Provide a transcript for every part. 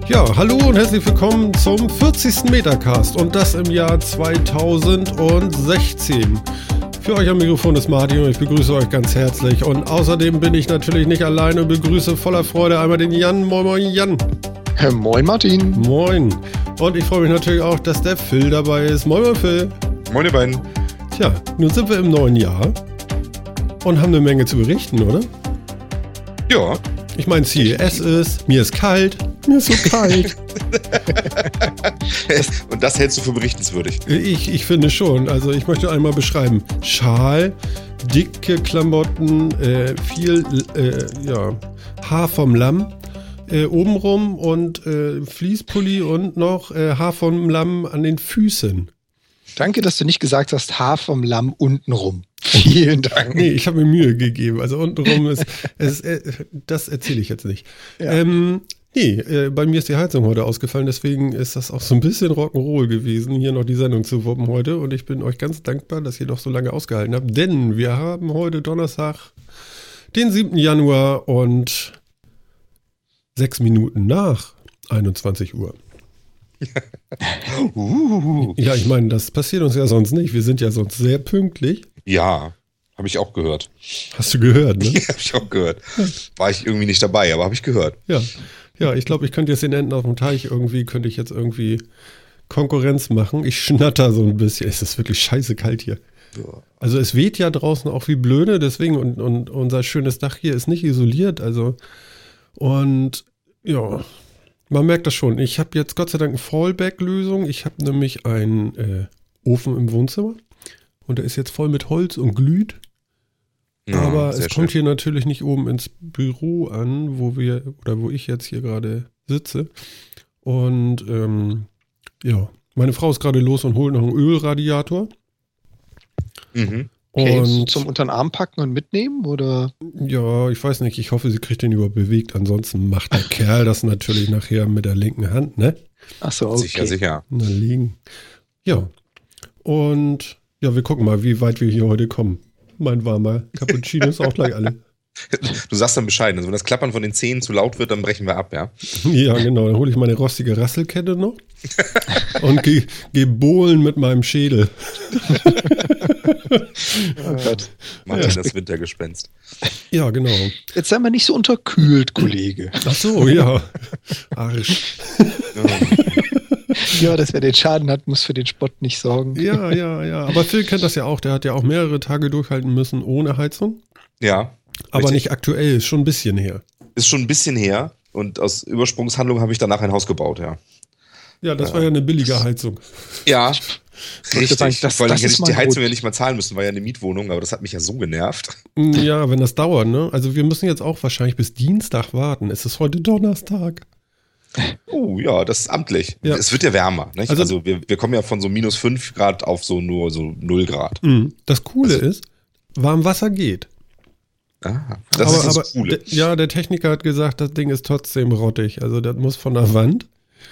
Ja, hallo und herzlich willkommen zum 40. Metacast und das im Jahr 2016. Für euch am Mikrofon ist Martin und ich begrüße euch ganz herzlich. Und außerdem bin ich natürlich nicht alleine und begrüße voller Freude einmal den Jan. Moin, moin, Jan. Moin, Martin. Moin. Und ich freue mich natürlich auch, dass der Phil dabei ist. Moin, moin, Phil. Moin, ihr beiden. Tja, nun sind wir im neuen Jahr und haben eine Menge zu berichten, oder? Ja. Ich meine, CES ist, mir ist kalt. Mir ist so kalt. Und das hältst du für berichtenswürdig? Ich finde schon. Also ich möchte einmal beschreiben. Schal, dicke Klamotten, viel Haar vom Lamm obenrum und Fließpulli und noch Haar vom Lamm an den Füßen. Danke, dass du nicht gesagt hast, Haar vom Lamm untenrum. Vielen Dank. Nee, ich habe mir Mühe gegeben. Also untenrum ist, das erzähle ich jetzt nicht. Ja. Bei mir ist die Heizung heute ausgefallen, deswegen ist das auch so ein bisschen Rock'n'Roll gewesen, hier noch die Sendung zu wuppen heute. Und ich bin euch ganz dankbar, dass ihr noch so lange ausgehalten habt, denn wir haben heute Donnerstag, den 7. Januar und 6 Minuten nach 21 Uhr. Ja, ich meine, das passiert uns ja sonst nicht. Wir sind ja sonst sehr pünktlich. Ja, habe ich auch gehört. Hast du gehört, ne? Ja, habe ich auch gehört. War ich irgendwie nicht dabei, aber habe ich gehört. Ja, ich glaube, ich könnte jetzt den Enten auf dem Teich könnte ich jetzt irgendwie Konkurrenz machen. Ich schnatter so ein bisschen. Es ist wirklich scheiße kalt hier. Ja. Also es weht ja draußen auch wie blöde, deswegen und unser schönes Dach hier ist nicht isoliert, also und ja, man merkt das schon. Ich habe jetzt Gott sei Dank eine Fallback-Lösung. Ich habe nämlich einen Ofen im Wohnzimmer und der ist jetzt voll mit Holz und glüht. Ja, aber es kommt hier natürlich nicht oben ins Büro an, wo ich jetzt hier gerade sitze. Und meine Frau ist gerade los und holt noch einen Ölradiator. Mhm. Okay, und zum unter den Arm packen und mitnehmen, oder? Ja, ich weiß nicht. Ich hoffe, sie kriegt den überhaupt bewegt. Ansonsten macht der Kerl das natürlich nachher mit der linken Hand, ne? Ach so, okay. Sicher. Na, liegen. Ja. Und ja, wir gucken mal, wie weit wir hier heute kommen. Mein warmer Cappuccino ist auch gleich alle. Du sagst dann Bescheid. Also wenn das Klappern von den Zähnen zu laut wird, dann brechen wir ab, ja? Ja, genau. Dann hole ich meine rostige Rasselkette noch und geh bohlen mit meinem Schädel. Oh Gott. Martin, das Wintergespenst. Ja, genau. Jetzt sei mal nicht so unterkühlt, Kollege. Ach so, ja. Arsch. Ja, dass wer den Schaden hat, muss für den Spott nicht sorgen. Ja. Aber Phil kennt das ja auch. Der hat ja auch mehrere Tage durchhalten müssen ohne Heizung. Ja. Aber richtig. Nicht aktuell, ist schon ein bisschen her. Ist schon ein bisschen her. Und aus Übersprungshandlung habe ich danach ein Haus gebaut, ja. Ja, das war ja eine billige Heizung. Ja, richtig. Das Weil dann hätte ich die Heizung gut. ja nicht mal zahlen müssen, war ja eine Mietwohnung, aber das hat mich ja so genervt. Ja, wenn das dauert, ne? Also wir müssen jetzt auch wahrscheinlich bis Dienstag warten. Es ist heute Donnerstag. Oh ja, das ist amtlich. Ja. Es wird ja wärmer. Nicht? Also wir kommen ja von so minus 5 Grad auf nur so 0 Grad. Das Coole ist, warm Wasser geht. Das ist das Coole. Der Techniker hat gesagt, das Ding ist trotzdem rottig. Also das muss von der Wand,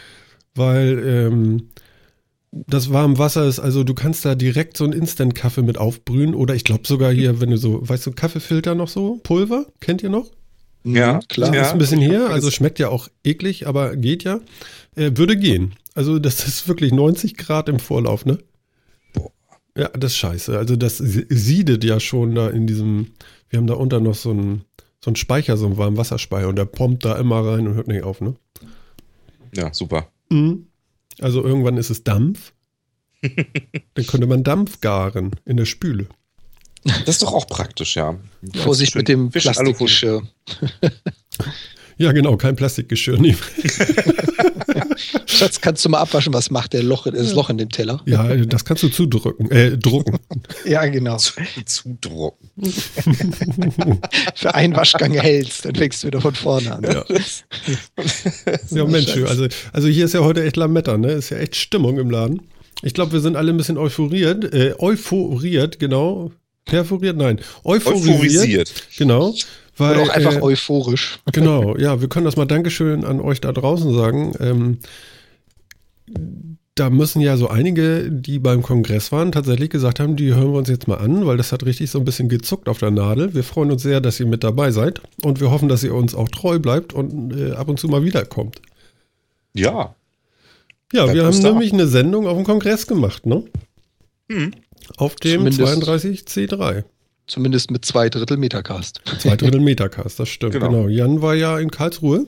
weil das warme Wasser ist, also du kannst da direkt so einen Instant-Kaffee mit aufbrühen oder ich glaube sogar hier, wenn du so, weißt du, Kaffeefilter noch so, Pulver, kennt ihr noch? Ja, klar. Ist ein bisschen her, also schmeckt ja auch eklig, aber geht ja. Würde gehen. Also das ist wirklich 90 Grad im Vorlauf, ne? Boah. Ja, das ist scheiße. Also das siedet ja schon da in diesem, wir haben da unten noch so einen Speicher, so einen warmen Wasserspeicher und der pompt da immer rein und hört nicht auf, ne? Ja, super. Also irgendwann ist es Dampf. Dann könnte man Dampf garen in der Spüle. Das ist doch auch praktisch, ja. Vorsicht mit dem Plastikgeschirr. Ja, genau, kein Plastikgeschirr nehmen. Schatz, kannst du mal abwaschen, was macht das Loch in dem Teller? Ja, das kannst du drucken. Ja, genau. Zudrucken. Für einen Waschgang hältst, dann fängst du wieder von vorne an. Ja, Mensch, also hier ist ja heute echt Lametta, ne? Ist ja echt Stimmung im Laden. Ich glaube, wir sind alle ein bisschen euphoriert, genau. Euphorisiert. Genau. Weil, oder auch einfach euphorisch. Genau, ja, wir können das mal Dankeschön an euch da draußen sagen. Da müssen ja so einige, die beim Kongress waren, tatsächlich gesagt haben, die hören wir uns jetzt mal an, weil das hat richtig so ein bisschen gezuckt auf der Nadel. Wir freuen uns sehr, dass ihr mit dabei seid und wir hoffen, dass ihr uns auch treu bleibt und ab und zu mal wiederkommt. Ja. Ja, wir haben nämlich eine Sendung auf dem Kongress gemacht, ne? Auf dem 32C3. Zumindest mit 2/3 Metacast. 2/3 Metacast, das stimmt. Genau. Jan war ja in Karlsruhe.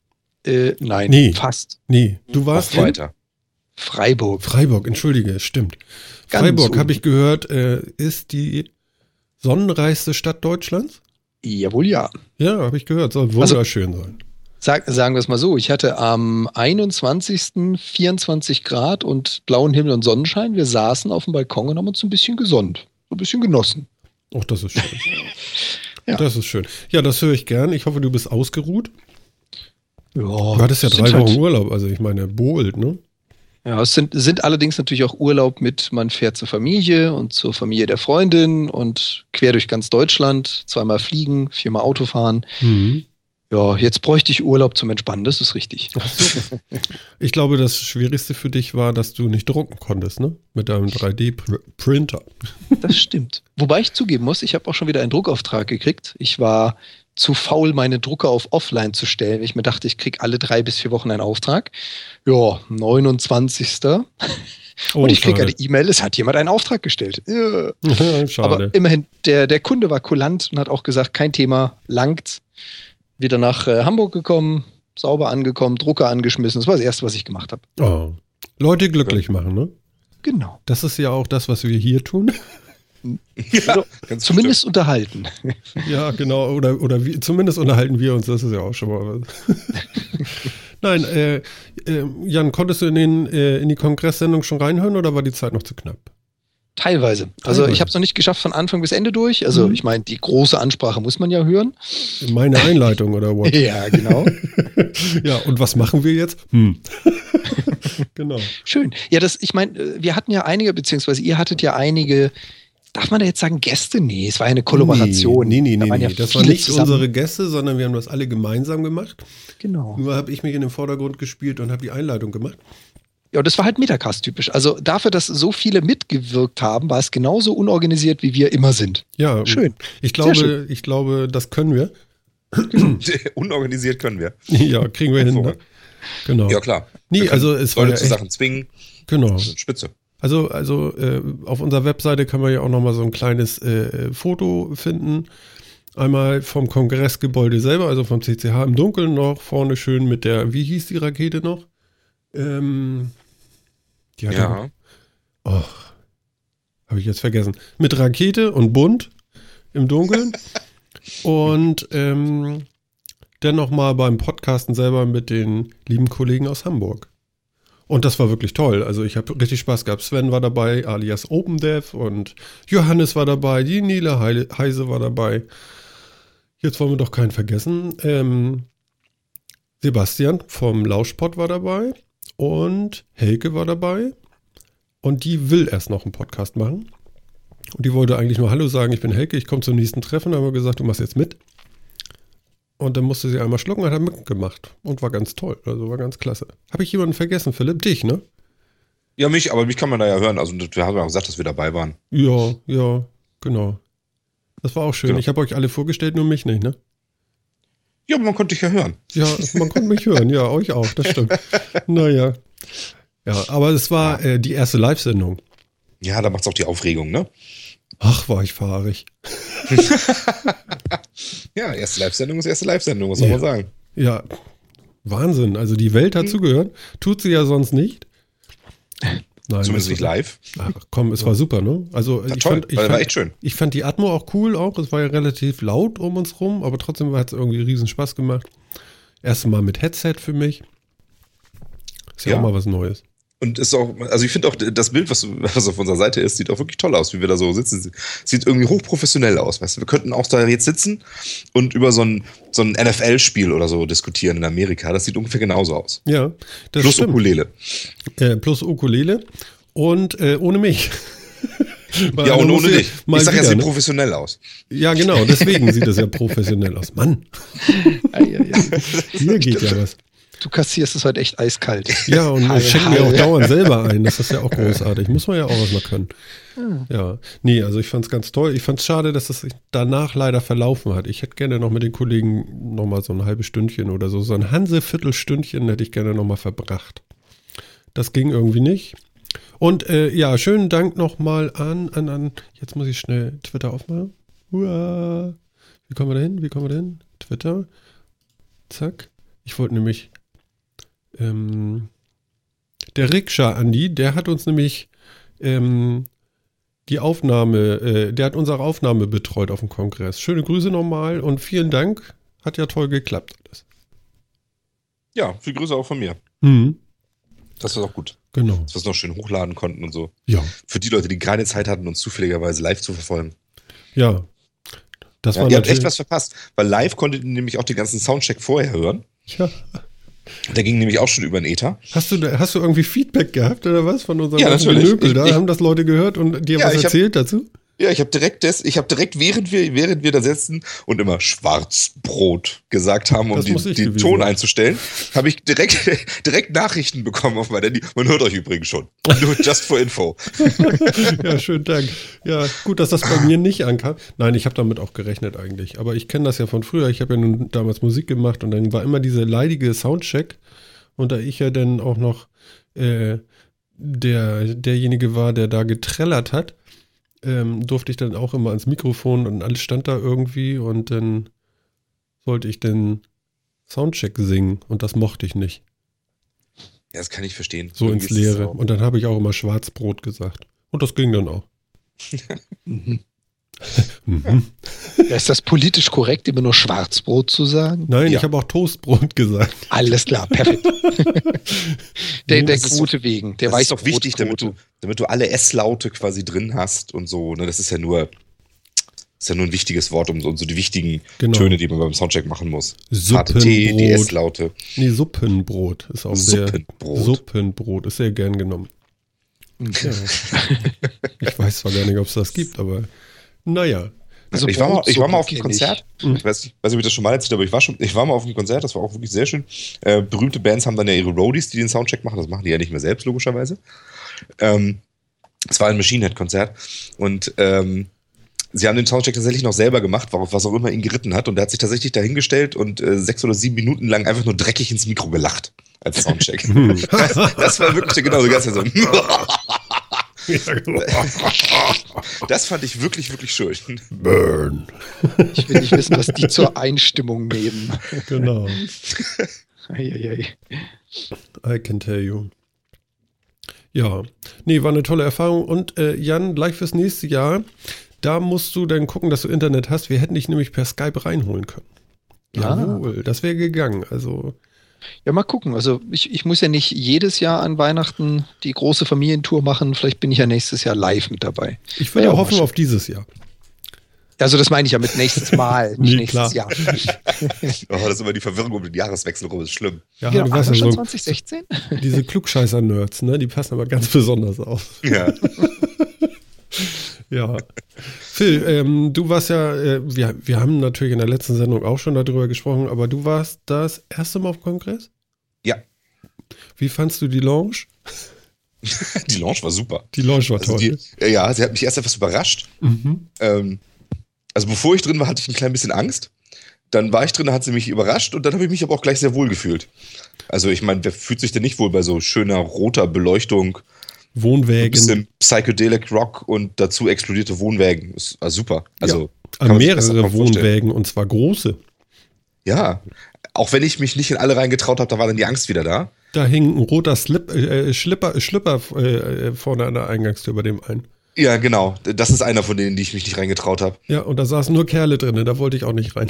Nein, fast. Nee, du warst weiter. Freiburg, entschuldige, stimmt. Freiburg, habe ich gehört, ist die sonnenreichste Stadt Deutschlands? Jawohl, ja. Ja, habe ich gehört, soll wunderschön sein. Sagen wir es mal so, ich hatte am 21. 24 Grad und blauen Himmel und Sonnenschein. Wir saßen auf dem Balkon und haben uns ein bisschen gesonnt, so ein bisschen genossen. Ach, das ist schön. Ja. Das ist schön. Ja, das höre ich gern. Ich hoffe, du bist ausgeruht. Ja, du hattest ja 3 Wochen Urlaub, also ich meine, Bold, ne? Ja, es sind allerdings natürlich auch Urlaub mit, man fährt zur Familie und zur Familie der Freundin und quer durch ganz Deutschland, 2-mal fliegen, 4-mal Auto fahren. Ja, jetzt bräuchte ich Urlaub zum Entspannen, das ist richtig. Ich glaube, das Schwierigste für dich war, dass du nicht drucken konntest, ne? Mit deinem 3D-Printer. Das stimmt. Wobei ich zugeben muss, ich habe auch schon wieder einen Druckauftrag gekriegt. Ich war zu faul, meine Drucker auf Offline zu stellen. Ich mir dachte, ich kriege alle 3 bis 4 Wochen einen Auftrag. Ja, 29. Und ich kriege eine E-Mail, es hat jemand einen Auftrag gestellt. Ja. Schade. Aber immerhin, der Kunde war kulant und hat auch gesagt, kein Thema, langt. Wieder nach Hamburg gekommen, sauber angekommen, Drucker angeschmissen. Das war das Erste, was ich gemacht habe. Oh. Leute glücklich machen, ne? Genau. Das ist ja auch das, was wir hier tun. Ja, zumindest unterhalten. Ja, genau. Oder zumindest unterhalten wir uns. Das ist ja auch schon mal was. Nein, Jan, konntest du in die Kongresssendung schon reinhören oder war die Zeit noch zu knapp? Teilweise. Also ich habe es noch nicht geschafft von Anfang bis Ende durch. Also ich meine, die große Ansprache muss man ja hören. Meine Einleitung oder was? Ja, genau. Ja, und was machen wir jetzt? Genau. Schön. Ja, ich meine, wir hatten ja einige, beziehungsweise ihr hattet ja einige, darf man da jetzt sagen Gäste? Nee, es war ja eine Kollaboration. Nee. Ja, das waren nicht unsere Gäste, sondern wir haben das alle gemeinsam gemacht. Genau. Nur habe ich mich in den Vordergrund gespielt und habe die Einleitung gemacht. Ja, das war halt Metacast-typisch. Also dafür, dass so viele mitgewirkt haben, war es genauso unorganisiert, wie wir immer sind. Ja, schön. Ich glaube, das können wir. Unorganisiert können wir. Ja, kriegen wir hin. Ne? Genau. Ja, klar. Nee, also es war Leute zu Sachen zwingen. Genau. Spitze. Also auf unserer Webseite kann man ja auch nochmal so ein kleines Foto finden. Einmal vom Kongressgebäude selber, also vom CCH im Dunkeln noch, vorne schön mit der, wie hieß die Rakete noch? Die hatte habe ich jetzt vergessen. Mit Rakete und bunt im Dunkeln. Und dann nochmal beim Podcasten selber mit den lieben Kollegen aus Hamburg. Und das war wirklich toll. Also ich habe richtig Spaß gehabt. Sven war dabei, alias OpenDev, und Johannes war dabei, die Nele Heise war dabei. Jetzt wollen wir doch keinen vergessen. Sebastian vom Lauschpod war dabei und Helke war dabei. Und die will erst noch einen Podcast machen. Und die wollte eigentlich nur Hallo sagen, ich bin Helke, ich komme zum nächsten Treffen. Da haben wir gesagt, du machst jetzt mit. Und dann musste sie einmal schlucken und hat mitgemacht. Und war ganz toll, also war ganz klasse. Habe ich jemanden vergessen, Philipp? Dich, ne? Ja, aber mich kann man da ja hören. Also wir haben ja gesagt, dass wir dabei waren. Ja, genau. Das war auch schön. Genau. Ich habe euch alle vorgestellt, nur mich nicht, ne? Ja, aber man konnte dich ja hören. Ja, man konnte mich hören, ja, euch auch, das stimmt. Naja. Ja, aber es war die erste Live-Sendung. Ja, da macht's auch die Aufregung, ne? Ach, war ich fahrig. Ja, erste Live-Sendung ist erste Live-Sendung, muss man mal sagen. Ja, Wahnsinn. Also die Welt hat zugehört. Tut sie ja sonst nicht. Nein, zumindest nicht live. Ach komm, es war super, ne? Also war war echt schön. Ich fand die Atmo auch cool auch. Es war ja relativ laut um uns rum, aber trotzdem hat es irgendwie riesen Spaß gemacht. Erste Mal mit Headset für mich. Ist ja auch mal was Neues. Und ist auch, also ich finde auch, das Bild, was auf unserer Seite ist, sieht auch wirklich toll aus, wie wir da so sitzen. Sieht irgendwie hochprofessionell aus, weißt du. Wir könnten auch da jetzt sitzen und über so ein NFL-Spiel oder so diskutieren in Amerika. Das sieht ungefähr genauso aus. Ja, das plus stimmt. Ukulele. Plus Ukulele und ohne mich. Ja, und ohne dich. Ich sag ja, sieht professionell aus. Ja, genau, deswegen sieht es ja professionell aus. Mann. Hier geht ja was. Du kassierst es heute echt eiskalt. Ja, und ich schenke mir auch dauernd selber ein. Das ist ja auch großartig. Muss man ja auch erstmal können. Ja, nee, also ich fand es ganz toll. Ich fand es schade, dass es sich danach leider verlaufen hat. Ich hätte gerne noch mit den Kollegen noch mal so ein halbes Stündchen oder so. So ein Hanseviertelstündchen hätte ich gerne noch mal verbracht. Das ging irgendwie nicht. Und ja, schönen Dank nochmal an. Jetzt muss ich schnell Twitter aufmachen. Uah. Wie kommen wir da hin? Twitter. Zack. Ich wollte nämlich der Rikscha-Andi, der hat uns nämlich die Aufnahme, der hat unsere Aufnahme betreut auf dem Kongress. Schöne Grüße nochmal und vielen Dank. Hat ja toll geklappt alles. Ja, viele Grüße auch von mir. Mhm. Das war auch gut. Genau. Dass wir es noch schön hochladen konnten und so. Ja. Für die Leute, die keine Zeit hatten, uns zufälligerweise live zu verfolgen. Ja. Das war ihr habt echt was verpasst, weil live konntet ihr nämlich auch den ganzen Soundcheck vorher hören. Ja. Der ging nämlich auch schon über den Ether. Hast du irgendwie Feedback gehabt oder was von unserem natürlich. Genöpel da? Haben das Leute gehört und dir was erzählt dazu? Ja, ich habe direkt, während wir da sitzen und immer Schwarzbrot gesagt haben, um den Ton einzustellen, habe ich direkt Nachrichten bekommen auf mein Handy. Man hört euch übrigens schon. Nur just for info. Ja, schönen Dank. Ja, gut, dass das bei mir nicht ankam. Nein, ich habe damit auch gerechnet eigentlich. Aber ich kenne das ja von früher. Ich habe ja nun damals Musik gemacht und dann war immer diese leidige Soundcheck. Und da ich ja dann auch noch derjenige war, der da getrellert hat, durfte ich dann auch immer ans Mikrofon und alles stand da irgendwie und dann sollte ich den Soundcheck singen und das mochte ich nicht. Ja, das kann ich verstehen. So ins Leere. Und dann habe ich auch immer Schwarzbrot gesagt. Und das ging dann auch. Ist das politisch korrekt, immer nur Schwarzbrot zu sagen? Nein, ich habe auch Toastbrot gesagt. Alles klar, perfekt. der Quote wegen. Der das ist doch wichtig, damit du alle S-Laute quasi drin hast und so. Ne? Das ist ja nur ein wichtiges Wort und so die wichtigen Töne, die man beim Soundcheck machen muss. Harte T, die S-Laute. Nee, Suppenbrot ist auch Suppenbrot ist sehr gern genommen. Ja. Ich weiß zwar gar nicht, ob es das gibt, aber naja. Also ich war mal auf einem Konzert. Ich weiß nicht, ob ich das schon mal erzählt habe, aber ich war mal auf einem Konzert, das war auch wirklich sehr schön. Berühmte Bands haben dann ja ihre Roadies, die den Soundcheck machen. Das machen die ja nicht mehr selbst, logischerweise. Es war ein Machine Head-Konzert und sie haben den Soundcheck tatsächlich noch selber gemacht, was auch immer ihn geritten hat. Und der hat sich tatsächlich dahingestellt und 6 oder 7 Minuten lang einfach nur dreckig ins Mikro gelacht als Soundcheck. Das war wirklich genau so ganz so. Das fand ich wirklich, wirklich schön. Burn. Ich will nicht wissen, was die zur Einstimmung nehmen. Genau. Eieiei. I can tell you. Ja, nee, war eine tolle Erfahrung. Und Jan, gleich fürs nächste Jahr, da musst du dann gucken, dass du Internet hast. Wir hätten dich nämlich per Skype reinholen können. Jawohl, das wäre gegangen. Also ja, mal gucken. Also ich muss ja nicht jedes Jahr an Weihnachten die große Familientour machen. Vielleicht bin ich ja nächstes Jahr live mit dabei. Ich würde hoffen auf dieses Jahr. Also das meine ich ja mit nächstes Mal, nicht nächstes Jahr. Oh, das ist immer die Verwirrung um den Jahreswechsel rum, ist schlimm. Ja, genau, du weißt ja schon so, 2016? Diese Klugscheißer-Nerds, ne, die passen aber ganz besonders auf. Ja. Ja. Phil, du warst ja, wir haben natürlich in der letzten Sendung auch schon darüber gesprochen, aber du warst das erste Mal auf dem Kongress? Ja. Wie fandst du die Lounge? Die Lounge war super. Die Lounge war toll. Sie hat mich erst etwas überrascht. Mhm. Also bevor ich drin war, hatte ich ein klein bisschen Angst. Dann war ich drin, hat sie mich überrascht und dann habe ich mich aber auch gleich sehr wohl gefühlt. Also ich meine, wer fühlt sich denn nicht wohl bei so schöner roter Beleuchtung? Wohnwägen. Ein bisschen Psychedelic Rock und dazu explodierte Wohnwägen. Ist super. Also mehrere Wohnwägen und zwar große. Ja, auch wenn ich mich nicht in alle reingetraut habe, da war dann die Angst wieder da. Da hing ein roter Schlipper vorne an der Eingangstür bei dem einen. Ja, genau. Das ist einer von denen, die ich mich nicht reingetraut habe. Ja, und da saßen nur Kerle drin, da wollte ich auch nicht rein.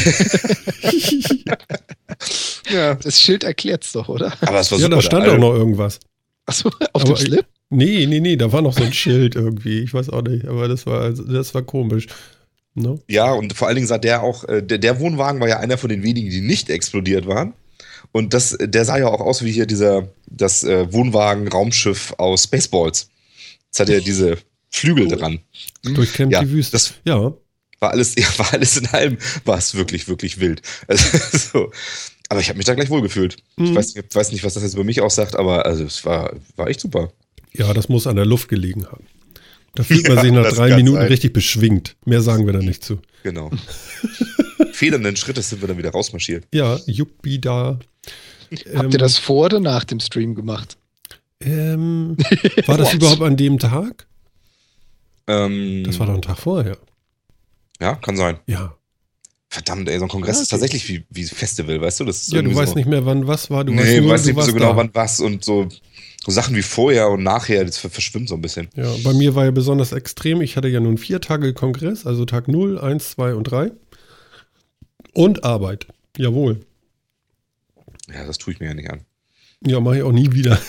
Ja, das Schild erklärt's doch, oder? Aber es war super. Ja, da stand auch noch irgendwas. Achso, auf dem Slip? Nee, da war noch so ein Schild irgendwie. Ich weiß auch nicht, aber das war komisch. No? Ja, und vor allen Dingen sah der auch, der Wohnwagen war ja einer von den wenigen, die nicht explodiert waren. Und der sah ja auch aus wie hier das Wohnwagen-Raumschiff aus Spaceballs. Jetzt hat er diese Flügel dran. Durchkämmt die Wüste. war alles in allem, war es wirklich, wirklich wild. Also, so. Aber ich habe mich da gleich wohlgefühlt. Ich weiß nicht, was das jetzt über mich aussagt, aber also es war echt super. Ja, das muss an der Luft gelegen haben. Da fühlt man sich nach 3 Minuten richtig beschwingt. Mehr sagen wir da nicht zu. Genau. Federnden Schrittes sind wir dann wieder rausmarschiert. Ja, Juppie da. Habt ihr das vor oder nach dem Stream gemacht? War das überhaupt an dem Tag? Das war doch ein Tag vorher. Ja, kann sein. Ja. Verdammt, ey, so ein Kongress ist tatsächlich wie Festival, weißt du? Das ist ja, du weißt nicht mehr, wann was war. Du weißt nicht so genau, wann was und so Sachen wie vorher und nachher, das verschwimmt so ein bisschen. Ja, bei mir war ja besonders extrem. Ich hatte ja nun 4 Tage Kongress, also Tag 0, 1, 2 und 3. Und Arbeit. Jawohl. Ja, das tue ich mir ja nicht an. Ja, mache ich auch nie wieder.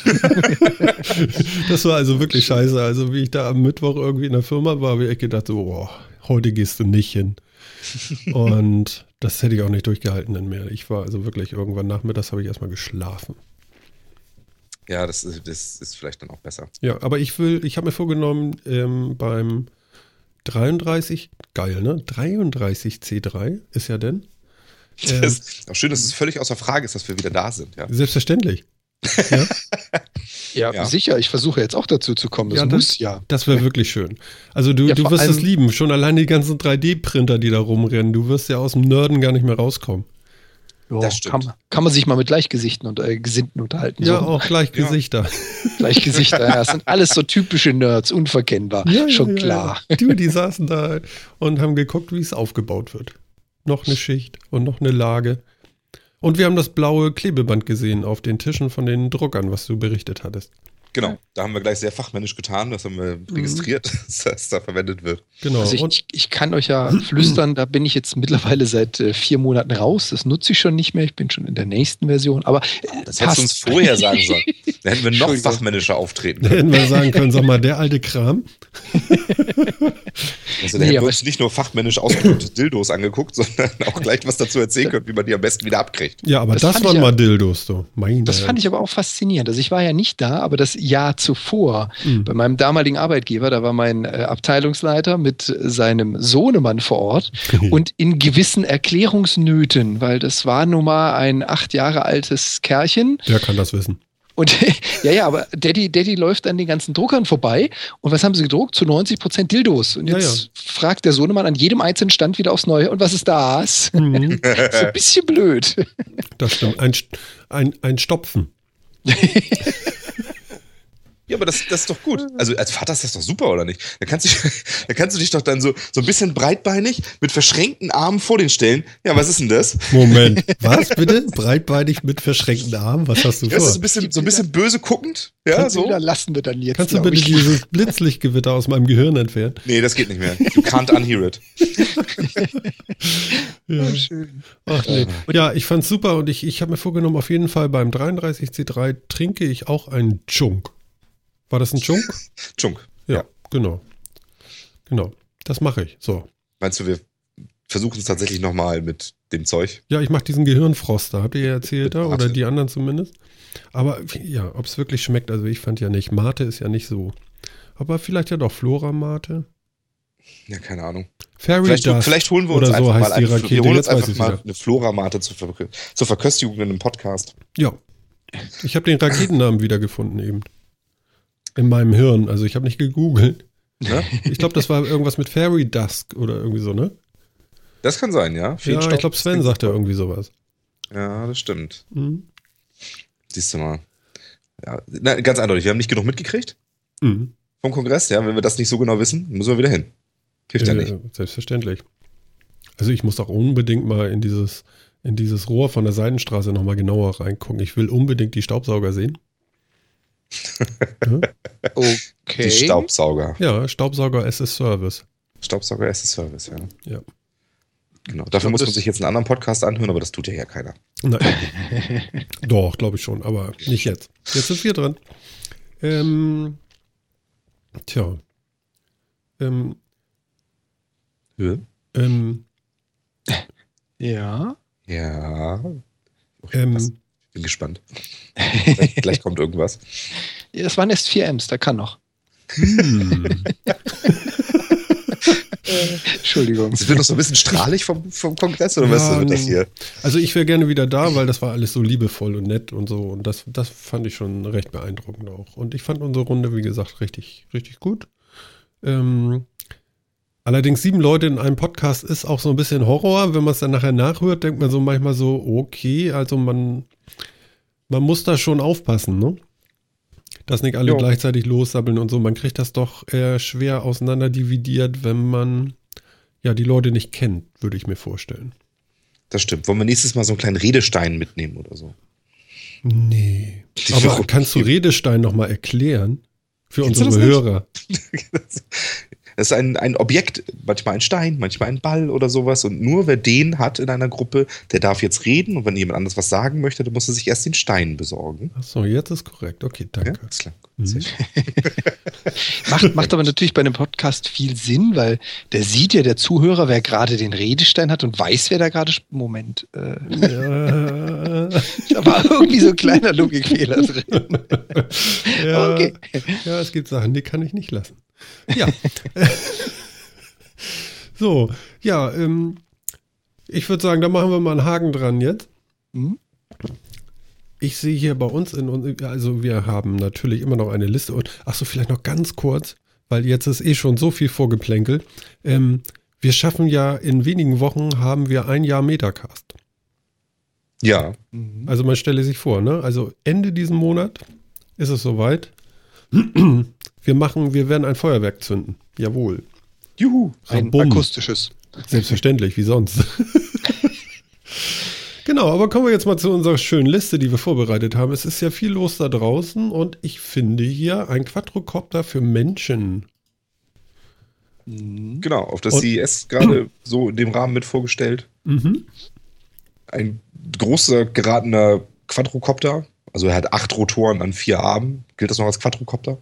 Das war also wirklich scheiße. Also wie ich da am Mittwoch irgendwie in der Firma war, habe ich echt gedacht, so, boah, heute gehst du nicht hin. Und das hätte ich auch nicht durchgehalten dann mehr. Ich war also wirklich irgendwann nachmittags habe ich erstmal geschlafen. Ja, das ist vielleicht dann auch besser. Ja, aber ich habe mir vorgenommen, beim 33, geil, ne? 33C3 ist ja denn. Das ist auch schön, dass es völlig außer Frage ist, dass wir wieder da sind. Ja. Selbstverständlich. Ja, sicher. Ich versuche jetzt auch dazu zu kommen. Das muss ja. Das wäre wirklich schön. Also du wirst es lieben. Schon alleine die ganzen 3D-Printer, die da rumrennen. Du wirst ja aus dem Nerden gar nicht mehr rauskommen. Jo, das stimmt. Kann man sich mal mit Gleichgesichten und Gesinnten unterhalten. Ja, so. Auch Gleichgesichter. Ja. Gleichgesichter, ja. Das sind alles so typische Nerds, unverkennbar. Ja, schon klar. Ja. Die saßen da und haben geguckt, wie es aufgebaut wird. Noch eine Schicht und noch eine Lage. Und wir haben das blaue Klebeband gesehen auf den Tischen von den Druckern, was du berichtet hattest. Genau, da haben wir gleich sehr fachmännisch getan, das haben wir registriert, dass das da verwendet wird. Genau. Also ich kann euch ja flüstern, da bin ich jetzt mittlerweile seit 4 Monaten raus, das nutze ich schon nicht mehr, ich bin schon in der nächsten Version, aber das hättest du uns vorher sagen sollen. Da hätten wir noch fachmännischer auftreten können. Da hätten wir sagen können, sag mal, der alte Kram. Also da hätten wir uns nicht nur fachmännisch ausgedrückte Dildos angeguckt, sondern auch gleich was dazu erzählen können, wie man die am besten wieder abkriegt. Ja, aber das waren mal Dildos, so. Das fand ich aber auch faszinierend. Also ich war ja nicht da, aber das Jahr zuvor bei meinem damaligen Arbeitgeber, da war mein Abteilungsleiter mit seinem Sohnemann vor Ort und in gewissen Erklärungsnöten, weil das war nun mal ein 8 Jahre altes Kerlchen. Der kann das wissen. Und aber Daddy läuft an den ganzen Druckern vorbei. Und was haben sie gedruckt? Zu 90% Dildos. Und jetzt fragt der Sohnemann an jedem einzelnen Stand wieder aufs Neue. Und was ist das? So ein bisschen blöd. Das stimmt. Ein Stopfen. Ja, aber das ist doch gut. Also als Vater ist das doch super, oder nicht? Da kannst du dich doch dann so ein bisschen breitbeinig mit verschränkten Armen vor den stellen. Ja, was ist denn das? Moment, was bitte? Breitbeinig mit verschränkten Armen? Was hast du vor? Das ist so ein bisschen böse guckend. Ja, so. Lassen wir dann jetzt. Kannst du bitte dieses Blitzlichtgewitter aus meinem Gehirn entfernen? Nee, das geht nicht mehr. You can't unhear it. Ja. Schön. Ach, nee. Ja, ich fand's super und ich habe mir vorgenommen, auf jeden Fall beim 33C3 trinke ich auch einen Junk. War das ein Junk? Junk. Ja, genau. Genau. Das mache ich. So. Meinst du, wir versuchen es tatsächlich nochmal mit dem Zeug? Ja, ich mache diesen Gehirnfroster. Habt ihr ja erzählt da? Oder die anderen zumindest? Aber ja, ob es wirklich schmeckt, also ich fand ja nicht. Mate ist ja nicht so. Aber vielleicht ja doch Flora-Mate. Ja, keine Ahnung. Vielleicht holen wir uns oder so einfach heißt die Rakete. Wir holen uns einfach mal eine Flora-Mate zur Verköstigung in einem Podcast. Ja. Ich habe den Raketennamen wiedergefunden eben. In meinem Hirn. Also ich habe nicht gegoogelt. Ja? Ich glaube, das war irgendwas mit Fairy Dusk oder irgendwie so, ne? Das kann sein, ja. Ja, ich glaube, Sven sagte irgendwie sowas. Ja, das stimmt. Siehst du mal. Ja, ganz eindeutig, wir haben nicht genug mitgekriegt vom Kongress. Ja, wenn wir das nicht so genau wissen, müssen wir wieder hin. Hilft ja nicht. Selbstverständlich. Also ich muss auch unbedingt mal in dieses Rohr von der Seidenstraße nochmal genauer reingucken. Ich will unbedingt die Staubsauger sehen. Okay. Die Staubsauger. Ja, Staubsauger as a Service. Staubsauger as a Service, ja. Ja. Genau. Dafür muss man sich jetzt einen anderen Podcast anhören, aber das tut ja keiner. Nein. Doch, glaube ich schon, aber nicht jetzt. Jetzt sind wir dran. Ja. Ja. Bin gespannt. Gleich kommt irgendwas. Ja, das waren erst 4 Ms, da kann noch. Entschuldigung. Es wird noch so ein bisschen strahlig vom Kongress, oder was wird das hier? Also ich wäre gerne wieder da, weil das war alles so liebevoll und nett und so. Und das fand ich schon recht beeindruckend auch. Und ich fand unsere Runde, wie gesagt, richtig, richtig gut. Allerdings 7 Leute in einem Podcast ist auch so ein bisschen Horror. Wenn man es dann nachher nachhört, denkt man so manchmal so, okay, also man muss da schon aufpassen, ne? Dass nicht alle gleichzeitig lossabbeln und so. Man kriegt das doch eher schwer auseinanderdividiert, wenn man die Leute nicht kennt, würde ich mir vorstellen. Das stimmt. Wollen wir nächstes Mal so einen kleinen Redestein mitnehmen oder so? Nee. Aber kannst du Redestein nochmal erklären? Für unsere Hörer. Das ist ein Objekt, manchmal ein Stein, manchmal ein Ball oder sowas. Und nur wer den hat in einer Gruppe, der darf jetzt reden. Und wenn jemand anderes was sagen möchte, dann muss er sich erst den Stein besorgen. Achso, jetzt ist korrekt. Okay, danke. Ja, ist klar. Macht aber natürlich bei einem Podcast viel Sinn, weil der sieht ja der Zuhörer, wer gerade den Redestein hat und weiß, wer da gerade... Moment. Da war irgendwie so ein kleiner Logikfehler drin. Ja, okay. Ja, es gibt Sachen, die kann ich nicht lassen. Ja. So, ja, ich würde sagen, da machen wir mal einen Haken dran jetzt. Mhm. Ich sehe hier bei uns, also wir haben natürlich immer noch eine Liste und, achso, vielleicht noch ganz kurz, weil jetzt ist schon so viel vorgeplänkelt. Wir schaffen ja, in wenigen Wochen haben wir 1 Jahr Metacast. Ja. Also man stelle sich vor, ne? Also Ende diesen Monat ist es soweit. Wir werden ein Feuerwerk zünden. Jawohl. Juhu. Ein akustisches. Selbstverständlich, wie sonst. Genau, aber kommen wir jetzt mal zu unserer schönen Liste, die wir vorbereitet haben. Es ist ja viel los da draußen und ich finde hier ein Quadrocopter für Menschen. Genau, auf der CES gerade so in dem Rahmen mit vorgestellt. Mhm. Ein großer geratener Quadrocopter. Also er hat 8 Rotoren an 4 Armen. Gilt das noch als Quadrocopter?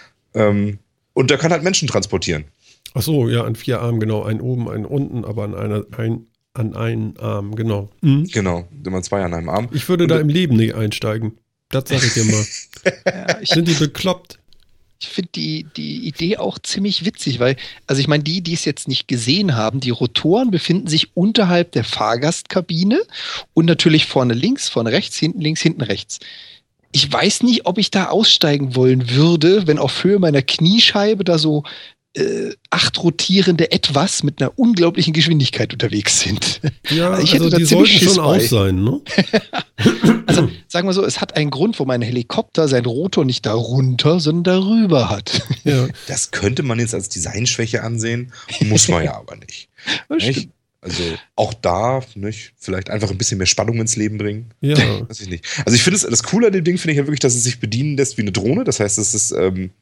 Und der kann halt Menschen transportieren. Ach so, ja, an 4 Armen, genau. Einen oben, einen unten, aber an einen Arm, genau. Mhm. Genau, immer 2 an einem Arm. Ich würde da im Leben nicht einsteigen. Das sage ich dir mal. Sind die bekloppt? Ich finde die Idee auch ziemlich witzig, weil, also ich meine, die es jetzt nicht gesehen haben, die Rotoren befinden sich unterhalb der Fahrgastkabine und natürlich vorne links, vorne rechts, hinten links, hinten rechts. Ich weiß nicht, ob ich da aussteigen wollen würde, wenn auf Höhe meiner Kniescheibe da so 8 rotierende Etwas mit einer unglaublichen Geschwindigkeit unterwegs sind. Ja, also die sollten schon aus sein, ne? Also sagen wir so, es hat einen Grund, warum ein Helikopter seinen Rotor nicht darunter, sondern darüber hat. Ja. Das könnte man jetzt als Designschwäche ansehen, muss man ja aber nicht. Nicht? Also auch da, nicht? Vielleicht einfach ein bisschen mehr Spannung ins Leben bringen. Ja. Weiß ich nicht. Also ich finde das Coole an dem Ding finde ich ja wirklich, dass es sich bedienen lässt wie eine Drohne. Das heißt, es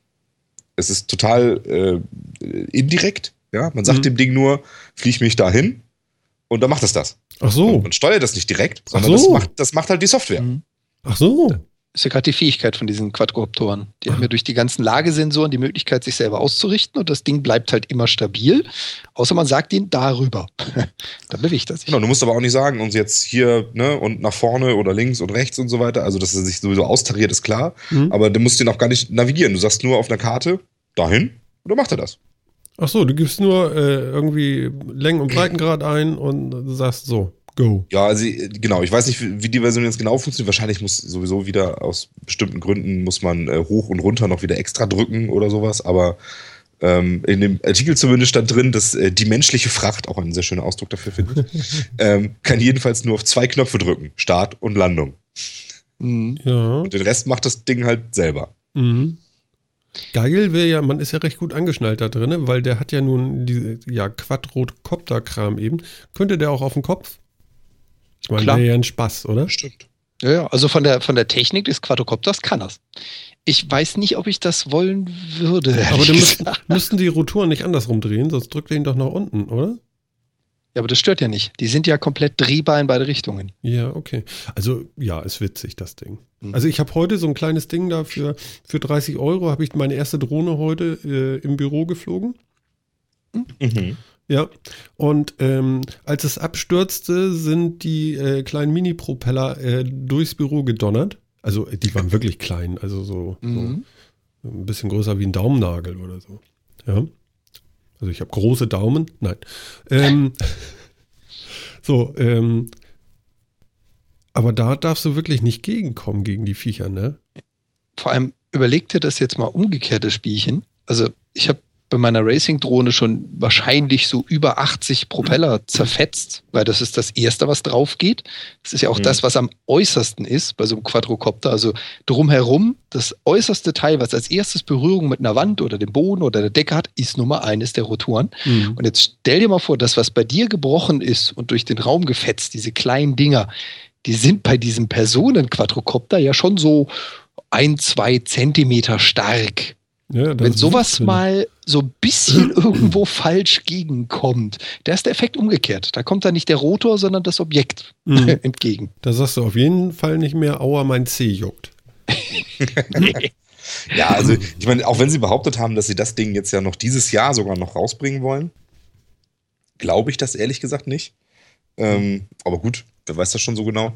ist total indirekt. Ja? Man sagt dem Ding nur, flieg mich dahin und dann macht es das. Ach so. Und man steuert das nicht direkt, sondern das macht halt die Software. Ach so. Das ist ja gerade die Fähigkeit von diesen Quadcoptoren. Die haben ja durch die ganzen Lagesensoren die Möglichkeit, sich selber auszurichten und das Ding bleibt halt immer stabil, außer man sagt ihnen darüber. Dann bewegt er sich. Genau, du musst aber auch nicht sagen, uns jetzt hier, ne, und nach vorne oder links und rechts und so weiter, also dass er sich sowieso austariert, ist klar, aber du musst den auch gar nicht navigieren. Du sagst nur auf einer Karte, dahin, und dann macht er das. Ach so, du gibst nur irgendwie Längen- und Breitengrad ein und sagst so, go. Ja, also genau, ich weiß nicht, wie die Version jetzt genau funktioniert. Wahrscheinlich muss sowieso wieder aus bestimmten Gründen muss man hoch und runter noch wieder extra drücken oder sowas, aber in dem Artikel zumindest stand drin, dass die menschliche Fracht, auch ein sehr schöner Ausdruck dafür finde ich, kann jedenfalls nur auf 2 Knöpfe drücken, Start und Landung. Ja. Und den Rest macht das Ding halt selber. Mhm. Geil wäre ja, man ist ja recht gut angeschnallt da drin, weil der hat ja nun diese Quadrocopter-Kram eben. Könnte der auch auf den Kopf? Ich meine, wäre ja ein Spaß, oder? Stimmt. Ja, also von der Technik des Quadrocopters kann das. Ich weiß nicht, ob ich das wollen würde. Aber dann müssten die Rotoren nicht andersrum drehen, sonst drückt er ihn doch nach unten, oder? Ja, aber das stört ja nicht. Die sind ja komplett drehbar in beide Richtungen. Ja, okay. Also, ja, ist witzig, das Ding. Also ich habe heute so ein kleines Ding da für 30 Euro, habe ich meine erste Drohne heute im Büro geflogen. Mhm. Ja, und als es abstürzte, sind die kleinen Mini-Propeller durchs Büro gedonnert. Also die waren wirklich klein, also so ein bisschen größer wie ein Daumennagel oder so. Ja. Also ich habe große Daumen. Nein. Aber da darfst du wirklich nicht gegenkommen gegen die Viecher, ne? Vor allem überleg dir das jetzt mal umgekehrtes Spielchen. Also ich habe bei meiner Racing-Drohne schon wahrscheinlich so über 80 Propeller zerfetzt, weil das ist das Erste, was drauf geht. Das ist ja auch das, was am äußersten ist bei so einem Quadrocopter. Also drumherum, das äußerste Teil, was als erstes Berührung mit einer Wand oder dem Boden oder der Decke hat, ist Nummer 1 der Rotoren. Und jetzt stell dir mal vor, das, was bei dir gebrochen ist und durch den Raum gefetzt, diese kleinen Dinger, die sind bei diesem Personen-Quadrocopter ja schon so 1-2 Zentimeter stark. Ja, wenn sowas mal so ein bisschen irgendwo falsch gegenkommt, da ist der Effekt umgekehrt. Da kommt dann nicht der Rotor, sondern das Objekt entgegen. Da sagst du auf jeden Fall nicht mehr, aua, mein Zeh juckt. Ja, also ich meine, auch wenn sie behauptet haben, dass sie das Ding jetzt ja noch dieses Jahr sogar noch rausbringen wollen, glaube ich das ehrlich gesagt nicht. Aber gut, wer weiß das schon so genau.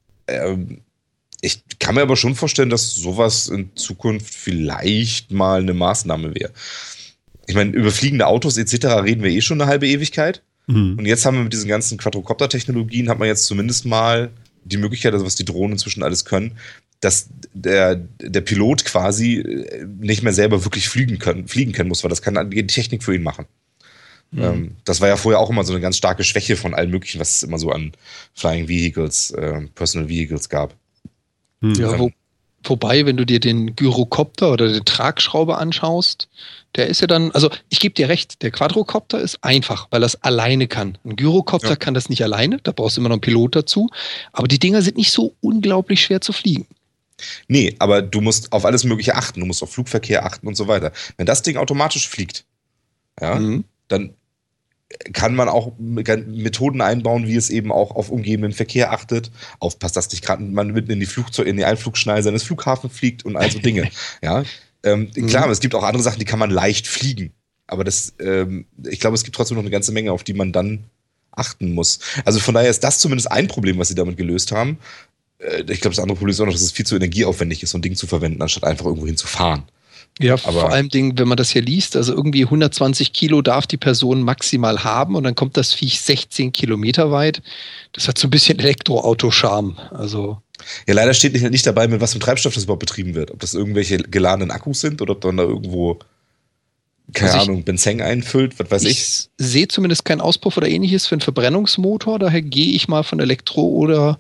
Ich kann mir aber schon vorstellen, dass sowas in Zukunft vielleicht mal eine Maßnahme wäre. Ich meine, über fliegende Autos etc. reden wir schon eine halbe Ewigkeit. Und jetzt haben wir mit diesen ganzen Quadrocopter-Technologien, hat man jetzt zumindest mal die Möglichkeit, also was die Drohnen inzwischen alles können, dass der Pilot quasi nicht mehr selber wirklich fliegen können muss, weil das kann die Technik für ihn machen. Das war ja vorher auch immer so eine ganz starke Schwäche von allem Möglichen, was es immer so an Flying Vehicles, Personal Vehicles gab. Ja, wobei, wenn du dir den Gyrocopter oder den Tragschrauber anschaust, der ist ja dann, also ich gebe dir recht, der Quadrocopter ist einfach, weil er es alleine kann. Ein Gyrocopter kann das nicht alleine, da brauchst du immer noch einen Pilot dazu, aber die Dinger sind nicht so unglaublich schwer zu fliegen. Nee, aber du musst auf alles Mögliche achten, du musst auf Flugverkehr achten und so weiter. Wenn das Ding automatisch fliegt, dann kann man auch Methoden einbauen, wie es eben auch auf umgebenden Verkehr achtet, aufpasst, dass nicht gerade man mitten in die Einflugschneise seines Flughafens fliegt und all so Dinge. Ja, klar, aber es gibt auch andere Sachen, die kann man leicht fliegen. Aber ich glaube, es gibt trotzdem noch eine ganze Menge, auf die man dann achten muss. Also von daher ist das zumindest ein Problem, was sie damit gelöst haben. Ich glaube, das andere Problem ist auch noch, dass es viel zu energieaufwendig ist, so ein Ding zu verwenden, anstatt einfach irgendwo hinzufahren. Ja, aber vor allem, wenn man das hier liest, also irgendwie 120 Kilo darf die Person maximal haben und dann kommt das Viech 16 Kilometer weit. Das hat so ein bisschen Elektroauto-Charme. Also ja, leider steht nicht dabei, mit was für Treibstoff das überhaupt betrieben wird. Ob das irgendwelche geladenen Akkus sind oder ob man da irgendwo, keine Ahnung, Benzin einfüllt, was weiß ich. Ich sehe zumindest keinen Auspuff oder ähnliches für einen Verbrennungsmotor. Daher gehe ich mal von Elektro oder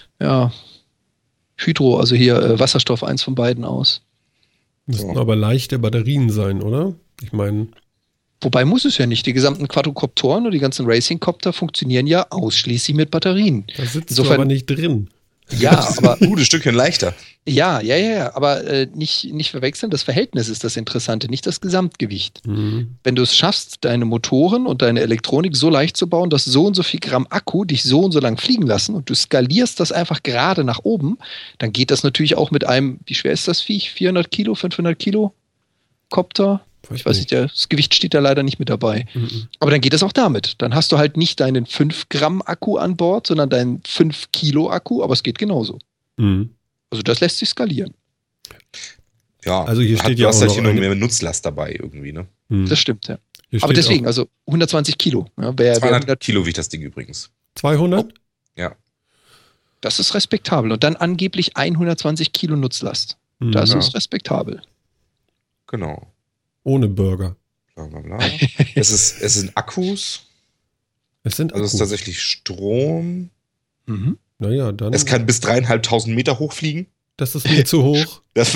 Hydro, also hier Wasserstoff, eins von beiden aus. Müssten aber leichte Batterien sein, oder? Ich meine. Wobei muss es ja nicht. Die gesamten Quadrocoptoren und die ganzen Racing-Copter funktionieren ja ausschließlich mit Batterien. Da sitzt du aber nicht drin. Ja, aber. Ein Stückchen leichter. Ja, aber nicht verwechseln. Das Verhältnis ist das Interessante, nicht das Gesamtgewicht. Wenn du es schaffst, deine Motoren und deine Elektronik so leicht zu bauen, dass so und so viel Gramm Akku dich so und so lang fliegen lassen und du skalierst das einfach gerade nach oben, dann geht das natürlich auch mit einem, wie schwer ist das Viech? 400 Kilo, 500 Kilo Copter? Ich weiß nicht, das Gewicht steht da leider nicht mit dabei. Aber dann geht das auch damit. Dann hast du halt nicht deinen 5 Gramm Akku an Bord, sondern deinen 5 Kilo Akku, aber es geht genauso. Also das lässt sich skalieren. Ja, also hier steht ja auch noch noch mehr Nutzlast dabei irgendwie, ne? Das stimmt, ja. Aber deswegen, also 120 Kilo. Ja, 200 Kilo wiegt das Ding übrigens. 200? Ja. Das ist respektabel. Und dann angeblich 120 Kilo Nutzlast. Das ist respektabel. Genau. Ohne Burger. Bla bla bla. Es sind Akkus. Es sind Akkus. Also es ist tatsächlich Strom. Naja, dann. Es kann bis 3.500 Meter hochfligen. Das ist nicht zu hoch. Ich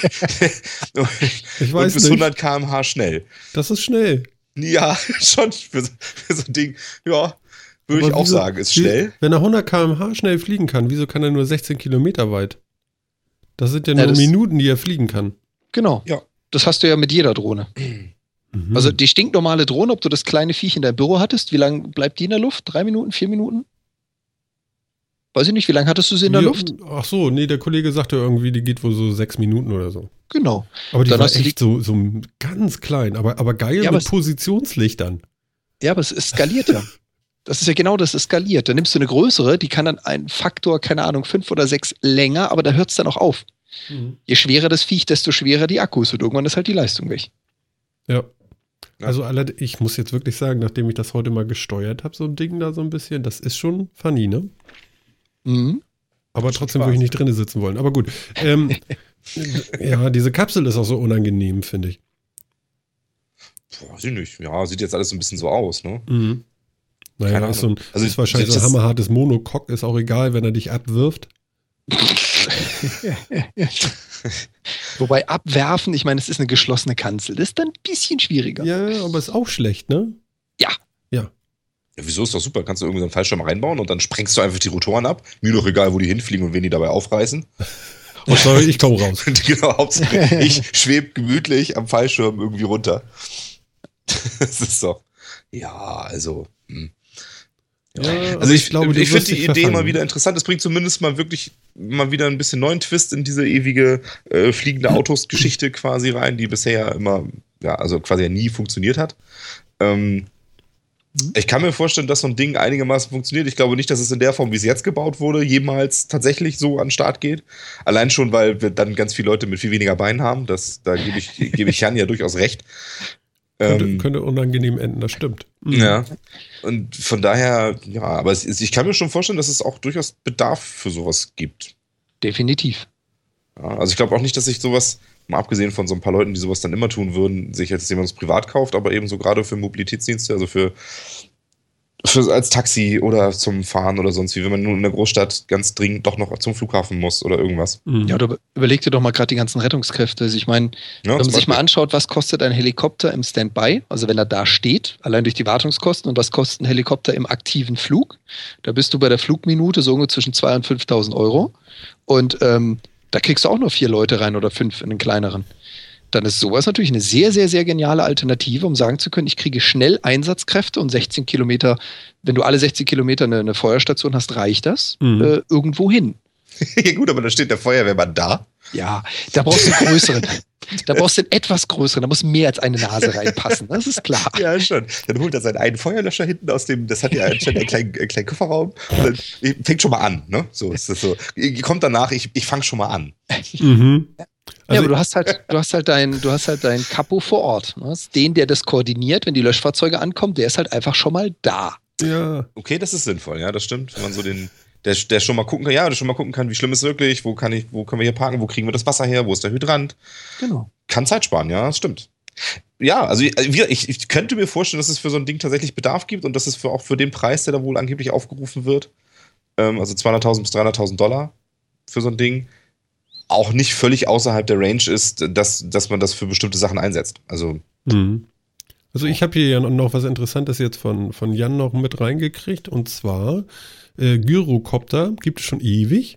weiß bis 100 km/h schnell. Das ist schnell. Ja, schon für so ein Ding. Ja, würde ich auch sagen, ist schnell. Wenn er 100 km/h schnell fliegen kann, wieso kann er nur 16 Kilometer weit? Das sind ja nur Minuten, die er fliegen kann. Genau. Ja. Das hast du ja mit jeder Drohne. Also die stinknormale Drohne, ob du das kleine Viech in deinem Büro hattest, wie lange bleibt die in der Luft? 3 Minuten, 4 Minuten? Weiß ich nicht, wie lange hattest du sie in der Luft? Ach so, nee, der Kollege sagte irgendwie, die geht wohl so 6 Minuten oder so. Genau. Aber die war echt so ganz klein, aber geil mit Positionslichtern. Ja, aber es skaliert ja. Das ist ja genau das, es skaliert. Dann nimmst du eine größere, die kann dann einen Faktor, keine Ahnung, 5 oder 6 länger, aber da hört es dann auch auf. Je schwerer das Viech, desto schwerer die Akkus und irgendwann ist halt die Leistung weg. Ja. Also ich muss jetzt wirklich sagen, nachdem ich das heute mal gesteuert habe, so ein Ding da so ein bisschen, das ist schon funny, ne? Mhm. Aber trotzdem würde ich nicht drinnen sitzen wollen. Aber gut. Ja, diese Kapsel ist auch so unangenehm, finde ich. Boah, weiß ich nicht. Ja, sieht jetzt alles so ein bisschen so aus, ne? Mhm. Naja, ist, ist wahrscheinlich so ein hammerhartes Monocoque, ist auch egal, wenn er dich abwirft. Wobei abwerfen, ich meine, es ist eine geschlossene Kanzel. Das ist dann ein bisschen schwieriger. Ja, aber ist auch schlecht, ne? Ja. Ja, wieso, ist doch super. Kannst du irgendwie so einen Fallschirm reinbauen und dann sprengst du einfach die Rotoren ab. Mir doch egal, wo die hinfliegen und wen die dabei aufreißen. Oh, sorry, ich komme raus. Genau, Hauptsache, ich schwebe gemütlich am Fallschirm irgendwie runter. Das ist doch, ja, also. Ja, also ich glaube, ich finde die Idee mal wieder interessant. Es bringt zumindest mal wirklich mal wieder ein bisschen neuen Twist in diese ewige fliegende Autos-Geschichte quasi rein, die bisher ja immer, ja, also quasi ja nie funktioniert hat. Ich kann mir vorstellen, dass so ein Ding einigermaßen funktioniert. Ich glaube nicht, dass es in der Form, wie es jetzt gebaut wurde, jemals tatsächlich so an den Start geht. Allein schon, weil wir dann ganz viele Leute mit viel weniger Beinen haben. Da gebe ich Jan ja durchaus recht. Könnte unangenehm enden, das stimmt. Mhm. Ja, und von daher, ja, aber ich kann mir schon vorstellen, dass es auch durchaus Bedarf für sowas gibt. Definitiv. Ja, also ich glaube auch nicht, dass sich sowas, mal abgesehen von so ein paar Leuten, die sowas dann immer tun würden, sich jetzt jemand privat kauft, aber eben so gerade für Mobilitätsdienste, also für als Taxi oder zum Fahren oder sonst wie, wenn man nur in der Großstadt ganz dringend doch noch zum Flughafen muss oder irgendwas. Ja, oder überleg dir doch mal gerade die ganzen Rettungskräfte. Also ich meine, wenn man sich mal anschaut, was kostet ein Helikopter im Standby, also wenn er da steht, allein durch die Wartungskosten, und was kostet ein Helikopter im aktiven Flug, da bist du bei der Flugminute so ungefähr zwischen 2.000 und 5.000 Euro. Und da kriegst du auch nur 4 Leute rein oder 5 in den kleineren. Dann ist sowas natürlich eine sehr, sehr, sehr geniale Alternative, um sagen zu können, ich kriege schnell Einsatzkräfte und 16 Kilometer, wenn du alle 16 Kilometer eine Feuerstation hast, reicht das irgendwo hin. Ja gut, aber da steht der Feuerwehrmann da. Ja, da brauchst du einen größeren. Da brauchst du einen etwas größeren, da muss mehr als eine Nase reinpassen, das ist klar. Ja, schon. Dann holt er seinen einen Feuerlöscher hinten aus dem, das hat ja anscheinend einen kleinen Kofferraum und dann fängt schon mal an, ne? So ist das so. Kommt danach, ich fange schon mal an. Mhm. Also, ja, aber du hast halt deinen Kapo vor Ort. Ne? Den, der das koordiniert, wenn die Löschfahrzeuge ankommen, der ist halt einfach schon mal da. Ja. Okay, das ist sinnvoll, ja, das stimmt. Wenn man so der schon mal gucken kann, der schon mal gucken kann, wie schlimm ist es wirklich, wo können wir hier parken, wo kriegen wir das Wasser her, wo ist der Hydrant. Genau. Kann Zeit sparen, ja, das stimmt. Ja, also ich könnte mir vorstellen, dass es für so ein Ding tatsächlich Bedarf gibt und dass es auch für den Preis, der da wohl angeblich aufgerufen wird, also 200.000 bis 300.000 Dollar für so ein Ding, auch nicht völlig außerhalb der Range ist, dass man das für bestimmte Sachen einsetzt. Also ich habe hier ja noch was Interessantes jetzt von Jan noch mit reingekriegt, und zwar Gyrocopter gibt es schon ewig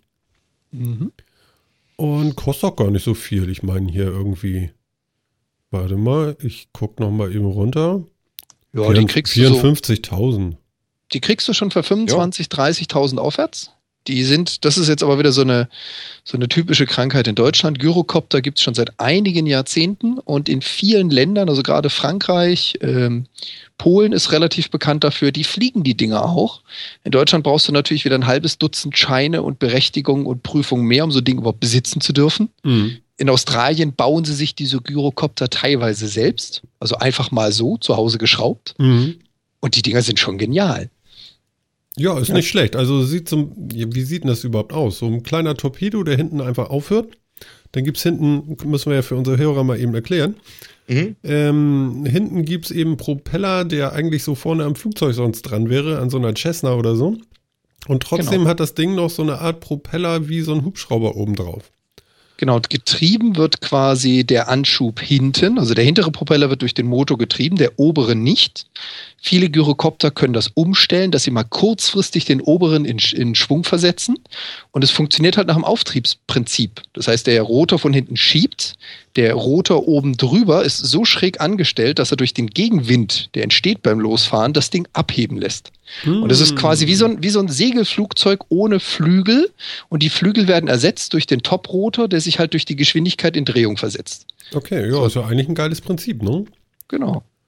und kostet auch gar nicht so viel. Ich meine hier irgendwie, warte mal, ich gucke noch mal eben runter. Ja, die kriegst du 54.000. Die kriegst du schon für 25.000, 30.000 aufwärts. Das ist jetzt aber wieder so eine typische Krankheit in Deutschland. Gyrocopter gibt es schon seit einigen Jahrzehnten und in vielen Ländern, also gerade Frankreich, Polen ist relativ bekannt dafür, die fliegen die Dinger auch. In Deutschland brauchst du natürlich wieder ein halbes Dutzend Scheine und Berechtigungen und Prüfungen mehr, um so ein Ding überhaupt besitzen zu dürfen. Mhm. In Australien bauen sie sich diese Gyrocopter teilweise selbst, also einfach mal so zu Hause geschraubt. Mhm. Und die Dinger sind schon genial. Ja, ist nicht schlecht. Also wie sieht denn das überhaupt aus? So ein kleiner Torpedo, der hinten einfach aufhört. Dann gibt es hinten, müssen wir ja für unsere Hörer mal eben erklären, hinten gibt es eben Propeller, der eigentlich so vorne am Flugzeug sonst dran wäre, an so einer Cessna oder so. Und trotzdem hat das Ding noch so eine Art Propeller wie so ein Hubschrauber oben drauf. Genau, getrieben wird quasi der Anschub hinten, also der hintere Propeller wird durch den Motor getrieben, der obere nicht. Viele Gyrocopter können das umstellen, dass sie mal kurzfristig den oberen in Schwung versetzen, und es funktioniert halt nach dem Auftriebsprinzip. Das heißt, der Rotor von hinten schiebt, der Rotor oben drüber ist so schräg angestellt, dass er durch den Gegenwind, der entsteht beim Losfahren, das Ding abheben lässt. Und es ist quasi wie so ein Segelflugzeug ohne Flügel, und die Flügel werden ersetzt durch den Top-Rotor, der sich halt durch die Geschwindigkeit in Drehung versetzt. Okay, ja, ist ja eigentlich ein geiles Prinzip, ne? Genau.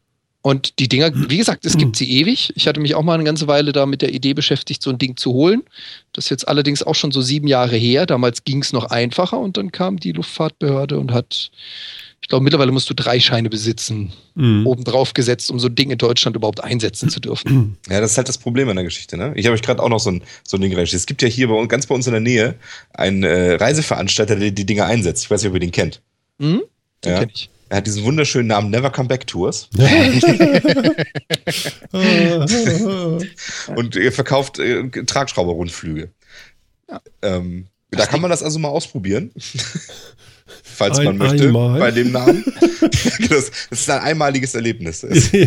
Und die Dinger, wie gesagt, es gibt sie ewig. Ich hatte mich auch mal eine ganze Weile da mit der Idee beschäftigt, so ein Ding zu holen. Das ist jetzt allerdings auch schon so 7 Jahre her. Damals ging es noch einfacher und dann kam die Luftfahrtbehörde und hat, ich glaube, mittlerweile musst du 3 Scheine besitzen, obendrauf gesetzt, um so ein Ding in Deutschland überhaupt einsetzen zu dürfen. Ja, das ist halt das Problem an der Geschichte, ne? Ich habe euch gerade auch noch so ein Ding gerechnet. Es gibt ja hier ganz bei uns in der Nähe einen Reiseveranstalter, der die Dinge einsetzt. Ich weiß nicht, ob ihr den kennt. Den Ja. kenn ich. Er hat diesen wunderschönen Namen Never Come Back Tours. Und er verkauft Tragschrauber-Rundflüge. Ja. Da kann man das also mal ausprobieren. Falls man möchte, einmal. bei dem Namen. Das ist ein einmaliges Erlebnis.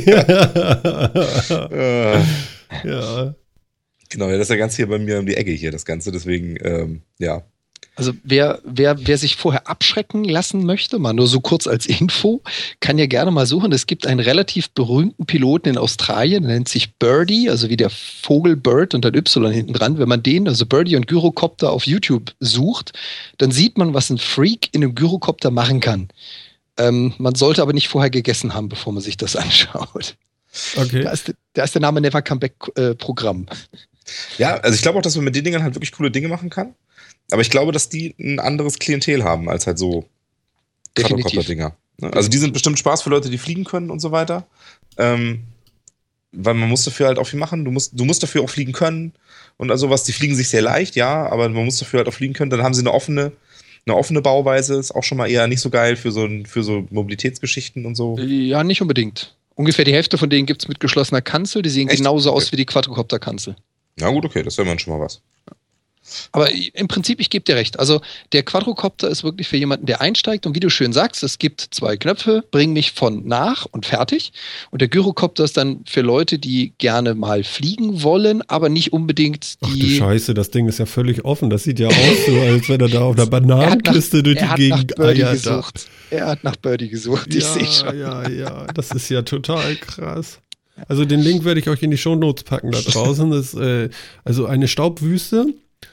Ja. Genau, das ist ja ganz hier bei mir um die Ecke hier, das Ganze. Deswegen, ja. Also wer sich vorher abschrecken lassen möchte, mal nur so kurz als Info, kann ja gerne mal suchen. Es gibt einen relativ berühmten Piloten in Australien, der nennt sich Birdie, also wie der Vogel Bird und dann Y hinten dran. Wenn man den, also Birdie und Gyrocopter auf YouTube sucht, dann sieht man, was ein Freak in einem Gyrocopter machen kann. Man sollte aber nicht vorher gegessen haben, bevor man sich das anschaut. Okay. Da ist der Name Never Come Back Programm. Ja, also ich glaube auch, dass man mit den Dingern halt wirklich coole Dinge machen kann. Aber ich glaube, dass die ein anderes Klientel haben als halt so Quadrocopter-Dinger. Also die sind bestimmt Spaß für Leute, die fliegen können und so weiter. Weil man muss dafür halt auch viel machen. Du musst dafür auch fliegen können und also was. Die fliegen sich sehr leicht, ja, aber man muss dafür halt auch fliegen können. Dann haben sie eine offene Bauweise, ist auch schon mal eher nicht so geil für so Mobilitätsgeschichten und so. Ja, nicht unbedingt. Ungefähr die Hälfte von denen gibt es mit geschlossener Kanzel. Die sehen genauso aus wie die Quadrocopter-Kanzel. Na gut, okay, das wäre dann schon mal was. Aber im Prinzip, ich gebe dir recht. Also der Quadrocopter ist wirklich für jemanden, der einsteigt. Und wie du schön sagst, es gibt 2 Knöpfe, bring mich von nach und fertig. Und der Gyrocopter ist dann für Leute, die gerne mal fliegen wollen, aber nicht unbedingt die... Ach du Scheiße, das Ding ist ja völlig offen. Das sieht ja aus so, als wenn er da auf einer Bananenkiste durch die Gegend eiert. Er hat nach Birdie gesucht, ich sehe schon. Ja, das ist ja total krass. Also den Link werde ich euch in die Shownotes packen da draußen. Das ist also eine Staubwüste.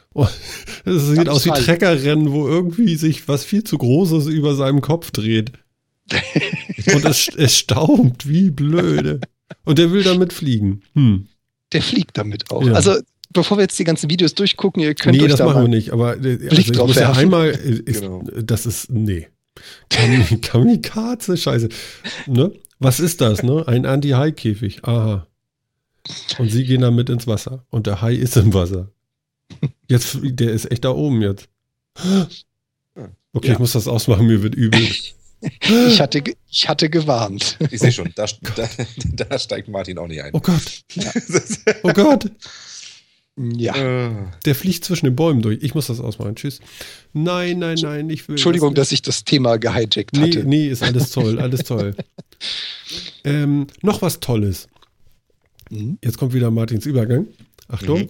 Es sieht aus wie Treckerrennen, wo irgendwie sich was viel zu Großes über seinem Kopf dreht. Und es staubt, wie blöde. Und der will damit fliegen. Der fliegt damit auch. Ja. Also, bevor wir jetzt die ganzen Videos durchgucken, ihr könnt euch das da machen mal wir nicht. Aber also ich drauf muss ja werfen. einmal, Genau. das ist, nee. Kamikaze, scheiße. Ne? Was ist das, ne? Ein Anti-Hai-Käfig. Aha. Und sie gehen damit ins Wasser. Und der Hai ist im Wasser. Jetzt, der ist echt da oben jetzt. Okay, Ich muss das ausmachen, mir wird übel. Ich hatte gewarnt. Ich sehe schon, da steigt Martin auch nicht ein. Oh Gott. Oh Gott. Ja. Der fliegt zwischen den Bäumen durch. Ich muss das ausmachen. Tschüss. Nein, ich will. Entschuldigung, dass ich das Thema gehijackt hatte. Nee, ist alles toll, alles toll. Noch was Tolles. Jetzt kommt wieder Martins Übergang. Achtung.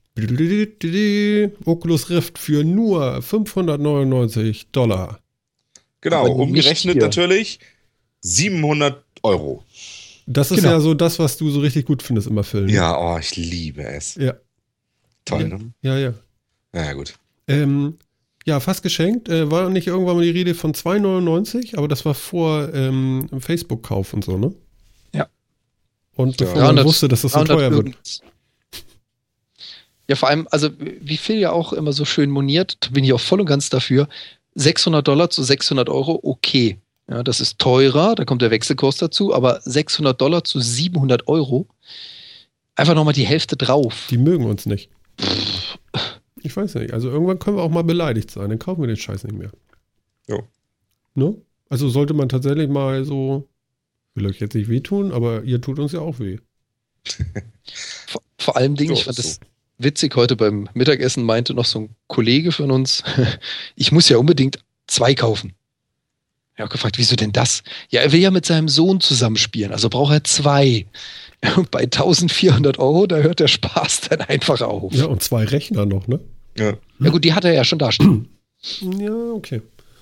Oculus Rift für nur $599. Genau, Aber umgerechnet nicht hier. natürlich 700 €. Das ist ja so das, was du so richtig gut findest, immer Phil. Ne? Ja, oh, ich liebe es. Ja. Toll, ne? Ja. Ja, gut. Ja, fast geschenkt. War nicht irgendwann mal die Rede von $2,99, aber das war vor Facebook-Kauf und so, ne? Ja. Und bevor man wusste, dass das so teuer wird. Ja, vor allem, also wie Phil ja auch immer so schön moniert, bin ich auch voll und ganz dafür, $600 zu 600 €, okay. Ja, das ist teurer, da kommt der Wechselkurs dazu, aber $600 zu 700 €, einfach nochmal die Hälfte drauf. Die mögen uns nicht. Ich weiß nicht. Also irgendwann können wir auch mal beleidigt sein. Dann kaufen wir den Scheiß nicht mehr. Jo. Ne? Also sollte man tatsächlich mal so, will euch jetzt nicht wehtun, aber ihr tut uns ja auch weh. Vor allem Dingen, So, ich fand das so. witzig, heute beim Mittagessen meinte noch so ein Kollege von uns, ich muss ja unbedingt 2 kaufen. Ich habe gefragt, wieso denn das? Ja, er will ja mit seinem Sohn zusammenspielen, also braucht er 2. Und bei 1.400 €, da hört der Spaß dann einfach auf. Ja, und 2 Rechner noch, ne? Ja. Ja gut, die hat er ja schon da stehen. Ja, okay.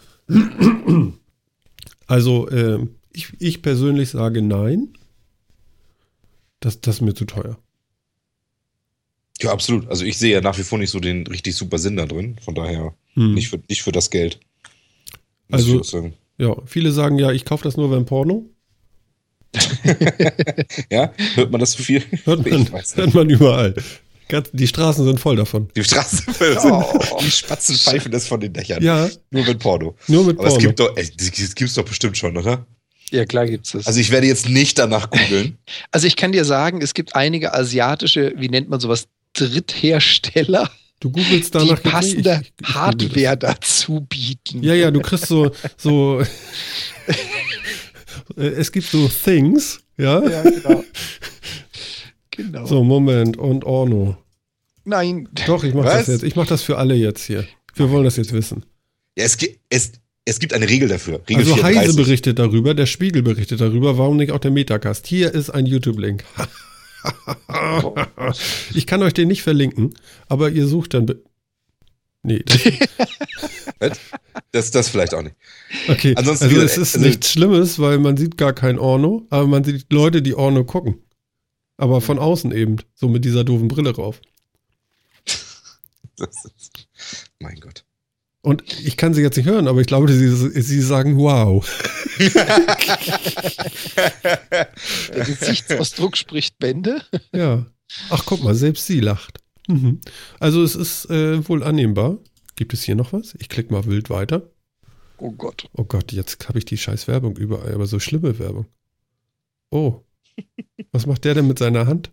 Also, ich persönlich sage nein. Das ist mir zu teuer. Ja, absolut. Also ich sehe ja nach wie vor nicht so den richtig super Sinn da drin. Von daher nicht für das Geld. Muss Also, ich auch sagen. ja, viele sagen ja, ich kaufe das nur, wenn Porno. Ja, hört man das so viel? Hört man überall. Die Straßen sind voll davon. Die Straßen die Spatzen pfeifen das von den Dächern. Ja. Nur mit Porno. Aber es gibt doch, das gibt's doch bestimmt schon, oder? Ja, klar gibt's das. Also ich werde jetzt nicht danach googeln. Also ich kann dir sagen, es gibt einige asiatische, wie nennt man sowas, Dritthersteller, du googelst danach, die passende Hardware dazu bieten. Ja, du kriegst so es gibt so Things, ja? Ja, genau. So, Moment, und Orno. Nein. Doch, ich mach das jetzt. Ich mach das für alle jetzt hier. Wir wollen das jetzt wissen. Ja, es gibt eine Regel dafür. Regel also 34. Heise berichtet darüber, der Spiegel berichtet darüber, warum nicht auch der Metacast? Hier ist ein YouTube-Link. Ich kann euch den nicht verlinken, aber ihr sucht dann... Nee. Das vielleicht auch nicht. Okay, ansonsten also es ist nichts Schlimmes, weil man sieht gar kein Orno, aber man sieht Leute, die Orno gucken. Aber von außen eben, so mit dieser doofen Brille rauf. Mein Gott. Und ich kann sie jetzt nicht hören, aber ich glaube, sie sagen wow. Der Gesichtsausdruck spricht Bände. Ja. Ach, guck mal, selbst sie lacht. Mhm. Also es ist wohl annehmbar. Gibt es hier noch was? Ich klicke mal wild weiter. Oh Gott. Oh Gott, jetzt habe ich die scheiß Werbung überall, aber so schlimme Werbung. Oh. Was macht der denn mit seiner Hand?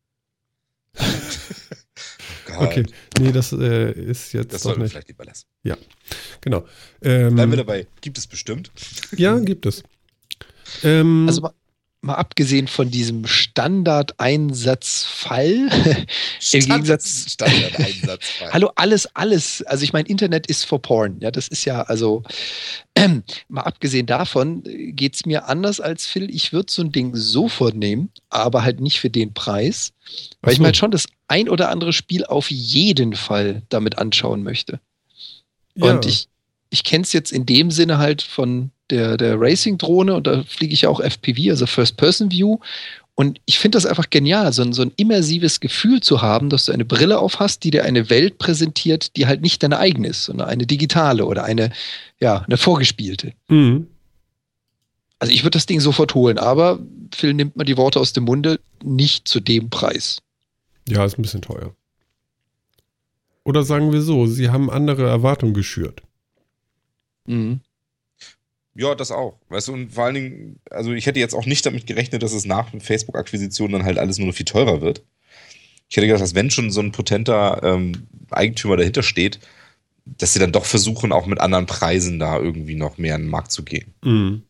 Okay, nee, das ist jetzt das doch sollten wir nicht. vielleicht lieber lassen. Ja, genau. Bleiben wir dabei. Gibt es bestimmt? Ja, gibt es. Also mal abgesehen von diesem Standardeinsatzfall, im Gegensatz. Standardeinsatzfall. Hallo, alles. Also ich meine, Internet ist for porn. Ja, das ist ja, also mal abgesehen davon geht es mir anders als Phil. Ich würde so ein Ding sofort nehmen, aber halt nicht für den Preis, weil ich mir halt schon das ein oder andere Spiel auf jeden Fall damit anschauen möchte. Ja. Und ich kenne es jetzt in dem Sinne halt von der Racing-Drohne und da fliege ich ja auch FPV, also First-Person-View. Und ich finde das einfach genial, so ein immersives Gefühl zu haben, dass du eine Brille auf hast, die dir eine Welt präsentiert, die halt nicht deine eigene ist, sondern eine digitale oder eine vorgespielte. Mhm. Also ich würde das Ding sofort holen, aber Phil nimmt mal die Worte aus dem Munde, nicht zu dem Preis. Ja, ist ein bisschen teuer. Oder sagen wir so, sie haben andere Erwartungen geschürt. Mhm. Ja, das auch. Weißt du, und vor allen Dingen, also ich hätte jetzt auch nicht damit gerechnet, dass es nach Facebook-Akquisition dann halt alles nur noch viel teurer wird. Ich hätte gedacht, dass wenn schon so ein potenter Eigentümer dahinter steht, dass sie dann doch versuchen, auch mit anderen Preisen da irgendwie noch mehr in den Markt zu gehen. Mhm.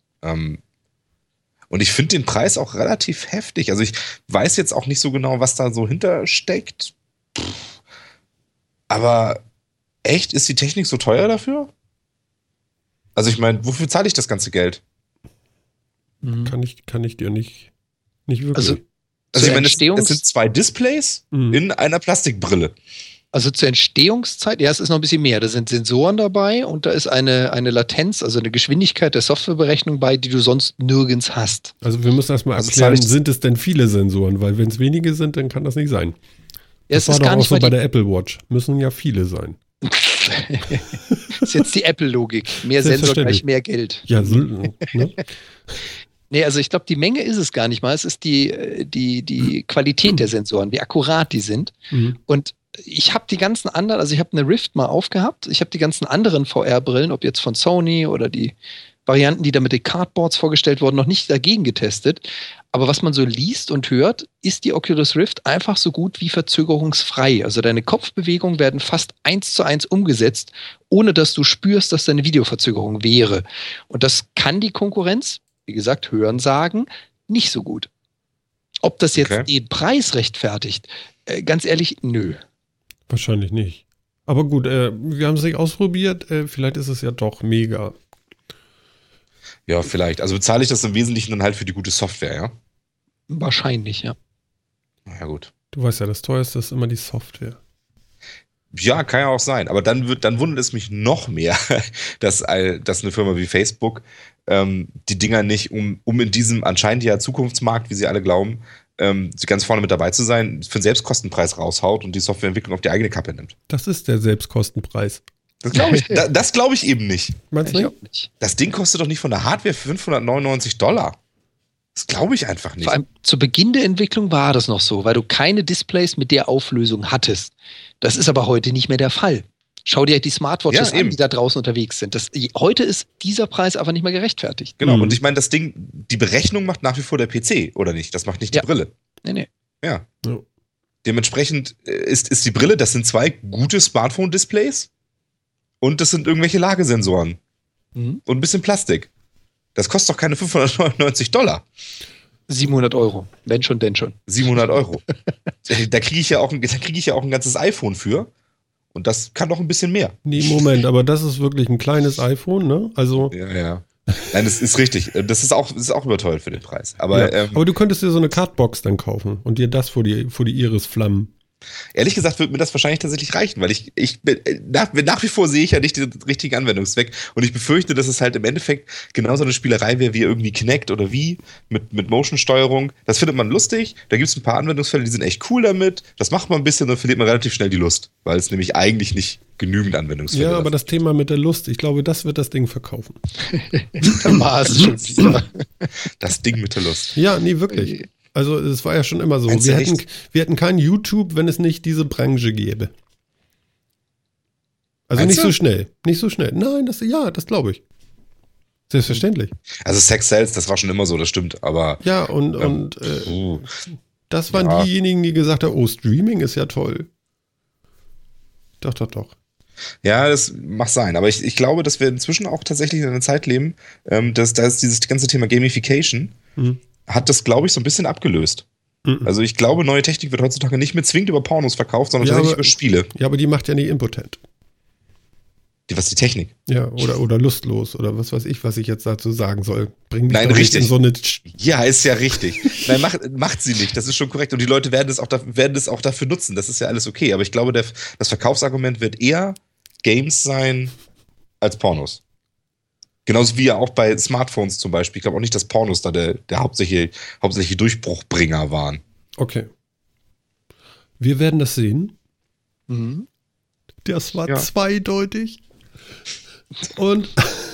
Und ich finde den Preis auch relativ heftig. Also ich weiß jetzt auch nicht so genau, was da so hintersteckt. Aber echt, ist die Technik so teuer dafür? Also ich meine, wofür zahle ich das ganze Geld? Kann ich dir nicht wirklich. Also ich meine, es sind 2 Displays in einer Plastikbrille. Also zur Entstehungszeit, ja, es ist noch ein bisschen mehr. Da sind Sensoren dabei und da ist eine Latenz, also eine Geschwindigkeit der Softwareberechnung bei, die du sonst nirgends hast. Also wir müssen erstmal erklären, sind es denn viele Sensoren? Weil wenn es wenige sind, dann kann das nicht sein. Ja, das war doch auch so bei der Apple Watch. Müssen ja viele sein. Das ist jetzt die Apple-Logik. Mehr Sensor gleich mehr Geld. Ja, so, ne? Nee, also ich glaube, die Menge ist es gar nicht mal. Es ist die Qualität der Sensoren, wie akkurat die sind. Mhm. Und ich habe die ganzen anderen, also ich habe eine Rift mal aufgehabt, ich habe die ganzen anderen VR-Brillen, ob jetzt von Sony oder die Varianten, die da mit den Cardboards vorgestellt wurden, noch nicht dagegen getestet. Aber was man so liest und hört, ist die Oculus Rift einfach so gut wie verzögerungsfrei. Also deine Kopfbewegungen werden fast 1:1 umgesetzt, ohne dass du spürst, dass da eine Videoverzögerung wäre. Und das kann die Konkurrenz, wie gesagt, hören sagen, nicht so gut. Ob das jetzt den Preis rechtfertigt, ganz ehrlich, nö. Wahrscheinlich nicht. Aber gut, wir haben es nicht ausprobiert, vielleicht ist es ja doch mega. Ja, vielleicht. Also bezahle ich das im Wesentlichen dann halt für die gute Software, ja? Wahrscheinlich, ja. Na ja, gut. Du weißt ja, das teuerste ist immer die Software. Ja, kann ja auch sein. Aber dann wundert es mich noch mehr, dass eine Firma wie Facebook die Dinger nicht, um in diesem anscheinend ja Zukunftsmarkt, wie sie alle glauben, ganz vorne mit dabei zu sein, für den Selbstkostenpreis raushaut und die Softwareentwicklung auf die eigene Kappe nimmt. Das ist der Selbstkostenpreis. Das glaube ich eben nicht. Meinst du nicht? Das Ding kostet doch nicht von der Hardware $599. Das glaube ich einfach nicht. Vor allem zu Beginn der Entwicklung war das noch so, weil du keine Displays mit der Auflösung hattest. Das ist aber heute nicht mehr der Fall. Schau dir die Smartwatches an, die da draußen unterwegs sind. Heute ist dieser Preis einfach nicht mehr gerechtfertigt. Genau, und ich meine, das Ding, die Berechnung macht nach wie vor der PC, oder nicht? Das macht nicht die Brille. Nee. Ja. Dementsprechend ist die Brille, das sind 2 gute Smartphone-Displays und das sind irgendwelche Lagesensoren. Und ein bisschen Plastik. Das kostet doch keine $599. 700 €. Wenn schon, denn schon. 700 €. Da kriege ich ja auch ein ganzes iPhone für. Und das kann doch ein bisschen mehr. Nee, Moment, aber das ist wirklich ein kleines iPhone, ne? Also. Ja. Nein, das ist richtig. Das ist auch überteuert für den Preis. Aber, aber du könntest dir so eine Cardbox dann kaufen und dir das vor die Iris flammen. Ehrlich gesagt wird mir das wahrscheinlich tatsächlich reichen, weil ich bin, nach wie vor sehe ich ja nicht den richtigen Anwendungszweck und ich befürchte, dass es halt im Endeffekt genauso eine Spielerei wäre wie irgendwie Kinect oder wie mit Motion-Steuerung. Das findet man lustig, da gibt es ein paar Anwendungsfälle, die sind echt cool damit, das macht man ein bisschen, dann verliert man relativ schnell die Lust, weil es nämlich eigentlich nicht genügend Anwendungsfälle Ja, aber das Thema mit der Lust, ich glaube, das wird das Ding verkaufen. Da war es schon wieder. Das Ding mit der Lust. Ja, nee, wirklich. Also es war ja schon immer so. Wir hätten kein YouTube, wenn es nicht diese Branche gäbe. Also nicht so schnell. Nicht so schnell. Nein, das glaube ich. Selbstverständlich. Also Sex Sells, das war schon immer so, das stimmt. Aber ja, und das waren diejenigen, die gesagt haben, oh, Streaming ist ja toll. Doch. Ja, das mag sein. Aber ich glaube, dass wir inzwischen auch tatsächlich in einer Zeit leben, dass dieses ganze Thema Gamification hat das, glaube ich, so ein bisschen abgelöst. Also ich glaube, neue Technik wird heutzutage nicht mehr zwingend über Pornos verkauft, sondern tatsächlich über Spiele. Ja, aber die macht ja nicht impotent. Die Technik? Ja, oder lustlos oder was weiß ich, was ich jetzt dazu sagen soll. Bring mich Nein, doch richtig. Nicht in so eine ja, ist ja richtig. Nein, macht sie nicht. Das ist schon korrekt. Und die Leute werden es auch dafür nutzen. Das ist ja alles okay. Aber ich glaube, das Verkaufsargument wird eher Games sein als Pornos. Genauso wie ja auch bei Smartphones zum Beispiel. Ich glaube auch nicht, dass Pornos da der hauptsächliche Durchbruchbringer waren. Okay. Wir werden das sehen. Das war zweideutig. Und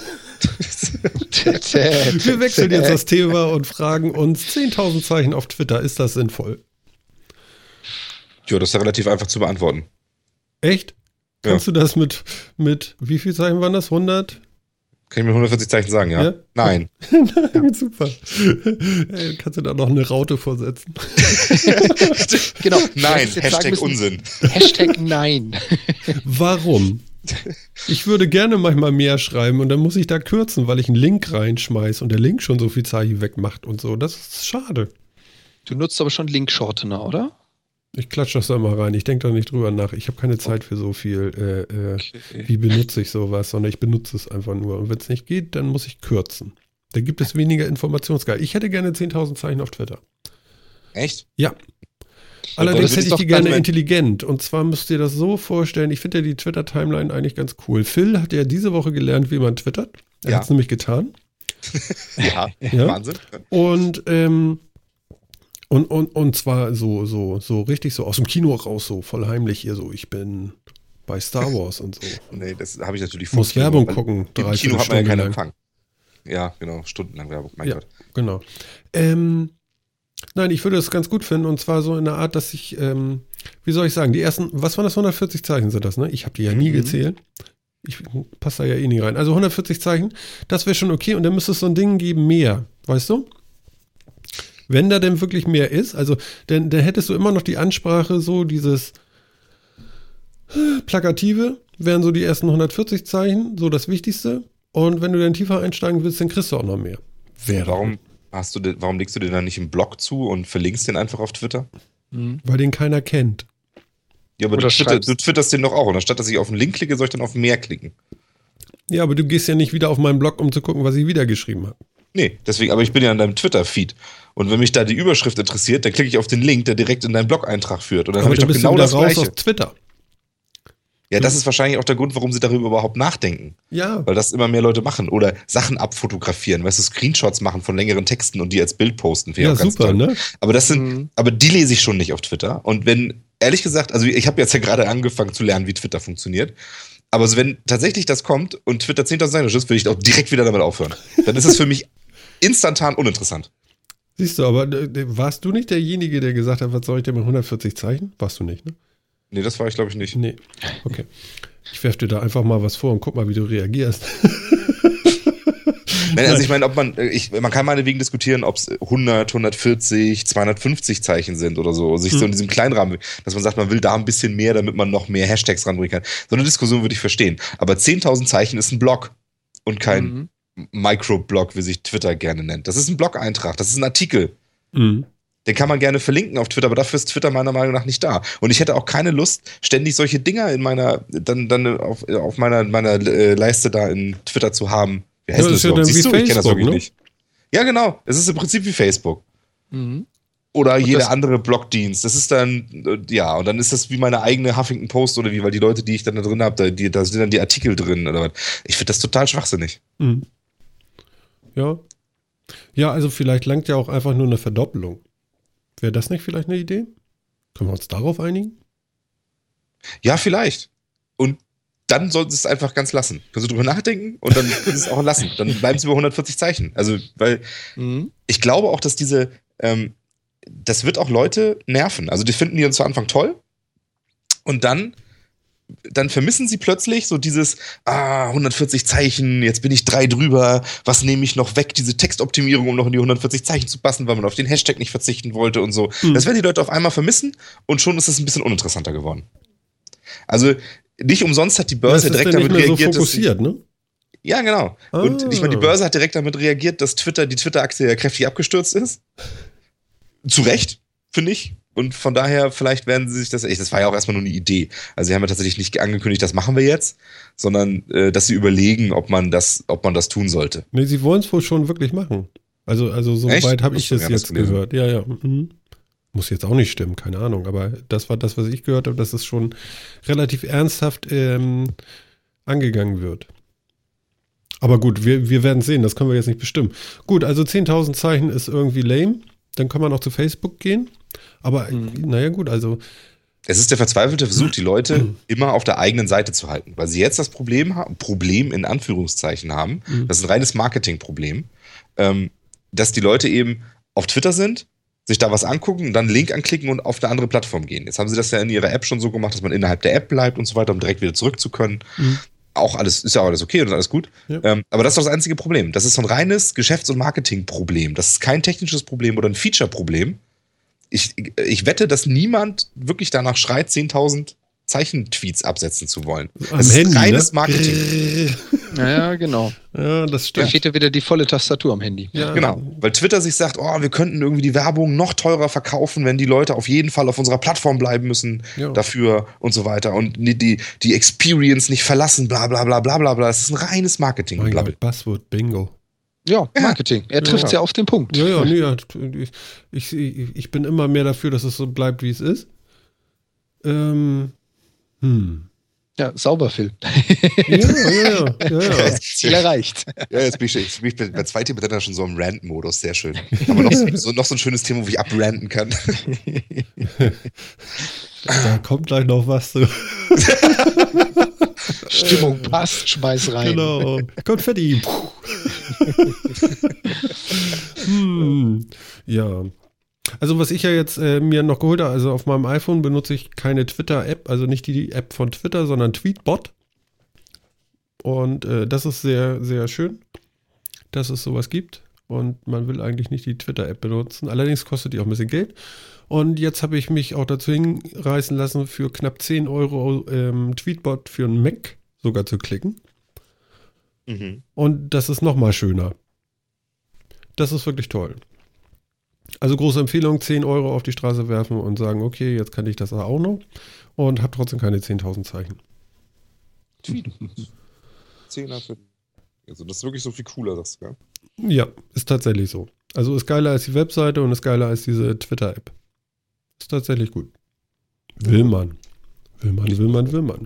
wir wechseln jetzt das Thema und fragen uns 10.000 Zeichen auf Twitter. Ist das sinnvoll? Ja, das ist ja relativ einfach zu beantworten. Echt? Kannst du das mit wie viel Zeichen waren das? 100? Kann ich mit 140 Zeichen sagen, ja? Nein. Nein, super. Kannst du da noch eine Raute vorsetzen? Genau. Nein, Hashtag Unsinn. Hashtag Nein. Warum? Ich würde gerne manchmal mehr schreiben und dann muss ich da kürzen, weil ich einen Link reinschmeiße und der Link schon so viel Zeichen wegmacht und so. Das ist schade. Du nutzt aber schon Link-Shortener, oder? Ich klatsche das da mal rein. Ich denke da nicht drüber nach. Ich habe keine Zeit für so viel. Wie benutze ich sowas? Sondern ich benutze es einfach nur. Und wenn es nicht geht, dann muss ich kürzen. Da gibt es weniger Informationsgehalt. Ich hätte gerne 10.000 Zeichen auf Twitter. Echt? Ja. Allerdings hätte ich die gerne intelligent. Und zwar müsst ihr das so vorstellen. Ich finde ja die Twitter-Timeline eigentlich ganz cool. Phil hat ja diese Woche gelernt, wie man twittert. Er hat es nämlich getan. ja, Wahnsinn. Und zwar so richtig so aus dem Kino raus, so voll heimlich hier so, ich bin bei Star Wars und so. Nee, das habe ich natürlich vor. Muss Werbung gucken, 3 Kino hat man ja keinen Empfang. Ja, genau, stundenlang Werbung, mein Gott. Genau. Nein, ich würde das ganz gut finden und zwar so in der Art, dass ich, wie soll ich sagen, die ersten, was waren das, 140 Zeichen sind das, ne? Ich habe die ja nie gezählt. Ich passe da ja eh nie rein. Also 140 Zeichen, das wäre schon okay und dann müsste es so ein Ding geben, mehr, weißt du? Wenn da denn wirklich mehr ist, also dann hättest du immer noch die Ansprache, so dieses Plakative, wären so die ersten 140 Zeichen, so das Wichtigste. Und wenn du dann tiefer einsteigen willst, dann kriegst du auch noch mehr. Warum legst du dir dann nicht einen Blog zu und verlinkst den einfach auf Twitter? Weil den keiner kennt. Ja, aber du twitterst den doch auch. Und anstatt dass ich auf einen Link klicke, soll ich dann auf mehr klicken. Ja, aber du gehst ja nicht wieder auf meinen Blog, um zu gucken, was ich wieder geschrieben habe. Nee, deswegen, aber ich bin ja in deinem Twitter-Feed. Und wenn mich da die Überschrift interessiert, dann klicke ich auf den Link, der direkt in deinen Blog-Eintrag führt. Und dann habe ich doch genau das Gleiche. Raus aus Twitter. Ja, das ist wahrscheinlich auch der Grund, warum sie darüber überhaupt nachdenken. Ja. Weil das immer mehr Leute machen. Oder Sachen abfotografieren, weißt du, Screenshots machen von längeren Texten und die als Bild posten. Ja, super, toll. Ne? Aber aber die lese ich schon nicht auf Twitter. Und wenn, ehrlich gesagt, also ich habe jetzt ja gerade angefangen zu lernen, wie Twitter funktioniert. Aber also wenn tatsächlich das kommt und Twitter 10.000 Zeichen ist, würde ich auch direkt wieder damit aufhören. Dann ist es für mich instantan uninteressant. Siehst du, aber warst du nicht derjenige, der gesagt hat, was soll ich denn mit 140 Zeichen? Warst du nicht, ne? Nee, das war ich, glaube ich, nicht. Nee, okay. Ich werfe dir da einfach mal was vor und guck mal, wie du reagierst. Nein, also ich meine, man kann meinetwegen diskutieren, ob es 100, 140, 250 Zeichen sind oder so. Sich so in diesem kleinen Rahmen, dass man sagt, man will da ein bisschen mehr, damit man noch mehr Hashtags ranbringen kann. So eine Diskussion würde ich verstehen. Aber 10.000 Zeichen ist ein Blog und kein Microblog, wie sich Twitter gerne nennt. Das ist ein Blog-Eintrag, das ist ein Artikel. Den kann man gerne verlinken auf Twitter, aber dafür ist Twitter meiner Meinung nach nicht da. Und ich hätte auch keine Lust, ständig solche Dinger in meiner, dann auf meiner Leiste da in Twitter zu haben. Wie heißt das überhaupt? Siehst du, ich kenne das wirklich nicht. Ja, genau. Es ist im Prinzip wie Facebook. Oder jeder andere Blogdienst. Das ist dann, ja, und dann ist das wie meine eigene Huffington Post oder wie, weil die Leute, die ich dann da drin habe, da sind dann die Artikel drin oder was. Ich finde das total schwachsinnig. Ja. Ja, also vielleicht langt ja auch einfach nur eine Verdoppelung. Wäre das nicht vielleicht eine Idee? Können wir uns darauf einigen? Ja, vielleicht. Und dann sollten sie es einfach ganz lassen. Können sie drüber nachdenken und dann können sie es auch lassen. Dann bleiben sie über 140 Zeichen. Also, weil ich glaube auch, dass das wird auch Leute nerven. Also, die finden die dann zu Anfang toll und dann vermissen sie plötzlich so dieses 140 Zeichen, jetzt bin ich 3 drüber, was nehme ich noch weg, diese Textoptimierung, um noch in die 140 Zeichen zu passen, weil man auf den Hashtag nicht verzichten wollte und so. Das werden die Leute auf einmal vermissen und schon ist es ein bisschen uninteressanter geworden. Also nicht umsonst hat die Börse direkt damit reagiert. So fokussiert, ne? Ja, genau. Und ich meine, die Börse hat direkt damit reagiert, dass die Twitter-Aktie ja kräftig abgestürzt ist. Zu Recht, finde ich. Und von daher, vielleicht werden sie sich das war ja auch erstmal nur eine Idee. Also sie haben ja tatsächlich nicht angekündigt, das machen wir jetzt, sondern dass sie überlegen, ob man das tun sollte. Nee, sie wollen es wohl schon wirklich machen. Also so weit habe ich das jetzt gehört. Ja. Muss jetzt auch nicht stimmen, keine Ahnung. Aber das war das, was ich gehört habe, dass es schon relativ ernsthaft angegangen wird. Aber gut, wir werden sehen, das können wir jetzt nicht bestimmen. Gut, also 10.000 Zeichen ist irgendwie lame. Dann kann man auch zu Facebook gehen. Aber naja gut, also es ist der verzweifelte Versuch, die Leute immer auf der eigenen Seite zu halten, weil sie jetzt das Problem in Anführungszeichen haben, das ist ein reines Marketingproblem, dass die Leute eben auf Twitter sind, sich da was angucken und dann einen Link anklicken und auf eine andere Plattform gehen. Jetzt haben sie das ja in ihrer App schon so gemacht, dass man innerhalb der App bleibt und so weiter, um direkt wieder zurück zu können. Ist ja auch alles okay und alles gut. Ja. Aber das ist doch das einzige Problem. Das ist so ein reines Geschäfts- und Marketingproblem. Das ist kein technisches Problem oder ein Feature-Problem. Ich wette, dass niemand wirklich danach schreit, 10.000 Zeichentweets absetzen zu wollen. Das ist Handy, reines Marketing. Ja, genau. Ja, das stimmt. Da steht ja wieder die volle Tastatur am Handy. Ja. Genau, weil Twitter sich sagt, wir könnten irgendwie die Werbung noch teurer verkaufen, wenn die Leute auf jeden Fall auf unserer Plattform bleiben müssen dafür und so weiter und die Experience nicht verlassen, bla bla bla bla bla bla. Das ist ein reines Marketing. Mein Gott, Buzzword, Bingo. Ja, Marketing. Er trifft es ja auf den Punkt. Ich bin immer mehr dafür, dass es so bleibt, wie es ist. Ja, sauber, Phil. Ja. Ziel erreicht. Ja, jetzt bin ich bei 2 Themen miteinander schon so im Rant-Modus, sehr schön. Aber noch so ein schönes Thema, wo ich abranten kann. Da kommt gleich noch was. Stimmung passt, schmeiß rein. Genau. Konfetti. Ja. Also was ich ja jetzt mir noch geholt habe, also auf meinem iPhone benutze ich keine Twitter-App, also nicht die App von Twitter, sondern Tweetbot. Und das ist sehr, sehr schön, dass es sowas gibt. Und man will eigentlich nicht die Twitter-App benutzen. Allerdings kostet die auch ein bisschen Geld. Und jetzt habe ich mich auch dazu hinreißen lassen, für knapp 10 Euro Tweetbot für einen Mac sogar zu klicken. Und das ist nochmal schöner. Das ist wirklich toll. Also große Empfehlung, 10 Euro auf die Straße werfen und sagen, okay, jetzt kann ich das auch noch und habe trotzdem keine 10.000 Zeichen. 10er für. Also das ist wirklich so viel cooler, das, ja? Ja, ist tatsächlich so. Also ist geiler als die Webseite und ist geiler als diese Twitter-App. Ist tatsächlich gut. Will man. Will man.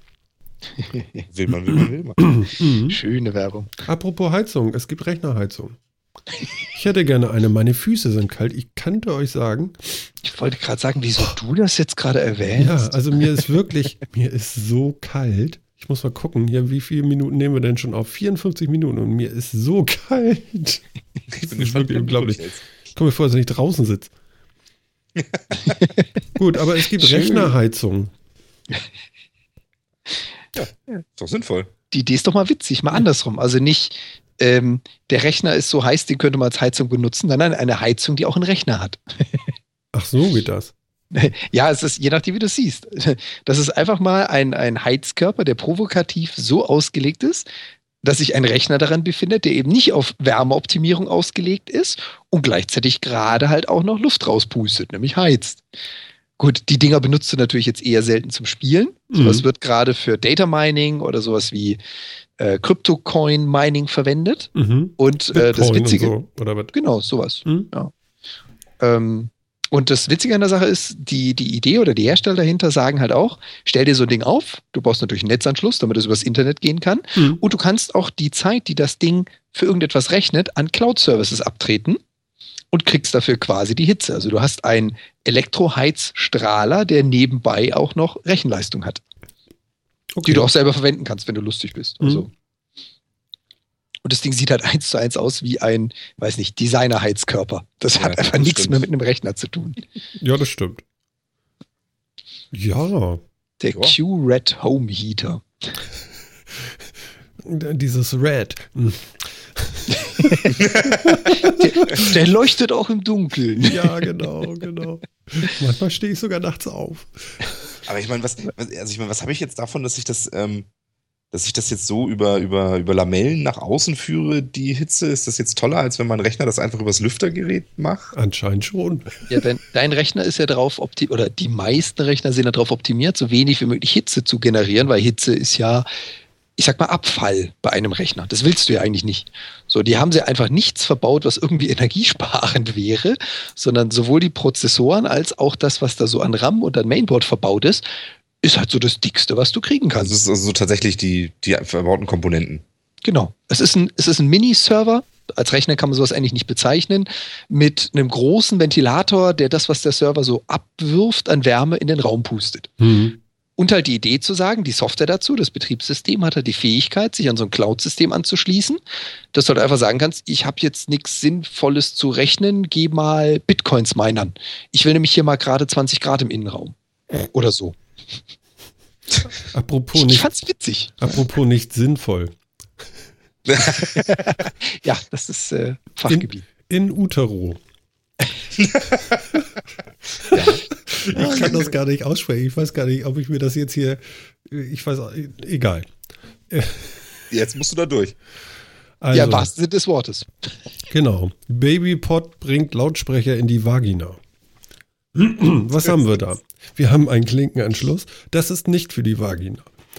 Schöne Werbung. Apropos Heizung, es gibt Rechnerheizung. Ich hätte gerne eine. Meine Füße sind kalt. Ich kannte euch sagen. Ich wollte gerade sagen, wieso du das jetzt gerade erwähnst. Ja, also mir ist so kalt. Ich muss mal gucken, hier, wie viele Minuten nehmen wir denn schon auf? 54 Minuten und mir ist so kalt. Das ist wirklich unglaublich. Ich komme mir vor, als wenn ich draußen sitze. Gut, aber es gibt Schön. Rechnerheizung. Ja, ist doch sinnvoll. Die Idee ist doch mal witzig, mal andersrum. Also nicht, der Rechner ist so heiß, den könnte man als Heizung benutzen, sondern eine Heizung, die auch einen Rechner hat. Ach, so geht das. Ja, es ist je nachdem, wie du es siehst. Das ist einfach mal ein Heizkörper, der provokativ so ausgelegt ist, dass sich ein Rechner daran befindet, der eben nicht auf Wärmeoptimierung ausgelegt ist und gleichzeitig gerade halt auch noch Luft rauspustet, nämlich heizt. Gut, die Dinger benutzt du natürlich jetzt eher selten zum Spielen. Sowas wird gerade für Data Mining oder sowas wie Crypto-Coin Mining verwendet. Und das Witzige, und so, oder was? genau, sowas. Ja. Und das Witzige an der Sache ist, die Idee oder die Hersteller dahinter sagen halt auch, stell dir so ein Ding auf, du brauchst natürlich einen Netzanschluss, damit es übers Internet gehen kann. Und du kannst auch die Zeit, die das Ding für irgendetwas rechnet, an Cloud-Services abtreten und kriegst dafür quasi die Hitze. Also du hast einen Elektroheizstrahler, der nebenbei auch noch Rechenleistung hat. Okay. Die du auch selber verwenden kannst, wenn du lustig bist. Also. Und das Ding sieht halt 1:1 aus wie ein, weiß nicht, Designer-Heizkörper. Das hat einfach nichts mehr mit einem Rechner zu tun. Ja, das stimmt. Ja. Der Q-Red Home Heater. Dieses Red. Der leuchtet auch im Dunkeln. Ja, genau. Manchmal stehe ich sogar nachts auf. Aber ich meine, was habe ich jetzt davon, dass ich das jetzt so über Lamellen nach außen führe, die Hitze? Ist das jetzt toller, als wenn mein Rechner das einfach übers Lüftergerät macht? Anscheinend schon. Ja, dein Rechner ist ja darauf optimiert, oder die meisten Rechner sind ja darauf optimiert, so wenig wie möglich Hitze zu generieren, weil Hitze ist ja, ich sag mal, Abfall bei einem Rechner. Das willst du ja eigentlich nicht. So, die haben sie einfach nichts verbaut, was irgendwie energiesparend wäre, sondern sowohl die Prozessoren als auch das, was da so an RAM und an Mainboard verbaut ist halt so das Dickste, was du kriegen kannst. Also es ist also so tatsächlich die verbauten Komponenten. Genau. Es ist ein Mini-Server. Als Rechner kann man sowas eigentlich nicht bezeichnen. Mit einem großen Ventilator, der das, was der Server so abwirft, an Wärme in den Raum pustet. Und halt die Idee zu sagen, die Software dazu, das Betriebssystem hat halt die Fähigkeit, sich an so ein Cloud-System anzuschließen, dass du halt einfach sagen kannst, ich habe jetzt nichts Sinnvolles zu rechnen, geh mal Bitcoins minern. Ich will nämlich hier mal gerade 20 Grad im Innenraum. Oder so. Ich fand's witzig. Apropos nicht sinnvoll. Ja, das ist Fachgebiet. In utero. Ich kann das gar nicht aussprechen. Ich weiß gar nicht, ob ich mir das jetzt hier. Egal. Jetzt musst du da durch. Also, ja, was sind des Wortes? Genau. Babypod bringt Lautsprecher in die Vagina. Was haben wir da? Wir haben einen Klinkenanschluss. Das ist nicht für die Vagina.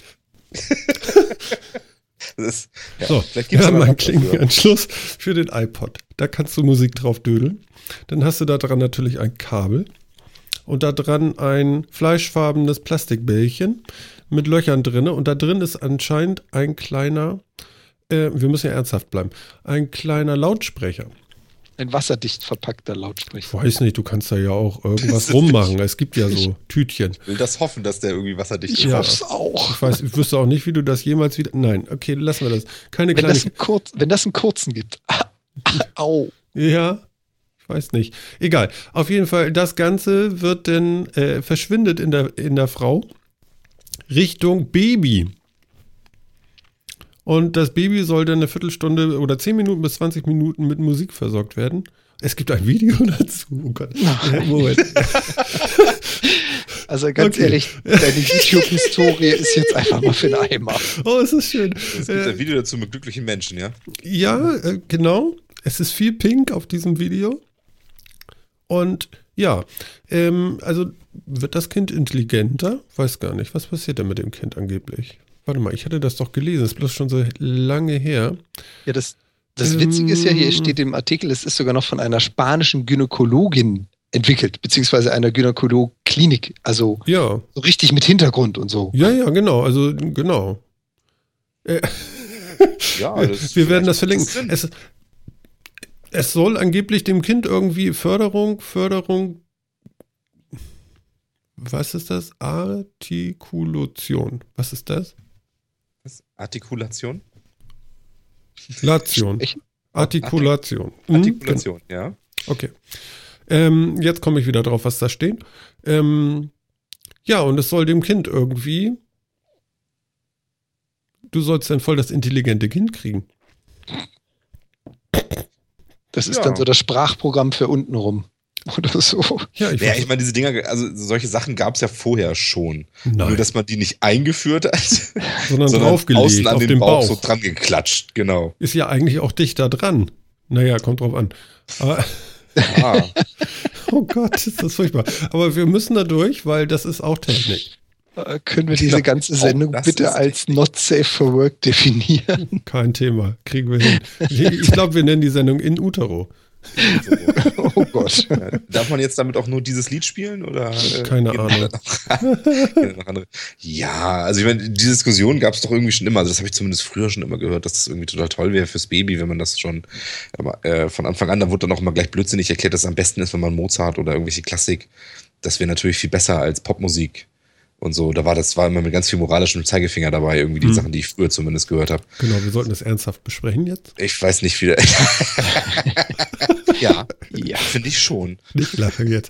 Wir haben einen Klinkenanschluss für den iPod. Da kannst du Musik drauf dödeln. Dann hast du da dran natürlich ein Kabel. Und da dran ein fleischfarbenes Plastikbällchen mit Löchern drin. Und da drin ist anscheinend ein kleiner, wir müssen ja ernsthaft bleiben, ein kleiner Lautsprecher. Ein wasserdicht verpackter Lautsprecher. Ich weiß nicht, du kannst da ja auch irgendwas rummachen. Es gibt ja so Tütchen. Ich will das hoffen, dass der irgendwie wasserdicht ist. Ich hoffe es auch. Ich wüsste auch nicht, wie du das jemals wieder... Nein, okay, lassen wir das. Wenn das einen kurzen gibt. Au. Ja, ich weiß nicht. Egal. Auf jeden Fall, das Ganze wird dann verschwindet in der Frau Richtung Baby. Und das Baby soll dann eine Viertelstunde oder 10 Minuten bis 20 Minuten mit Musik versorgt werden. Es gibt ein Video dazu. Oh Gott. Moment. Also ganz ehrlich, deine YouTube-Historie ist jetzt einfach mal für den Eimer. Oh, es ist schön. Es gibt ein Video dazu mit glücklichen Menschen, ja? Ja, genau. Es ist viel Pink auf diesem Video. Und ja, also wird das Kind intelligenter? Weiß gar nicht. Was passiert denn mit dem Kind angeblich? Warte mal, ich hatte das doch gelesen, das ist bloß schon so lange her. Ja, das Witzige ist ja, hier steht im Artikel, es ist sogar noch von einer spanischen Gynäkologin entwickelt, beziehungsweise einer Gynäkolog-Klinik, also ja. So richtig mit Hintergrund und so. Ja, genau, also genau. Ja, wir werden das verlinken. Es soll angeblich dem Kind irgendwie Förderung, was ist das? Artikulation. Was ist das? Artikulation? Artikulation. Artikulation, ja. Okay. Jetzt komme ich wieder drauf, was da steht. Ja, und es soll dem Kind irgendwie, du sollst dann voll das intelligente Kind kriegen. Das ist dann so das Sprachprogramm für untenrum. Oder so. Ja, ich meine, diese Dinger, also solche Sachen gab es ja vorher schon. Nein. Nur, dass man die nicht eingeführt hat, sondern draufgelegt, außen an auf den den Bauch Bauch. so dran geklatscht, genau. Ist ja eigentlich auch dichter dran. Naja, kommt drauf an. Aber oh Gott, ist das furchtbar. Aber wir müssen da durch, weil das ist auch Technik. Können wir diese ganze Sendung bitte als not safe for work definieren? Kein Thema, kriegen wir hin. Ich glaube, wir nennen die Sendung In Utero. Oh Gott. Darf man jetzt damit auch nur dieses Lied spielen? Oder, keine Ahnung. Ja, also ich meine, die Diskussion gab es doch irgendwie schon immer. Also das habe ich zumindest früher schon immer gehört, dass das irgendwie total toll wäre fürs Baby, wenn man das schon von Anfang an, da wurde dann auch immer gleich blödsinnig erklärt, dass es am besten ist, wenn man Mozart oder irgendwelche Klassik, das wäre natürlich viel besser als Popmusik. Und so, das war immer mit ganz viel moralischem Zeigefinger dabei, irgendwie die Sachen, die ich früher zumindest gehört habe. Genau, wir sollten das ernsthaft besprechen jetzt. Ich weiß nicht, wie ja, finde ich schon. Nicht lachen jetzt.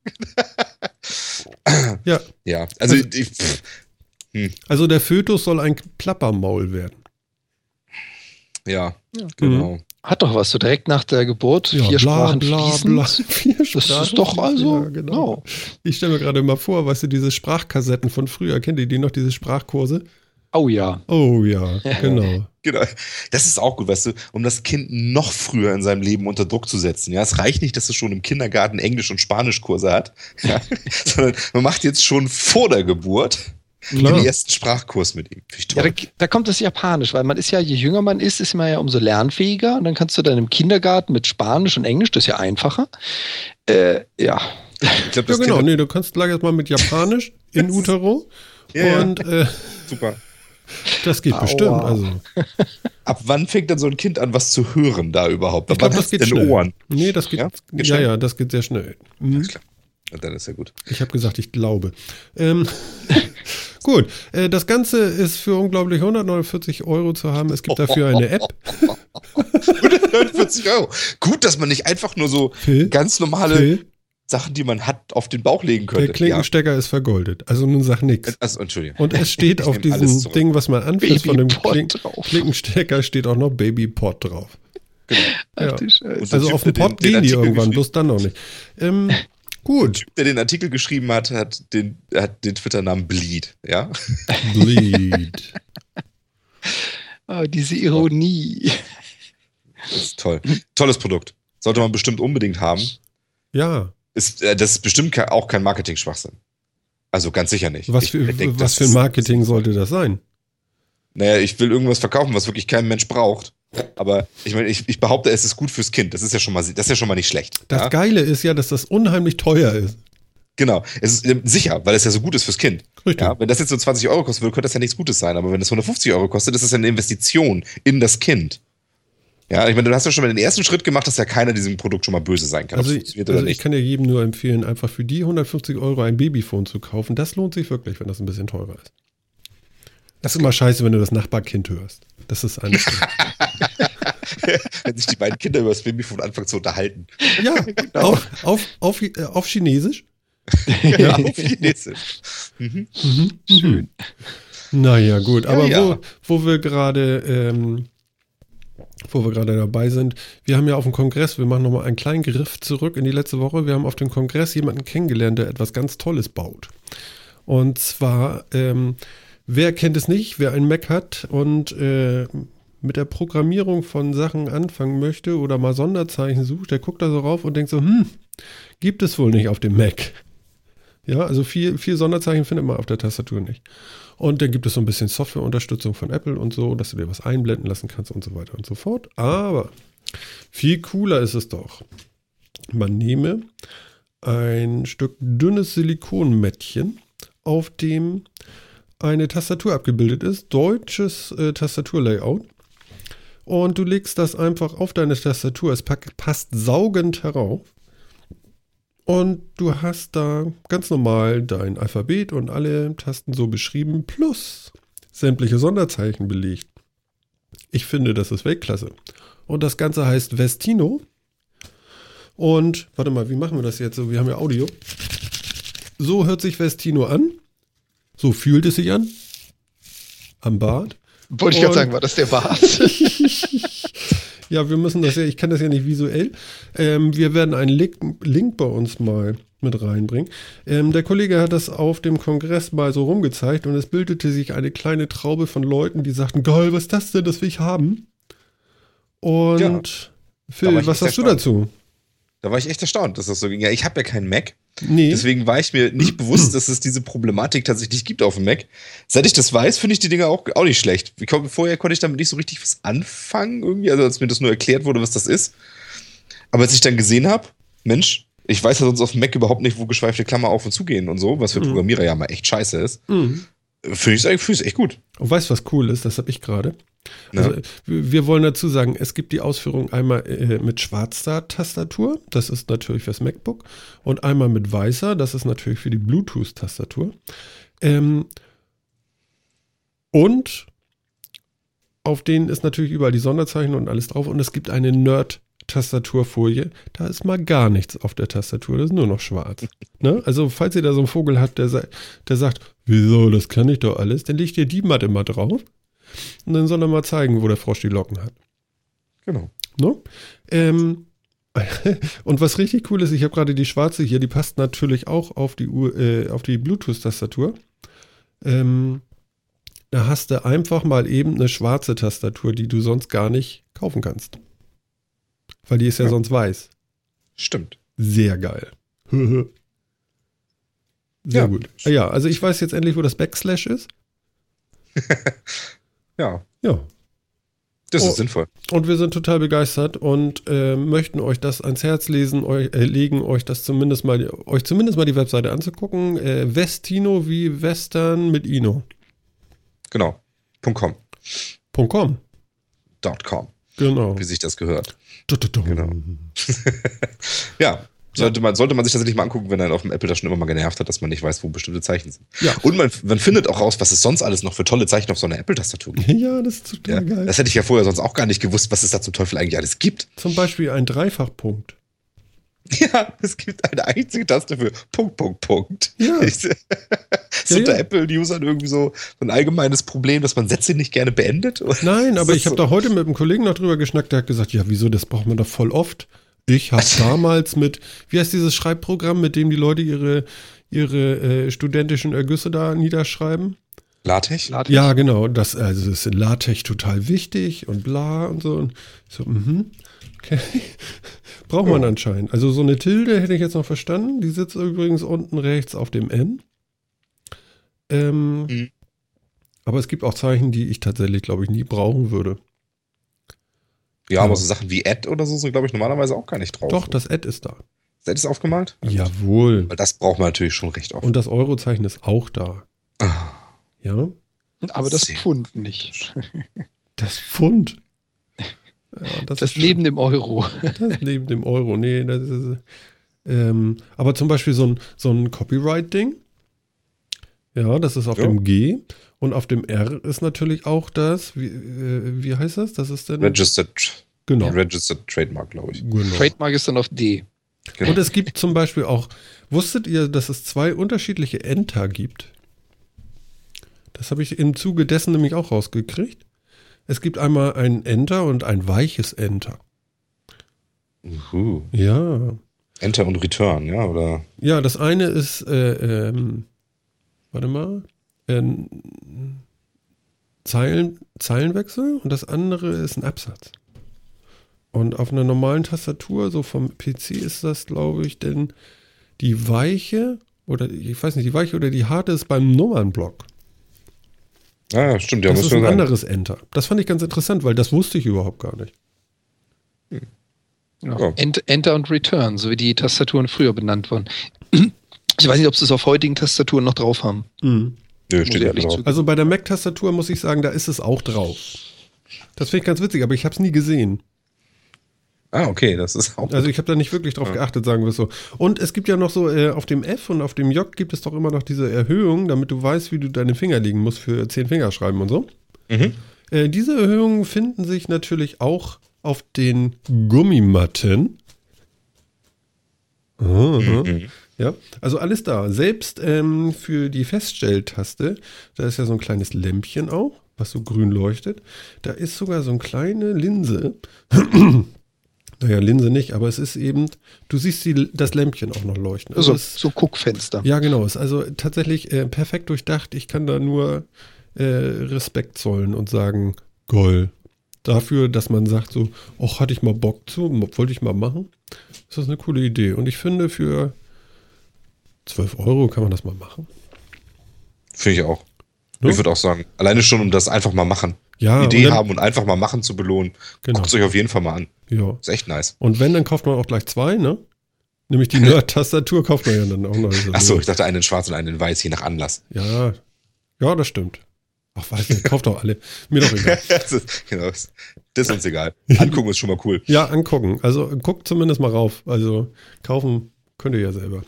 Ja, also Also der Fötus soll ein Plappermaul werden. Ja, genau. Hat doch was, so direkt nach der Geburt, 4 Sprachen fließend. 4 Sprachen. Das ist doch also, ja, genau. Ich stelle mir gerade mal vor, weißt du, diese Sprachkassetten von früher, kennt ihr die noch, diese Sprachkurse? Oh ja. Oh ja, genau. Genau. Das ist auch gut, weißt du, um das Kind noch früher in seinem Leben unter Druck zu setzen. Ja, es reicht nicht, dass es schon im Kindergarten Englisch- und Spanischkurse hat, ja, sondern man macht jetzt schon vor der Geburt den ersten Sprachkurs mit ihm. Ja, da kommt das Japanisch, weil man ist ja, je jünger man ist man ja umso lernfähiger und dann kannst du dann im Kindergarten mit Spanisch und Englisch, das ist ja einfacher. Ja. Ich glaub, ja, genau, du kannst gleich erstmal mit Japanisch in Utero und super. Das geht bestimmt. Also. Ab wann fängt dann so ein Kind an, was zu hören da überhaupt? Ich glaube, das geht schnell. Ohren? Nee, das geht, ja, das geht sehr schnell. Alles klar. Und dann ist ja gut. Ich habe gesagt, ich glaube. Gut, das Ganze ist für unglaublich 149 € zu haben. Es gibt dafür eine App. 149 €. Gut, dass man nicht einfach nur so ganz normale Sachen, die man hat, auf den Bauch legen könnte. Der Klinkenstecker ist vergoldet. Also nun sag nichts. Also, Entschuldigung. Und es steht auf diesem Ding, was man anfasst von dem Klinkenstecker, steht auch noch Baby Pod drauf. Genau. Ja. Also auf dem Pod gehen die irgendwann, bloß dann noch nicht. Gut. Der Typ, der den Artikel geschrieben hat, hat den Twitter-Namen Bleed, ja? Bleed. Oh, diese Ironie. Das ist toll. Tolles Produkt. Sollte man bestimmt unbedingt haben. Ja. Das ist bestimmt auch kein Marketing-Schwachsinn. Also ganz sicher nicht. Was für ein Marketing sollte das sein? Naja, ich will irgendwas verkaufen, was wirklich kein Mensch braucht. Aber ich meine, ich behaupte, es ist gut fürs Kind. Das ist ja schon mal nicht schlecht. Das Geile ist ja, dass das unheimlich teuer ist. Genau. Es ist sicher, weil es ja so gut ist fürs Kind. Richtig. Ja, wenn das jetzt so 20 € kosten würde, könnte das ja nichts Gutes sein. Aber wenn das 150 € kostet, ist das ja eine Investition in das Kind. Ja, ich meine, du hast ja schon mal den ersten Schritt gemacht, dass ja keiner diesem Produkt schon mal böse sein kann. Also ich kann ja jedem nur empfehlen, einfach für die 150 € ein Babyphone zu kaufen. Das lohnt sich wirklich, wenn das ein bisschen teurer ist. Das ist immer scheiße, wenn du das Nachbarkind hörst. Das ist eine wenn sich die beiden Kinder über das Babyphone anfangen zu unterhalten. Ja, genau. auf Chinesisch. Ja, auf Chinesisch. Mhm. Schön. Naja, gut. Aber wo wir gerade dabei sind, wir haben ja auf dem Kongress, wir machen nochmal einen kleinen Griff zurück in die letzte Woche. Wir haben auf dem Kongress jemanden kennengelernt, der etwas ganz Tolles baut. Und zwar, wer kennt es nicht, wer einen Mac hat und mit der Programmierung von Sachen anfangen möchte oder mal Sonderzeichen sucht, der guckt da so rauf und denkt so, gibt es wohl nicht auf dem Mac. Ja, also viel Sonderzeichen findet man auf der Tastatur nicht. Und dann gibt es so ein bisschen Softwareunterstützung von Apple und so, dass du dir was einblenden lassen kannst und so weiter und so fort. Aber viel cooler ist es doch. Man nehme ein Stück dünnes Silikonmättchen, auf dem eine Tastatur abgebildet ist, deutsches Tastaturlayout. Und du legst das einfach auf deine Tastatur. Es passt saugend herauf. Und du hast da ganz normal dein Alphabet und alle Tasten so beschrieben, plus sämtliche Sonderzeichen belegt. Ich finde, das ist Weltklasse. Und das Ganze heißt Vestino. Und, warte mal, wie machen wir das jetzt so? Wir haben ja Audio. So hört sich Westino an. So fühlt es sich an. Am Bart. Wollte ich gerade sagen, war das der Bart? Ja, wir müssen das ja, ich kann das ja nicht visuell. Wir werden einen Link bei uns mal mit reinbringen. Der Kollege hat das auf dem Kongress mal so rumgezeigt und es bildete sich eine kleine Traube von Leuten, die sagten, geil, was ist das denn, das will ich haben. Und ja, Phil, was sagst du dazu? Da war ich echt erstaunt, dass das so ging. Ja, ich habe ja keinen Mac. Nee. Deswegen war ich mir nicht bewusst, dass es diese Problematik tatsächlich gibt auf dem Mac. Seit ich das weiß, finde ich die Dinger auch nicht schlecht. Vorher konnte ich damit nicht so richtig was anfangen irgendwie, also als mir das nur erklärt wurde, was das ist. Aber als ich dann gesehen habe, Mensch, ich weiß ja sonst auf dem Mac überhaupt nicht, wo geschweifte Klammer auf und zugehen und so, was für Programmierer ja mal echt scheiße ist. Finde ich es echt gut. Und weißt du, was cool ist? Das habe ich gerade. Also, wir wollen dazu sagen, es gibt die Ausführung einmal mit schwarzer Tastatur, das ist natürlich fürs MacBook, und einmal mit weißer, das ist natürlich für die Bluetooth-Tastatur. Und auf denen ist natürlich überall die Sonderzeichen und alles drauf und es gibt eine Nerd-Tastaturfolie, da ist mal gar nichts auf der Tastatur, das ist nur noch schwarz. Ne? Also falls ihr da so einen Vogel habt, der sagt, wieso, das kann ich doch alles, dann legt ihr die Matte mal drauf. Und dann soll er mal zeigen, wo der Frosch die Locken hat. Genau. No? Und was richtig cool ist, ich habe gerade die schwarze hier, die passt natürlich auch auf die Bluetooth-Tastatur. Da hast du einfach mal eben eine schwarze Tastatur, die du sonst gar nicht kaufen kannst. Weil die ist ja sonst weiß. Stimmt. Sehr geil. Sehr gut. Ja, also ich weiß jetzt endlich, wo das Backslash ist. Ja. Ja. Das ist sinnvoll. Und wir sind total begeistert und möchten euch das ans Herz legen, euch zumindest mal die Webseite anzugucken. Westino wie Western mit Ino. Genau. .com. .com. .com. Genau. Wie sich das gehört. Genau. Ja. Sollte man sich tatsächlich mal angucken, wenn er auf dem Apple das schon immer mal genervt hat, dass man nicht weiß, wo bestimmte Zeichen sind. Ja. Und man findet auch raus, was es sonst alles noch für tolle Zeichen auf so einer Apple-Tastatur gibt. Ja, das ist total geil. Das hätte ich ja vorher sonst auch gar nicht gewusst, was es da zum Teufel eigentlich alles gibt. Zum Beispiel ein Dreifachpunkt. Ja, es gibt eine einzige Taste für Punkt. Ja. Ist unter Apple-Usern irgendwie so ein allgemeines Problem, dass man Sätze nicht gerne beendet? Oder? Nein, aber ich habe da heute mit einem Kollegen noch drüber geschnackt, der hat gesagt, ja, wieso, das braucht man doch voll oft. Ich habe damals wie heißt dieses Schreibprogramm, mit dem die Leute ihre studentischen Ergüsse da niederschreiben? LaTeX? Ja, genau. Das ist in LaTeX total wichtig und bla und so. Und so, okay. Braucht man anscheinend. Also so eine Tilde hätte ich jetzt noch verstanden. Die sitzt übrigens unten rechts auf dem N. Aber es gibt auch Zeichen, die ich tatsächlich, glaube ich, nie brauchen würde. Ja, aber so Sachen wie Add oder so sind, glaube ich, normalerweise auch gar nicht drauf. Doch, das Add ist da. Das Add ist aufgemalt? Jawohl. Weil das braucht man natürlich schon recht oft. Und das Eurozeichen ist auch da. Ja. Aber das Pfund nicht. Das Pfund? Ja, das neben dem Euro. Das neben dem Euro, nee, das ist. Aber zum Beispiel so ein Copyright-Ding. Ja, das ist auf dem G. Und auf dem R ist natürlich auch das, wie heißt das? Das ist dann. Registered Trademark, glaube ich. Genau. Trademark ist dann auf D. Genau. Und es gibt zum Beispiel auch, wusstet ihr, dass es 2 unterschiedliche Enter gibt? Das habe ich im Zuge dessen nämlich auch rausgekriegt. Es gibt einmal ein Enter und ein weiches Enter. Ja. Enter und Return, ja, oder? Ja, das eine ist, warte mal, Zeilenwechsel und das andere ist ein Absatz. Und auf einer normalen Tastatur, so vom PC, ist das, glaube ich, denn die weiche, oder ich weiß nicht, die weiche oder die harte ist beim Nummernblock. Ah, stimmt. Ja, das ist ein anderes Enter. Das fand ich ganz interessant, weil das wusste ich überhaupt gar nicht. Ja. Oh. Enter und Return, so wie die Tastaturen früher benannt wurden. Ich weiß nicht, ob sie es auf heutigen Tastaturen noch drauf haben. Mhm. Nö, steht ehrlich drauf. Also bei der Mac-Tastatur muss ich sagen, da ist es auch drauf. Das finde ich ganz witzig, aber ich habe es nie gesehen. Ah, okay, das ist auch. Also ich habe da nicht wirklich drauf geachtet, sagen wir es so. Und es gibt ja noch so, auf dem F und auf dem J gibt es doch immer noch diese Erhöhung, damit du weißt, wie du deine Finger legen musst für 10 Fingerschreiben und so. Mhm. Diese Erhöhungen finden sich natürlich auch auf den Gummimatten. Ja, also alles da. Selbst für die Feststelltaste, da ist ja so ein kleines Lämpchen auch, was so grün leuchtet. Da ist sogar so eine kleine Linse. Naja, Linse nicht, aber es ist eben, du siehst das Lämpchen auch noch leuchten. Also so Guckfenster. Ja, genau. Ist also tatsächlich perfekt durchdacht. Ich kann da nur Respekt zollen und sagen, geil. Dafür, dass man sagt so, ach, hatte ich mal Bock zu, wollte ich mal machen. Ist das eine coole Idee. Und ich finde, für 12 € kann man das mal machen. Finde ich auch. Ja? Ich würde auch sagen, alleine schon, um das einfach mal machen. Ja, Idee dann, haben und einfach mal machen zu belohnen. Genau. Guckt es euch auf jeden Fall mal an. Ja. Ist echt nice. Und wenn, dann kauft man auch gleich 2, ne? Nämlich die Nerd-Tastatur kauft man ja dann auch noch. Achso, ich dachte einen in schwarz und einen in weiß, je nach Anlass. Ja, das stimmt. Ach, weiß nicht, kauft doch alle. Mir doch egal. Genau, das ist uns egal. Angucken ist schon mal cool. Ja, angucken. Also guckt zumindest mal rauf. Also kaufen könnt ihr ja selber.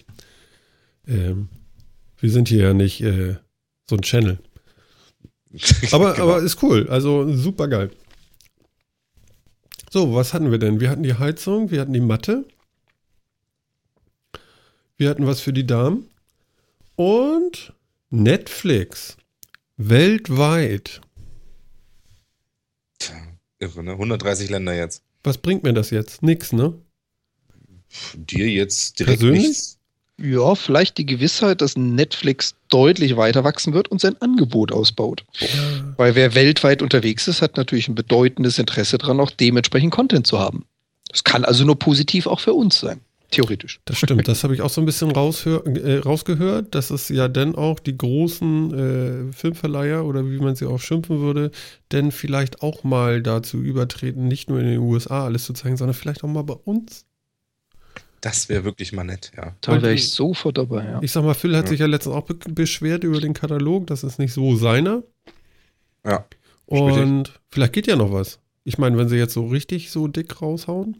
Wir sind hier ja nicht so ein Channel. Aber, Genau. aber ist cool. Also super geil. So, was hatten wir denn? Wir hatten die Heizung, wir hatten die Matte. Wir hatten was für die Damen. Und Netflix. Weltweit. Tja, irre, ne? 130 Länder jetzt. Was bringt mir das jetzt? Nix, ne? Dir jetzt direkt Persönlich? nichts? Ja, vielleicht die Gewissheit, dass Netflix deutlich weiter wachsen wird und sein Angebot ausbaut. Ja. Weil wer weltweit unterwegs ist, hat natürlich ein bedeutendes Interesse daran, auch dementsprechend Content zu haben. Das kann also nur positiv auch für uns sein. Theoretisch. Das stimmt, das habe ich auch so ein bisschen rausgehört, dass es ja dann auch die großen Filmverleiher oder wie man sie auch schimpfen würde, denn vielleicht auch mal dazu übertreten, nicht nur in den USA alles zu zeigen, sondern vielleicht auch mal bei uns. Das wäre wirklich mal nett, ja. Da wäre ich sofort dabei, ja. Ich sag mal, Phil hat sich ja letztens auch beschwert über den Katalog, das ist nicht so seiner. Ja. Und vielleicht geht ja noch was. Ich meine, wenn sie jetzt so richtig so dick raushauen.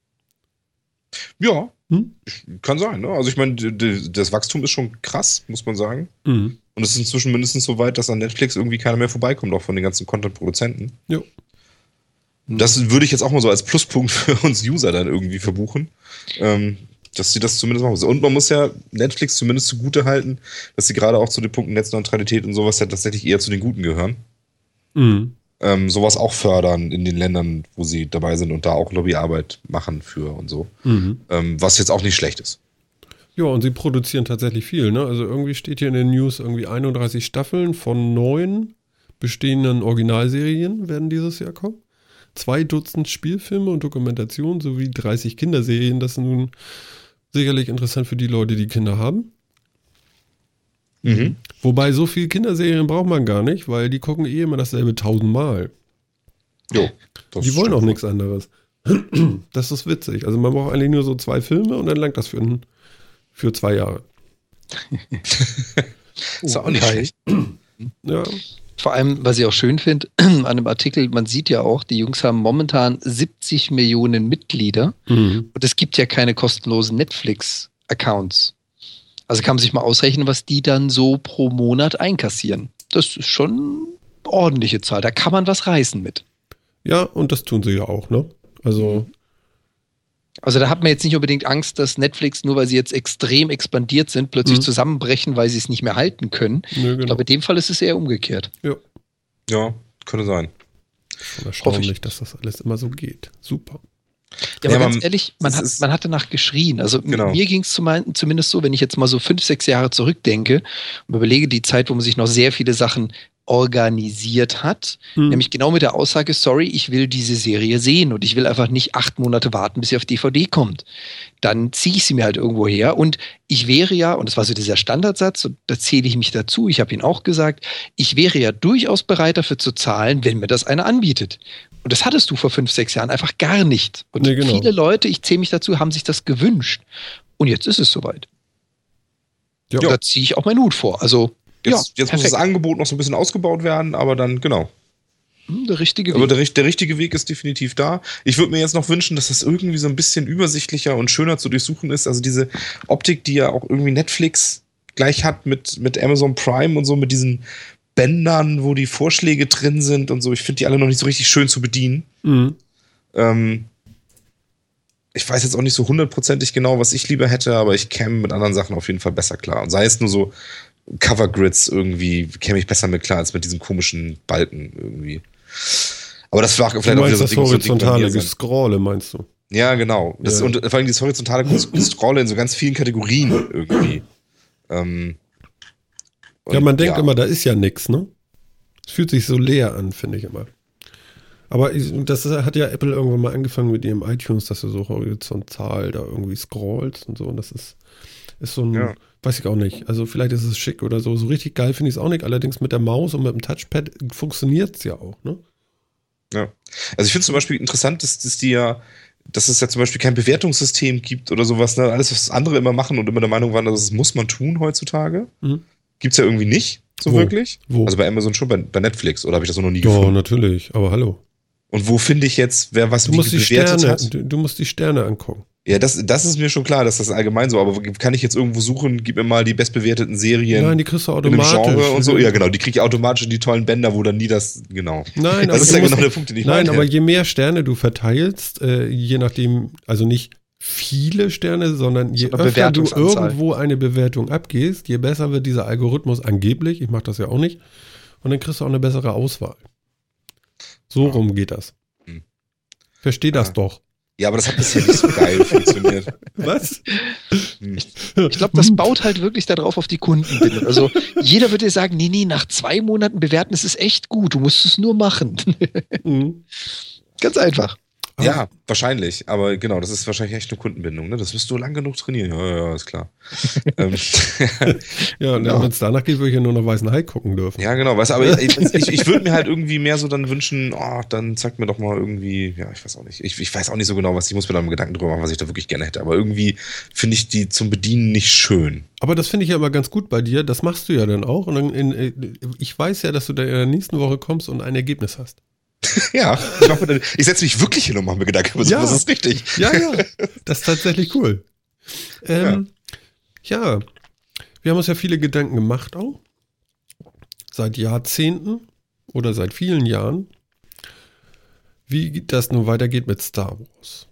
Ja, Hm? kann sein, ne? Also ich meine, das Wachstum ist schon krass, muss man sagen. Mhm. Und es ist inzwischen mindestens so weit, dass an Netflix irgendwie keiner mehr vorbeikommt, auch von den ganzen Content-Produzenten. Jo. Das würde ich jetzt auch mal so als Pluspunkt für uns User dann irgendwie verbuchen, dass sie das zumindest machen. Und man muss ja Netflix zumindest zugute halten, dass sie gerade auch zu den Punkten Netzneutralität und sowas ja tatsächlich eher zu den Guten gehören. Mhm. Sowas auch fördern in den Ländern, wo sie dabei sind und da auch Lobbyarbeit machen für und so. Mhm. Was jetzt auch nicht schlecht ist. Ja, und sie produzieren tatsächlich viel, ne? Also irgendwie steht hier in den News irgendwie 31 Staffeln von 9 bestehenden Originalserien werden dieses Jahr kommen. 2 Dutzend Spielfilme und Dokumentationen sowie 30 Kinderserien. Das ist nun sicherlich interessant für die Leute, die Kinder haben. Mhm. Wobei so viele Kinderserien braucht man gar nicht, weil die gucken eh immer dasselbe 1000-mal. Jo, das Die wollen stimmt auch wohl. nichts anderes. Das ist witzig. Also man braucht eigentlich nur so 2 Filme und dann langt das für 2 Jahre. Ist auch nicht schlecht. Ja. Vor allem, was ich auch schön finde, an dem Artikel, man sieht ja auch, die Jungs haben momentan 70 Millionen Mitglieder Mhm. und es gibt ja keine kostenlosen Netflix-Accounts. Also kann man sich mal ausrechnen, was die dann so pro Monat einkassieren. Das ist schon eine ordentliche Zahl, da kann man was reißen mit. Ja, und das tun sie ja auch, ne? Also, Also da hat man jetzt nicht unbedingt Angst, dass Netflix, nur weil sie jetzt extrem expandiert sind, plötzlich zusammenbrechen, weil sie es nicht mehr halten können. nö, Ich genau. glaube, in dem Fall ist es eher umgekehrt. Ja, könnte sein. Schon erstaunlich, dass das alles immer so geht. Super. Ja, Ja, aber man- ganz ehrlich, man das hat ist- man danach geschrien. Also Genau. mir ging es zumindest so, wenn ich jetzt mal so 5, 6 Jahre zurückdenke und überlege die Zeit, wo man sich noch sehr viele Sachen organisiert hat, nämlich genau mit der Aussage, sorry, ich will diese Serie sehen und ich will einfach nicht 8 Monate warten, bis sie auf DVD kommt. Dann ziehe ich sie mir halt irgendwo her und ich wäre ja, und das war so dieser Standardsatz, und da zähle ich mich dazu, ich habe ihn auch gesagt, ich wäre ja durchaus bereit dafür zu zahlen, wenn mir das einer anbietet. Und das hattest du vor 5, 6 Jahren einfach gar nicht. Und Nee, genau. viele Leute, ich zähle mich dazu, haben sich das gewünscht. Und jetzt ist es soweit. Ja. Da ziehe ich auch meinen Hut vor. Also, Jetzt muss perfekt. das Angebot noch so ein bisschen ausgebaut werden, aber dann, genau. Der richtige Aber Weg. der richtige Weg ist definitiv da. Ich würde mir jetzt noch wünschen, dass das irgendwie so ein bisschen übersichtlicher und schöner zu durchsuchen ist. Also diese Optik, die ja auch irgendwie Netflix gleich hat mit Amazon Prime und so, mit diesen Bändern, wo die Vorschläge drin sind und so. Ich finde die alle noch nicht so richtig schön zu bedienen. Mhm. ich weiß jetzt auch nicht so hundertprozentig genau, was ich lieber hätte, aber ich käme mit anderen Sachen auf jeden Fall besser klar. Und sei es nur so Covergrids irgendwie, käme ich besser mit klar als mit diesen komischen Balken irgendwie. Aber das war vielleicht auch wieder so das horizontale Gescrolle, meinst du? Ja, genau. Und vor allem dieses horizontale Gescrolle in so ganz vielen Kategorien irgendwie. Ja, man denkt immer, da ist ja nichts, ne? Es fühlt sich so leer an, finde ich immer. Aber das hat ja Apple irgendwann mal angefangen mit ihrem iTunes, dass du so horizontal da irgendwie scrollst und so. Und das ist so ein, weiß ich auch nicht. Also vielleicht ist es schick oder so. So richtig geil finde ich es auch nicht. Allerdings mit der Maus und mit dem Touchpad funktioniert es ja auch, ne? Ja. Also ich finde zum Beispiel interessant, dass es ja zum Beispiel kein Bewertungssystem gibt oder sowas. Ne? Alles, was andere immer machen und immer der Meinung waren, das muss man tun heutzutage. Gibt es ja irgendwie nicht, so wirklich. Wo? Also bei Amazon schon, bei Netflix. Oder habe ich das noch nie gefunden? Ja, natürlich. Aber hallo. Und wo finde ich jetzt, wer was wie bewertet hat? Du musst die Sterne angucken. Ja, das ist mir schon klar, dass das allgemein so, aber kann ich jetzt irgendwo suchen, gib mir mal die bestbewerteten Serien. Nein, die kriegst du automatisch. In einem Genre und so. Ja, genau, die kriege ich automatisch in die tollen Bänder, wo dann nie das, genau. Nein, das ist ja genau der Punkt, den ich meine. Nein, aber je mehr Sterne du verteilst, je nachdem, also nicht viele Sterne, sondern je öfter du irgendwo eine Bewertung abgehst, je besser wird dieser Algorithmus angeblich, ich mache das ja auch nicht, und dann kriegst du auch eine bessere Auswahl. So rum geht das. Versteh das doch. Ja, aber das hat bisher nicht so geil funktioniert. Was? Ich glaube, das baut halt wirklich darauf auf die Kundenbindung. Also jeder würde dir sagen, nee, nach 2 Monaten bewerten, das ist echt gut, du musst es nur machen. Ganz einfach. Ja, wahrscheinlich. Aber genau, das ist wahrscheinlich echt eine Kundenbindung. Ne? Das wirst du lang genug trainieren. Ja, ist klar. Ja, und wenn es danach geht, würde ich ja nur noch Weißen Hai gucken dürfen. Ja, genau. Weißt, aber ich würde mir halt irgendwie mehr so dann wünschen, dann zeig mir doch mal irgendwie, ja, ich weiß auch nicht. Ich weiß auch nicht so genau, ich muss mir da mal Gedanken drüber machen, was ich da wirklich gerne hätte. Aber irgendwie finde ich die zum Bedienen nicht schön. Aber das finde ich ja immer ganz gut bei dir. Das machst du ja dann auch. Und dann ich weiß ja, dass du da in der nächsten Woche kommst und ein Ergebnis hast. Ja, ich setze mich wirklich hin und mache mir Gedanken über sowas, das ist richtig. Ja, das ist tatsächlich cool. Ja, wir haben uns ja viele Gedanken gemacht auch. Seit Jahrzehnten oder seit vielen Jahren, wie das nun weitergeht mit Star Wars.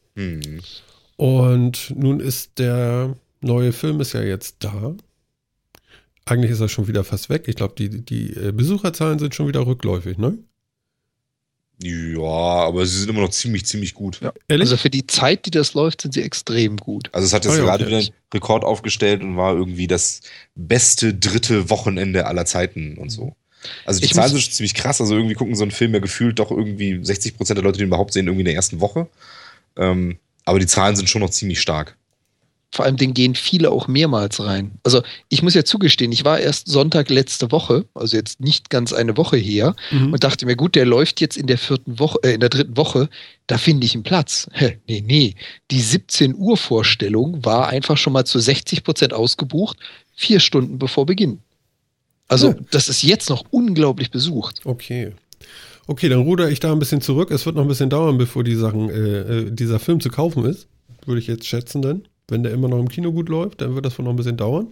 Und nun ist der neue Film ist ja jetzt da. Eigentlich ist er schon wieder fast weg. Ich glaube, die Besucherzahlen sind schon wieder rückläufig, ne? Ja, aber sie sind immer noch ziemlich, ziemlich gut. Ja. Also für die Zeit, die das läuft, sind sie extrem gut. Also es hat jetzt gerade wieder einen Rekord aufgestellt und war irgendwie das beste 3. Wochenende aller Zeiten und so. Also die Zahlen sind schon ziemlich krass. Also irgendwie gucken so einen Film ja gefühlt doch irgendwie 60% der Leute, die ihn überhaupt sehen, irgendwie in der ersten Woche. Aber die Zahlen sind schon noch ziemlich stark. Vor allem, den gehen viele auch mehrmals rein. Also ich muss ja zugestehen, ich war erst Sonntag letzte Woche, also jetzt nicht ganz eine Woche her, und dachte mir, gut, der läuft jetzt in der 3. Woche, da finde ich einen Platz. Nee. Die 17 Uhr Vorstellung war einfach schon mal zu 60% ausgebucht, 4 Stunden bevor Beginn. Also das ist jetzt noch unglaublich besucht. Okay, dann rudere ich da ein bisschen zurück. Es wird noch ein bisschen dauern, bevor dieser Film zu kaufen ist. Würde ich jetzt schätzen dann. Wenn der immer noch im Kino gut läuft, dann wird das wohl noch ein bisschen dauern.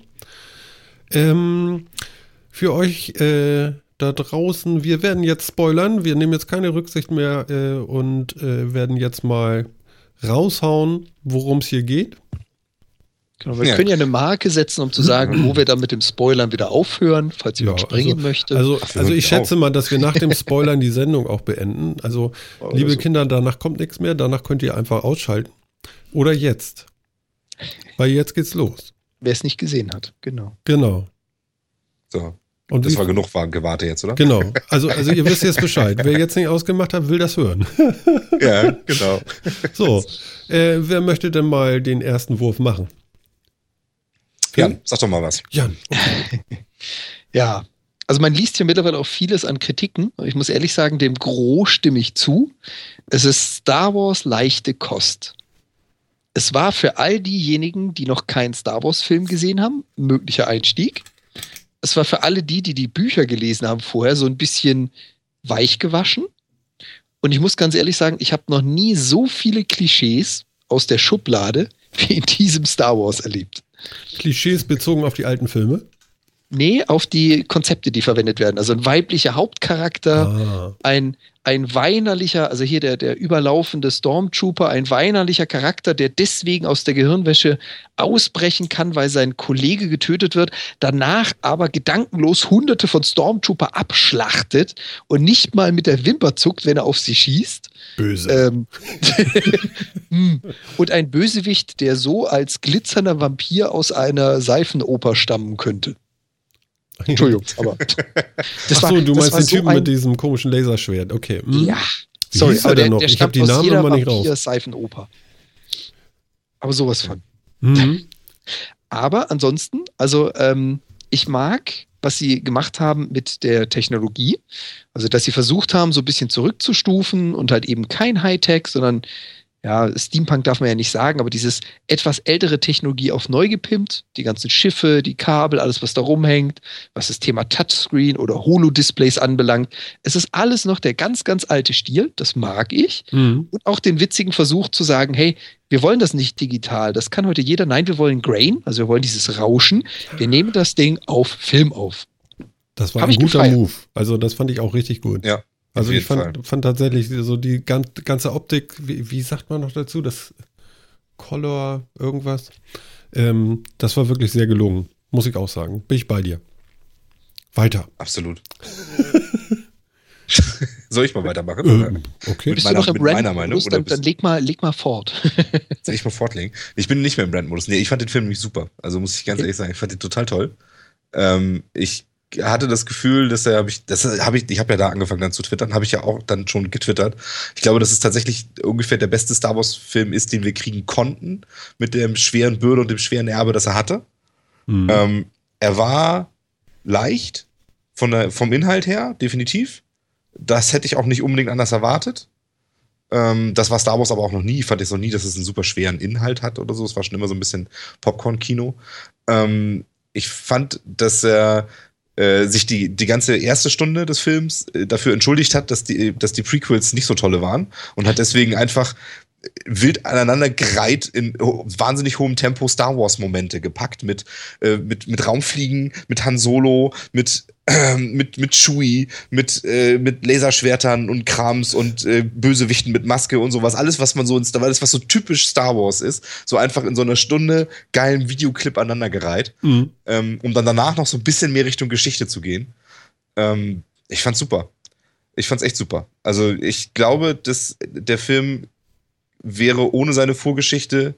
Für euch da draußen, wir werden jetzt spoilern. Wir nehmen jetzt keine Rücksicht mehr und werden jetzt mal raushauen, worum es hier geht. Genau, wir können ja eine Marke setzen, um zu sagen, wo wir dann mit dem Spoilern wieder aufhören, falls jemand springen möchte. Also ich schätze mal, dass wir nach dem Spoilern die Sendung auch beenden. Also, liebe Kinder, danach kommt nichts mehr. Danach könnt ihr einfach ausschalten. Oder jetzt. Weil jetzt geht's los. Wer es nicht gesehen hat, genau. So. Und das war genug Gewarte jetzt, oder? Genau. Also ihr wisst jetzt Bescheid. Wer jetzt nicht ausgemacht hat, will das hören. Ja, genau. So. Wer möchte denn mal den ersten Wurf machen? Jan, sag doch mal was. Jan. Okay. Ja. Also man liest hier mittlerweile auch vieles an Kritiken. Ich muss ehrlich sagen, dem Gros stimme ich zu. Es ist Star Wars leichte Kost. Es war für all diejenigen, die noch keinen Star Wars-Film gesehen haben, ein möglicher Einstieg. Es war für alle die Bücher gelesen haben vorher, so ein bisschen weich gewaschen. Und ich muss ganz ehrlich sagen, ich habe noch nie so viele Klischees aus der Schublade wie in diesem Star Wars erlebt. Klischees bezogen auf die alten Filme? Nee, auf die Konzepte, die verwendet werden. Also ein weiblicher Hauptcharakter, ein weinerlicher, also hier der überlaufende Stormtrooper, ein weinerlicher Charakter, der deswegen aus der Gehirnwäsche ausbrechen kann, weil sein Kollege getötet wird, danach aber gedankenlos Hunderte von Stormtrooper abschlachtet und nicht mal mit der Wimper zuckt, wenn er auf sie schießt. Böse. Und ein Bösewicht, der so als glitzernder Vampir aus einer Seifenoper stammen könnte. Entschuldigung, aber Achso, du meinst den Typen mit diesem komischen Laserschwert, okay. Ja, wie sorry, aber der ich habe die Namen immer nicht raus. Seifenoper. Aber sowas von. Mhm. Aber ansonsten, also ich mag, was sie gemacht haben mit der Technologie, also dass sie versucht haben, so ein bisschen zurückzustufen und halt eben kein Hightech, sondern ja, Steampunk darf man ja nicht sagen, aber dieses etwas ältere Technologie auf neu gepimpt, die ganzen Schiffe, die Kabel, alles, was da rumhängt, was das Thema Touchscreen oder Holo-Displays anbelangt. Es ist alles noch der ganz, ganz alte Stil, das mag ich. Und auch den witzigen Versuch zu sagen, hey, wir wollen das nicht digital, das kann heute jeder. Nein, wir wollen Grain, also wir wollen dieses Rauschen. Wir nehmen das Ding auf Film auf. Das war ein guter Move. Also das fand ich auch richtig gut. Ja. Also ich fand tatsächlich so die ganze Optik, wie sagt man noch dazu, das Color irgendwas, das war wirklich sehr gelungen, muss ich auch sagen. Bin ich bei dir. Weiter. Absolut. Soll ich mal weitermachen? Okay. Bist du noch im Brand-Modus? Dann leg mal fort. Soll ich mal fortlegen? Ich bin nicht mehr im Brand-Modus. Nee, ich fand den Film nämlich super. Also muss ich ganz ehrlich sagen, ich fand den total toll. Ich hatte das Gefühl, ich habe ja da angefangen dann zu twittern, habe ich ja auch dann schon getwittert. Ich glaube, dass es tatsächlich ungefähr der beste Star Wars Film ist, den wir kriegen konnten, mit der schweren Bürde und dem schweren Erbe, das er hatte. Er war leicht vom Inhalt her, definitiv. Das hätte ich auch nicht unbedingt anders erwartet. Das war Star Wars aber auch noch nie. Ich fand jetzt noch nie, dass es einen super schweren Inhalt hat oder so. Es war schon immer so ein bisschen Popcorn-Kino. Ich fand, dass er sich die ganze erste Stunde des Films dafür entschuldigt hat, dass die Prequels nicht so tolle waren und hat deswegen einfach wild aneinandergereiht in wahnsinnig hohem Tempo Star Wars Momente gepackt mit Raumfliegen, mit Han Solo, mit Chewie, mit Laserschwertern und Krams und Bösewichten mit Maske und sowas. Alles, was man so alles, was so typisch Star Wars ist, so einfach in so einer Stunde geilen Videoclip aneinandergereiht, um dann danach noch so ein bisschen mehr Richtung Geschichte zu gehen. Ich fand's super. Ich fand's echt super. Also ich glaube, dass der Film wäre ohne seine Vorgeschichte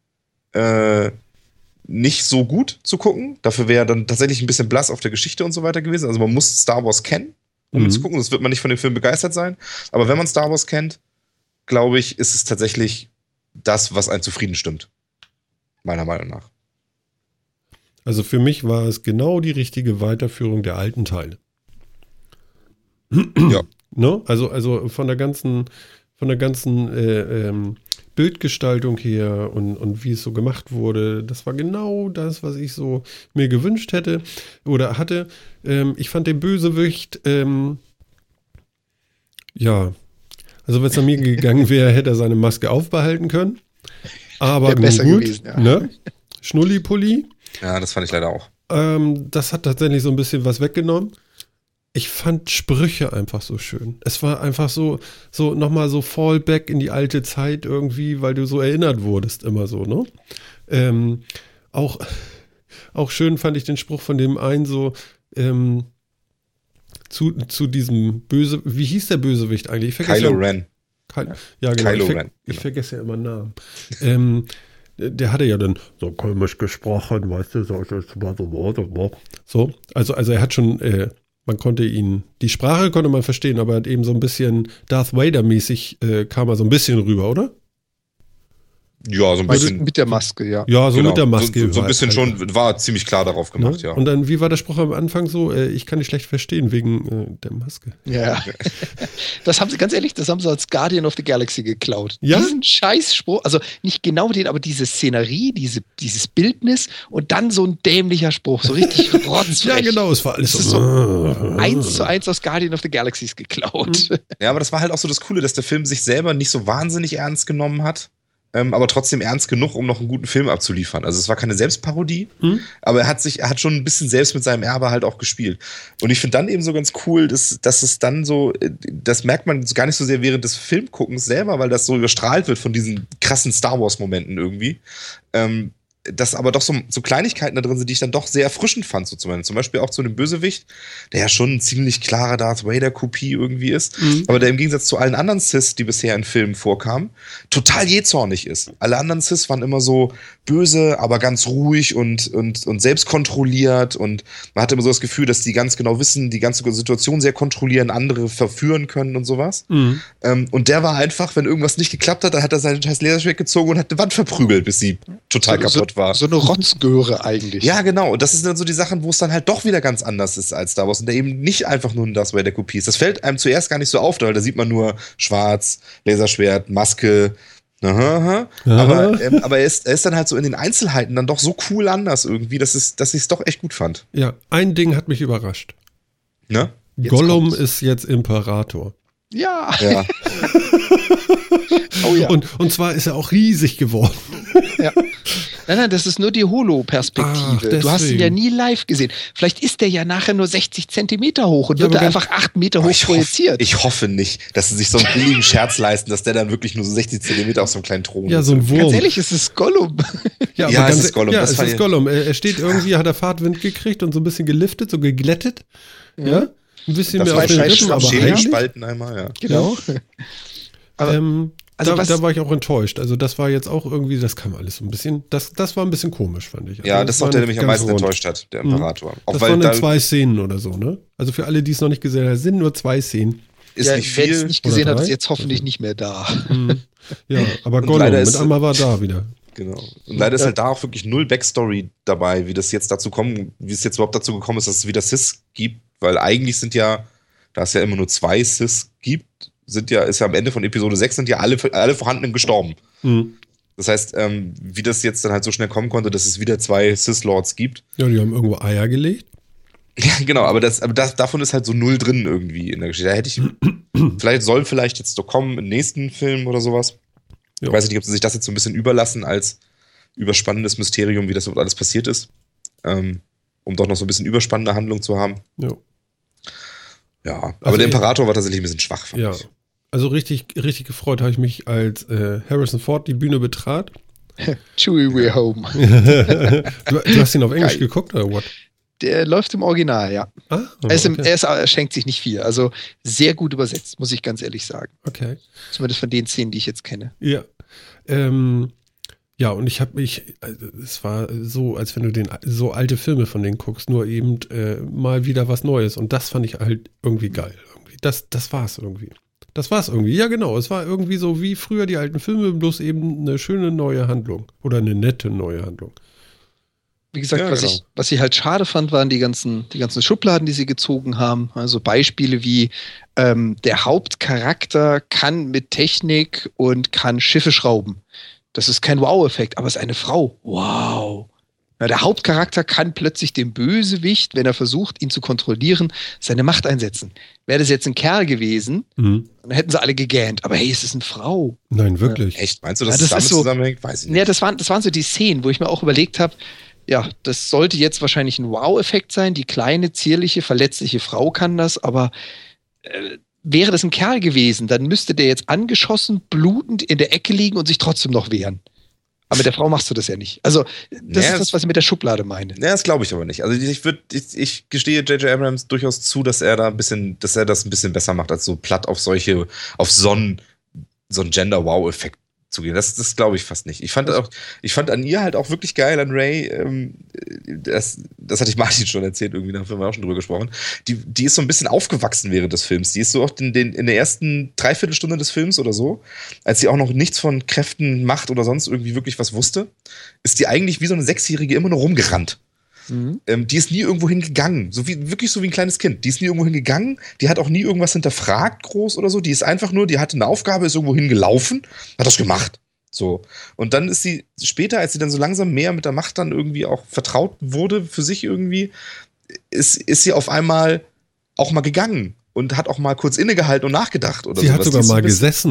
nicht so gut zu gucken. Dafür wäre er dann tatsächlich ein bisschen blass auf der Geschichte und so weiter gewesen. Also man muss Star Wars kennen, um zu gucken. Das wird man nicht von dem Film begeistert sein. Aber wenn man Star Wars kennt, glaube ich, ist es tatsächlich das, was einen zufrieden stimmt. Meiner Meinung nach. Also für mich war es genau die richtige Weiterführung der alten Teile. Ja. Ne? Also von der ganzen Bildgestaltung her und wie es so gemacht wurde, das war genau das, was ich so mir gewünscht hätte oder hatte. Ich fand den Bösewicht, also wenn es an mir gegangen wäre, hätte er seine Maske aufbehalten können. Aber besser gut, gewesen, ja. Ne? Schnulli-Pulli. Ja, das fand ich leider auch. Das hat tatsächlich so ein bisschen was weggenommen. Ich fand Sprüche einfach so schön. Es war einfach so nochmal so Fallback in die alte Zeit irgendwie, weil du so erinnert wurdest immer so, ne? Auch schön fand ich den Spruch von dem einen so, zu diesem wie hieß der Bösewicht eigentlich? Kylo Ren. Ja, genau. Kylo Ren. Ich vergesse ja immer Namen. Der hatte ja dann so komisch gesprochen, weißt du, so, also er hat schon, man konnte die Sprache konnte man verstehen, aber hat eben so ein bisschen Darth Vader-mäßig kam er so ein bisschen rüber, oder? Ja, so ein bisschen. Mit der Maske, ja. Ja, so genau, mit der Maske. So ein bisschen schon, war ziemlich klar darauf gemacht, ja. Und dann, wie war der Spruch am Anfang so? Ich kann dich schlecht verstehen wegen der Maske. Ja. Das haben sie als Guardian of the Galaxy geklaut. Ja? Diesen Scheißspruch, also nicht genau den, aber diese Szenerie, dieses Bildnis und dann so ein dämlicher Spruch, so richtig rotzfrech. Ja, genau, es war alles so 1:1 aus Guardian of the Galaxies geklaut. Ja, aber das war halt auch so das Coole, dass der Film sich selber nicht so wahnsinnig ernst genommen hat. aber trotzdem ernst genug, um noch einen guten Film abzuliefern. Also es war keine Selbstparodie, aber er hat schon ein bisschen selbst mit seinem Erbe halt auch gespielt. Und ich finde dann eben so ganz cool, dass es dann so, das merkt man gar nicht so sehr während des Filmguckens selber, weil das so überstrahlt wird von diesen krassen Star-Wars-Momenten irgendwie. Dass aber doch so Kleinigkeiten da drin sind, die ich dann doch sehr erfrischend fand. So zum Beispiel auch zu dem Bösewicht, der ja schon ein ziemlich klarer Darth Vader-Kopie irgendwie ist, aber der im Gegensatz zu allen anderen Sith, die bisher in Filmen vorkamen, total jähzornig ist. Alle anderen Sith waren immer so böse, aber ganz ruhig und selbstkontrolliert, und man hatte immer so das Gefühl, dass die ganz genau wissen, die ganze Situation sehr kontrollieren, andere verführen können und sowas. Und der war einfach, wenn irgendwas nicht geklappt hat, dann hat er seinen scheiß Laserschwert gezogen und hat eine Wand verprügelt, bis sie total kaputt war. So eine Rotzgöre eigentlich. Ja, genau. Und das sind dann so die Sachen, wo es dann halt doch wieder ganz anders ist als Star Wars und der eben nicht einfach nur ein Darth Vader Kopie ist. Das fällt einem zuerst gar nicht so auf, weil da sieht man nur schwarz, Laserschwert, Maske. Aber er ist dann halt so in den Einzelheiten dann doch so cool anders irgendwie, dass ich es doch echt gut fand. Ja, ein Ding hat mich überrascht. Ne? Gollum ist jetzt Imperator. Ja. Oh ja. Und zwar ist er auch riesig geworden. Ja. Nein, das ist nur die Holo-Perspektive. Du hast ihn ja nie live gesehen. Vielleicht ist der ja nachher nur 60 Zentimeter hoch und wird da einfach 8 Meter hoch projiziert. Ich hoffe nicht, dass sie sich so einen billigen Scherz leisten, dass der dann wirklich nur so 60 Zentimeter auf so einem kleinen Thron ist. Ja, so ein Wurm. Ganz ehrlich, es ist Gollum. Ja, es ist Gollum. Ja, es ist Gollum. Er steht irgendwie, hat er Fahrtwind gekriegt und so ein bisschen geliftet, so geglättet. Ja. Ein bisschen mehr auf den Rippen, aber Schädelspalten einmal, ja. Genau. Aber da war ich auch enttäuscht. Also das war jetzt auch irgendwie, das kam alles so ein bisschen, das war ein bisschen komisch, fand ich. Also ja, das ist auch der, der mich am meisten enttäuscht hat, der Imperator. Auch das waren dann 2 Szenen oder so, ne? Also für alle, die es noch nicht gesehen haben, sind nur 2 Szenen. Ist nicht viel. Wer es nicht gesehen hat, ist jetzt hoffentlich nicht mehr da. Ja, aber Gollum mit einmal war da wieder. Genau. Und leider ist halt da auch wirklich null Backstory dabei, wie es jetzt überhaupt dazu gekommen ist, dass es wieder Sith gibt, weil eigentlich sind ja, da es ja immer nur 2 Sith gibt, ist ja am Ende von Episode 6 sind ja alle Vorhandenen gestorben. Das heißt, wie das jetzt dann halt so schnell kommen konnte, dass es wieder 2 Sith-Lords gibt. Ja, die haben irgendwo Eier gelegt. Ja, genau, aber davon ist halt so null drin irgendwie in der Geschichte. Da hätte ich, vielleicht jetzt so kommen im nächsten Film oder sowas. Ja. Ich weiß nicht, ob sie sich das jetzt so ein bisschen überlassen als überspannendes Mysterium, wie das überhaupt alles passiert ist. Um doch noch so ein bisschen überspannende Handlung zu haben. Ja, aber also der Imperator war tatsächlich ein bisschen schwach, fand ich. Also richtig, richtig gefreut habe ich mich, als Harrison Ford die Bühne betrat. Chewie, we're home. du hast ihn auf Englisch geguckt, oder what? Der läuft im Original, ja. Er schenkt sich nicht viel. Also sehr gut übersetzt, muss ich ganz ehrlich sagen. Okay. Zumindest von den Szenen, die ich jetzt kenne. Ja. Ja, und es war so, als wenn du so alte Filme von denen guckst, nur eben mal wieder was Neues. Und das fand ich halt irgendwie geil. Irgendwie. Das war's irgendwie. Ja, genau. Es war irgendwie so wie früher die alten Filme, bloß eben eine schöne neue Handlung. Oder eine nette neue Handlung. Wie gesagt, was ich halt schade fand, waren die ganzen Schubladen, die sie gezogen haben. Also Beispiele wie der Hauptcharakter kann mit Technik und kann Schiffe schrauben. Das ist kein Wow-Effekt, aber es ist eine Frau. Wow. Ja, der Hauptcharakter kann plötzlich dem Bösewicht, wenn er versucht, ihn zu kontrollieren, seine Macht einsetzen. Wäre das jetzt ein Kerl gewesen, dann hätten sie alle gegähnt. Aber hey, es ist eine Frau. Nein, wirklich. Echt? Meinst du, dass das damit zusammenhängt? Weiß ich nicht. Ja, das waren so die Szenen, wo ich mir auch überlegt habe, ja, das sollte jetzt wahrscheinlich ein Wow-Effekt sein. Die kleine, zierliche, verletzliche Frau kann das, aber wäre das ein Kerl gewesen, dann müsste der jetzt angeschossen, blutend in der Ecke liegen und sich trotzdem noch wehren. Aber mit der Frau machst du das ja nicht. Also, das ist das, was ich mit der Schublade meine. Ja, das glaube ich aber nicht. Also, ich gestehe J.J. Abrams durchaus zu, dass er das ein bisschen besser macht, als so platt auf so einen Gender-Wow-Effekt zu gehen. Das glaube ich fast nicht. Ich fand an ihr halt auch wirklich geil, an Rey, das hatte ich Martin schon erzählt, irgendwie, da haben wir auch schon drüber gesprochen. Die ist so ein bisschen aufgewachsen während des Films. Die ist so auch in der ersten Dreiviertelstunde des Films oder so, als sie auch noch nichts von Kräften, Macht oder sonst irgendwie wirklich was wusste, ist die eigentlich wie so eine 6-Jährige immer nur rumgerannt. Die ist nie irgendwo hingegangen. Wirklich so wie ein kleines Kind. Die ist nie irgendwo hingegangen. Die hat auch nie irgendwas hinterfragt, groß oder so. Die ist einfach nur, die hatte eine Aufgabe, ist irgendwo hingelaufen, hat das gemacht. So. Und dann ist sie später, als sie dann so langsam mehr mit der Macht dann irgendwie auch vertraut wurde für sich irgendwie, ist sie auf einmal auch mal gegangen und hat auch mal kurz innegehalten und nachgedacht. Oder sie hat sogar mal gesessen.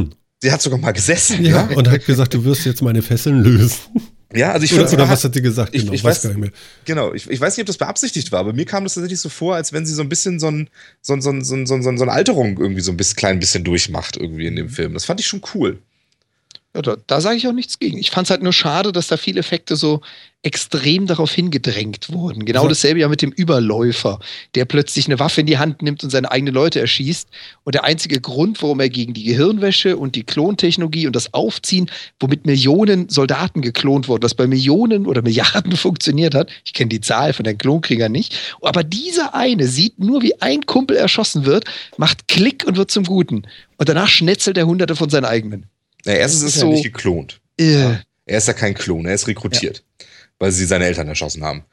Sie hat sogar mal gesessen. Ja, und hat gesagt, du wirst jetzt meine Fesseln lösen. Ja, also ich oder was hat sie gesagt? Genau, ich weiß gar nicht mehr. Genau, ich weiß nicht, ob das beabsichtigt war, aber mir kam das tatsächlich so vor, als wenn sie so ein bisschen so eine Alterung irgendwie so ein bisschen, klein bisschen durchmacht irgendwie in dem Film. Das fand ich schon cool. Ja, da sage ich auch nichts gegen. Ich fand es halt nur schade, dass da viele Effekte so extrem darauf hingedrängt wurden. Genau dasselbe ja mit dem Überläufer, der plötzlich eine Waffe in die Hand nimmt und seine eigenen Leute erschießt. Und der einzige Grund, warum er gegen die Gehirnwäsche und die Klontechnologie und das Aufziehen, womit Millionen Soldaten geklont wurden, was bei Millionen oder Milliarden funktioniert hat, ich kenne die Zahl von den Klonkriegern nicht, aber dieser eine sieht nur, wie ein Kumpel erschossen wird, macht Klick und wird zum Guten. Und danach schnetzelt er Hunderte von seinen eigenen. Ja, erstens ist er nicht geklont. Ja. Er ist ja kein Klon, er ist rekrutiert, weil sie seine Eltern erschossen haben.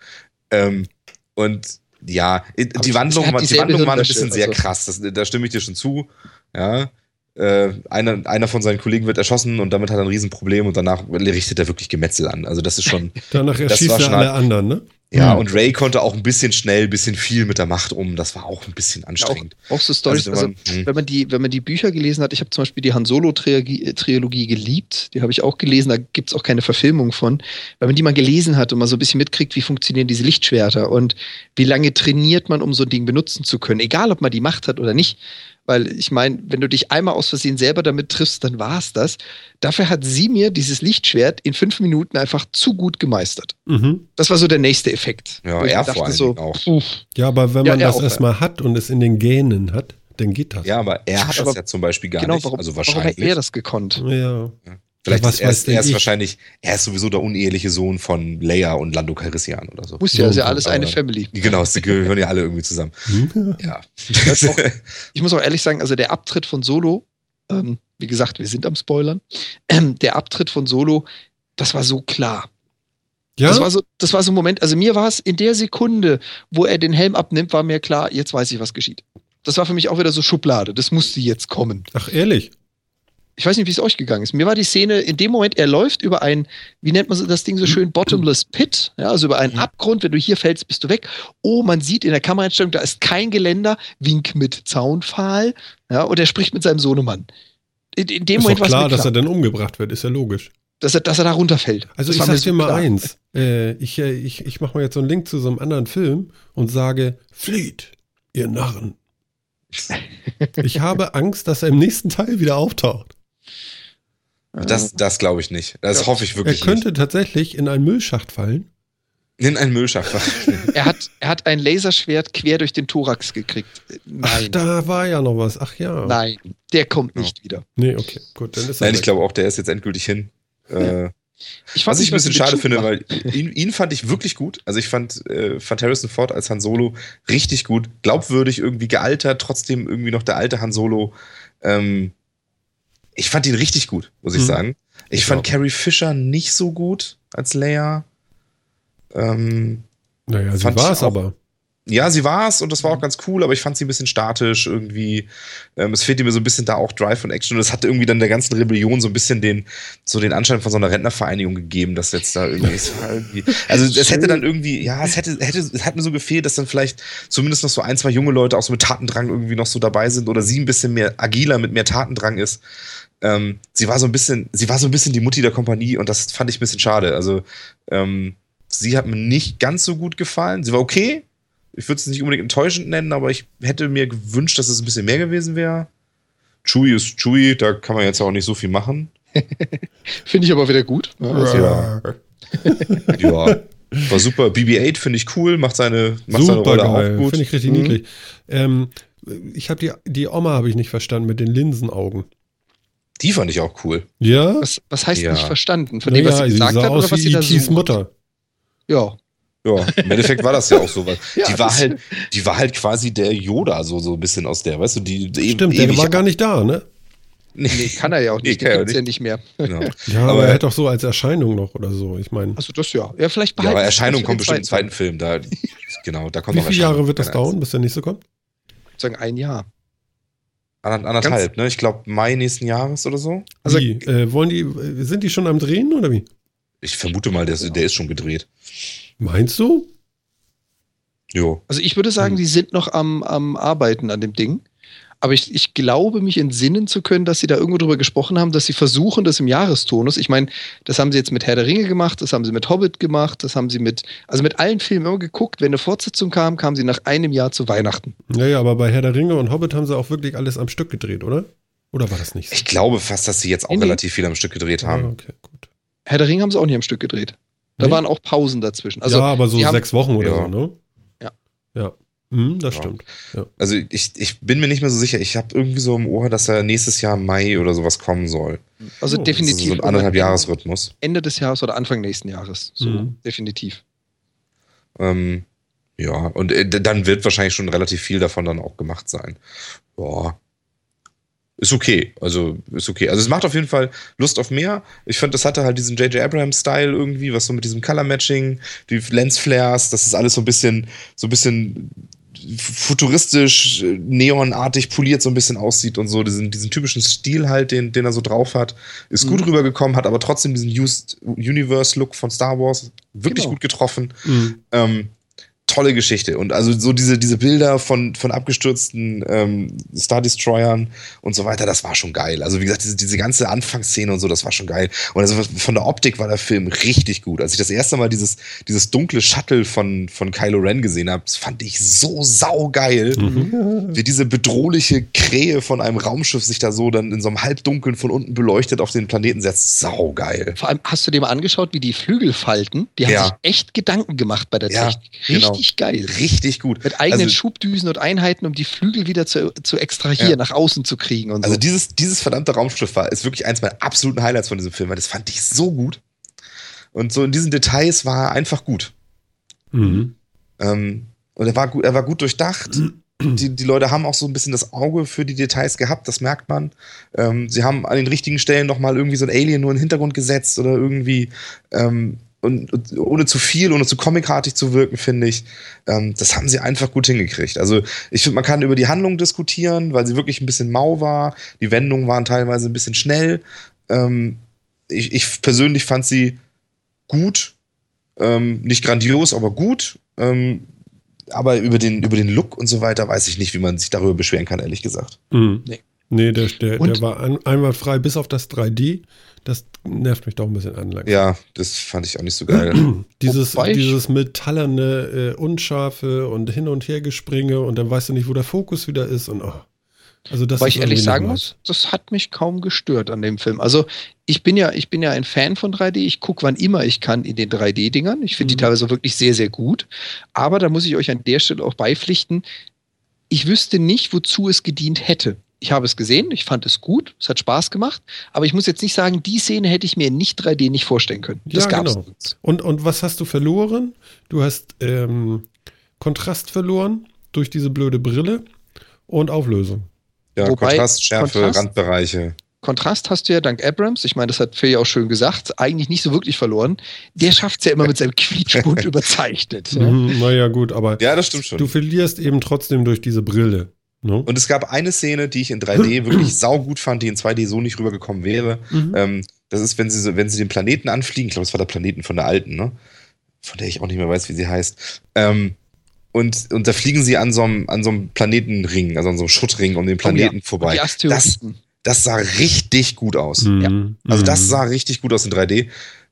Und ja, die Wandlung war ein bisschen sehr krass, da stimme ich dir schon zu. Ja, einer von seinen Kollegen wird erschossen und damit hat er ein Riesenproblem und danach richtet er wirklich Gemetzel an. Also das ist schon... Danach erschießt er alle anderen, ne? Ja, und Ray konnte auch ein bisschen schnell, ein bisschen viel mit der Macht um. Das war auch ein bisschen anstrengend. Ja, auch so Storys, wenn man die Bücher gelesen hat, ich habe zum Beispiel die Han Solo-Trilogie geliebt, die habe ich auch gelesen, da gibt es auch keine Verfilmung von. Wenn man die mal gelesen hat und mal so ein bisschen mitkriegt, wie funktionieren diese Lichtschwerter und wie lange trainiert man, um so ein Ding benutzen zu können, egal ob man die Macht hat oder nicht. Weil ich meine, wenn du dich einmal aus Versehen selber damit triffst, dann war es das. Dafür hat sie mir dieses Lichtschwert in 5 Minuten einfach zu gut gemeistert. Mhm. Das war so der nächste Effekt. Ja, er vor allem so, auch. Ja, aber wenn man das erstmal hat und es in den Genen hat, dann geht das. Ja, aber er hat das ja zum Beispiel gar nicht. Also wahrscheinlich. Warum hat er das gekonnt? Ja. Vielleicht ist er wahrscheinlich, er ist sowieso der uneheliche Sohn von Leia und Lando Calrissian oder so. Muss ja, ist ja alles eine Family. Genau, sie gehören ja alle irgendwie zusammen. Ja. Ich muss auch ehrlich sagen, also der Abtritt von Solo, wie gesagt, wir sind am Spoilern, der Abtritt von Solo, das war so klar. Ja? Das war so ein Moment, also mir war es in der Sekunde, wo er den Helm abnimmt, war mir klar, jetzt weiß ich, was geschieht. Das war für mich auch wieder so Schublade, das musste jetzt kommen. Ach, ehrlich? Ich weiß nicht, wie es euch gegangen ist. Mir war die Szene in dem Moment, er läuft über ein, wie nennt man das Ding so schön, Bottomless Pit, ja, also über einen Abgrund, wenn du hier fällst, bist du weg. Oh, man sieht in der Kameraeinstellung, da ist kein Geländer, Wink mit Zaunpfahl, ja, und er spricht mit seinem Sohnemann. In dem Moment war es klar, dass er dann umgebracht wird, ist ja logisch. Dass er da runterfällt. Also ich sag dir mal eins, ich mache mal jetzt so einen Link zu so einem anderen Film und sage, flieht, ihr Narren. Ich habe Angst, dass er im nächsten Teil wieder auftaucht. Das glaube ich nicht. Das hoffe ich wirklich nicht. Er könnte tatsächlich in einen Müllschacht fallen. In einen Müllschacht fallen. Er hat ein Laserschwert quer durch den Thorax gekriegt. Nein. Ach, da war ja noch was. Ach ja. Nein, der kommt nicht wieder. Nee, okay, gut. Dann ist Nein, ich glaube auch, der ist jetzt endgültig hin. Was ich ein bisschen schade finde, weil ihn fand ich wirklich gut. Also ich fand Harrison Ford als Han Solo richtig gut. Glaubwürdig, irgendwie gealtert, trotzdem irgendwie noch der alte Han Solo. Ich fand ihn richtig gut, muss ich sagen. Ich fand Carrie Fisher nicht so gut als Leia. Naja, sie war es aber. Ja, sie war es und das war auch ganz cool, aber ich fand sie ein bisschen statisch irgendwie. Es fehlte mir so ein bisschen da auch Drive und Action und es hat irgendwie dann der ganzen Rebellion so ein bisschen den Anschein von so einer Rentnervereinigung gegeben, dass jetzt da irgendwie also es hätte dann irgendwie, ja, es hat mir so gefehlt, dass dann vielleicht zumindest noch so 1, 2 junge Leute auch so mit Tatendrang irgendwie noch so dabei sind oder sie ein bisschen mehr agiler mit mehr Tatendrang ist. Sie war so ein bisschen die Mutti der Kompanie und das fand ich ein bisschen schade. Also sie hat mir nicht ganz so gut gefallen. Sie war okay. Ich würde es nicht unbedingt enttäuschend nennen, aber ich hätte mir gewünscht, dass es ein bisschen mehr gewesen wäre. Chewie ist Chewie, da kann man jetzt auch nicht so viel machen. Finde ich aber wieder gut. Ja. Ja. War super. BB-8 finde ich cool, macht seine Rolle auch gut. Finde ich richtig niedlich. Ich habe die Oma habe ich nicht verstanden mit den Linsenaugen. Die fand ich auch cool. Ja? Was heißt nicht verstanden? Von dem, was sie gesagt hat, oder was sie da sucht? Mutter. Ja. Ja, im Endeffekt war das ja auch so. Weil die war halt quasi der Yoda, so ein bisschen aus der, weißt du, Stimmt, der war gar nicht da, ne? Nee, kann er ja auch nicht. Den gibt's ja nicht mehr. Genau. Ja, aber er hätte auch so als Erscheinung noch oder so, ich meine. Also das ja. Ja, vielleicht behalten. Ja, aber Erscheinung kommt bestimmt im zweiten Film. Da kommt Wie viele Jahre wird das dauern, bis der nächste kommt? Ich würde sagen 1 Jahr. Anderthalb, ne? Ich glaube Mai nächsten Jahres oder so. Also, sind die schon am Drehen oder wie? Ich vermute mal, der ist schon gedreht. Meinst du? Jo. Also ich würde sagen, die sind noch am Arbeiten an dem Ding. Aber ich glaube, mich entsinnen zu können, dass sie da irgendwo drüber gesprochen haben, dass sie versuchen, das im Jahrestonus, ich meine, das haben sie jetzt mit Herr der Ringe gemacht, das haben sie mit Hobbit gemacht, das haben sie mit allen Filmen immer geguckt, wenn eine Fortsetzung kam, kam sie nach einem Jahr zu Weihnachten. Ja, aber bei Herr der Ringe und Hobbit haben sie auch wirklich alles am Stück gedreht, oder? Oder war das nicht so? Ich glaube fast, dass sie jetzt auch relativ viel am Stück gedreht haben. Okay, gut. Herr der Ringe haben sie auch nicht am Stück gedreht. Da waren auch Pausen dazwischen. Also, ja, aber so 6 Wochen oder so, ne? Ja. Das stimmt. Ja. Also ich bin mir nicht mehr so sicher. Ich habe irgendwie so im Ohr, dass er nächstes Jahr im Mai oder sowas kommen soll. Also definitiv. So ein 1,5 Jahresrhythmus. Ende des Jahres oder Anfang nächsten Jahres. So, definitiv. Ja, und dann wird wahrscheinlich schon relativ viel davon dann auch gemacht sein. Ja. Ist okay. Also es macht auf jeden Fall Lust auf mehr. Ich fand, das hatte halt diesen J.J. Abrams-Style irgendwie, was so mit diesem Color-Matching, die Lensflares, dass es alles so ein bisschen futuristisch, neonartig poliert so ein bisschen aussieht und so. Diesen typischen Stil halt, den er so drauf hat, ist gut rübergekommen, hat aber trotzdem diesen Used Universe-Look von Star Wars wirklich gut getroffen. Tolle Geschichte. Und also so diese Bilder von abgestürzten Star Destroyern und so weiter, das war schon geil. Also wie gesagt, diese ganze Anfangsszene und so, das war schon geil. Und also von der Optik war der Film richtig gut. Als ich das erste Mal dieses dunkle Shuttle von Kylo Ren gesehen habe, das fand ich so saugeil. Wie diese bedrohliche Krähe von einem Raumschiff sich da so dann in so einem Halbdunkeln von unten beleuchtet auf den Planeten setzt. Saugeil. Vor allem, hast du dir mal angeschaut, wie die Flügel falten? Die haben sich echt Gedanken gemacht bei der Technik. Richtig geil. Richtig gut. Mit eigenen Schubdüsen und Einheiten, um die Flügel wieder zu extrahieren, nach außen zu kriegen und so. Also dieses verdammte Raumschiff ist wirklich eins meiner absoluten Highlights von diesem Film, weil das fand ich so gut. Und so in diesen Details war er einfach gut. Und er war gut durchdacht. Die Leute haben auch so ein bisschen das Auge für die Details gehabt, das merkt man. Sie haben an den richtigen Stellen nochmal irgendwie so ein Alien nur in den Hintergrund gesetzt oder irgendwie und ohne zu viel, ohne zu comicartig zu wirken, finde ich, das haben sie einfach gut hingekriegt. Also ich finde, man kann über die Handlung diskutieren, weil sie wirklich ein bisschen mau war. Die Wendungen waren teilweise ein bisschen schnell. Ich persönlich fand sie gut, nicht grandios, aber gut. Aber über den Look und so weiter weiß ich nicht, wie man sich darüber beschweren kann, ehrlich gesagt. Nee, der war einwandfrei, bis auf das 3D. Das nervt mich doch ein bisschen an. Ja, das fand ich auch nicht so geil. Dieses metallerne, unscharfe und hin und her Gespringe und dann weißt du nicht, wo der Fokus wieder ist. Und also das weil ich ehrlich sagen muss, das hat mich kaum gestört an dem Film. Also ich bin ja ein Fan von 3D. Ich gucke, wann immer ich kann, in den 3D-Dingern. Ich finde die teilweise wirklich sehr, sehr gut. Aber da muss ich euch an der Stelle auch beipflichten, ich wüsste nicht, wozu es gedient hätte. Ich habe es gesehen, ich fand es gut, es hat Spaß gemacht, aber ich muss jetzt nicht sagen, die Szene hätte ich mir nicht 3D nicht vorstellen können. Das gab's nicht. Und was hast du verloren? Du hast Kontrast verloren durch diese blöde Brille und Auflösung. Ja, Kontrast, Schärfe, Randbereiche. Kontrast hast du ja dank Abrams, ich meine, das hat Phil ja auch schön gesagt, eigentlich nicht so wirklich verloren. Der schafft es ja immer mit seinem Quietschbunt überzeichnet. Ja? Naja, gut, aber ja, das stimmt schon. Du verlierst eben trotzdem durch diese Brille. No? Und es gab eine Szene, die ich in 3D wirklich saugut fand, die in 2D so nicht rübergekommen wäre. Das ist, wenn sie den Planeten anfliegen, ich glaube, es war der Planeten von der Alten, ne? Von der ich auch nicht mehr weiß, wie sie heißt. Und da fliegen sie an so einem Planetenring, also an so einem Schuttring um den Planeten vorbei. Das sah richtig gut aus. Also das sah richtig gut aus in 3D.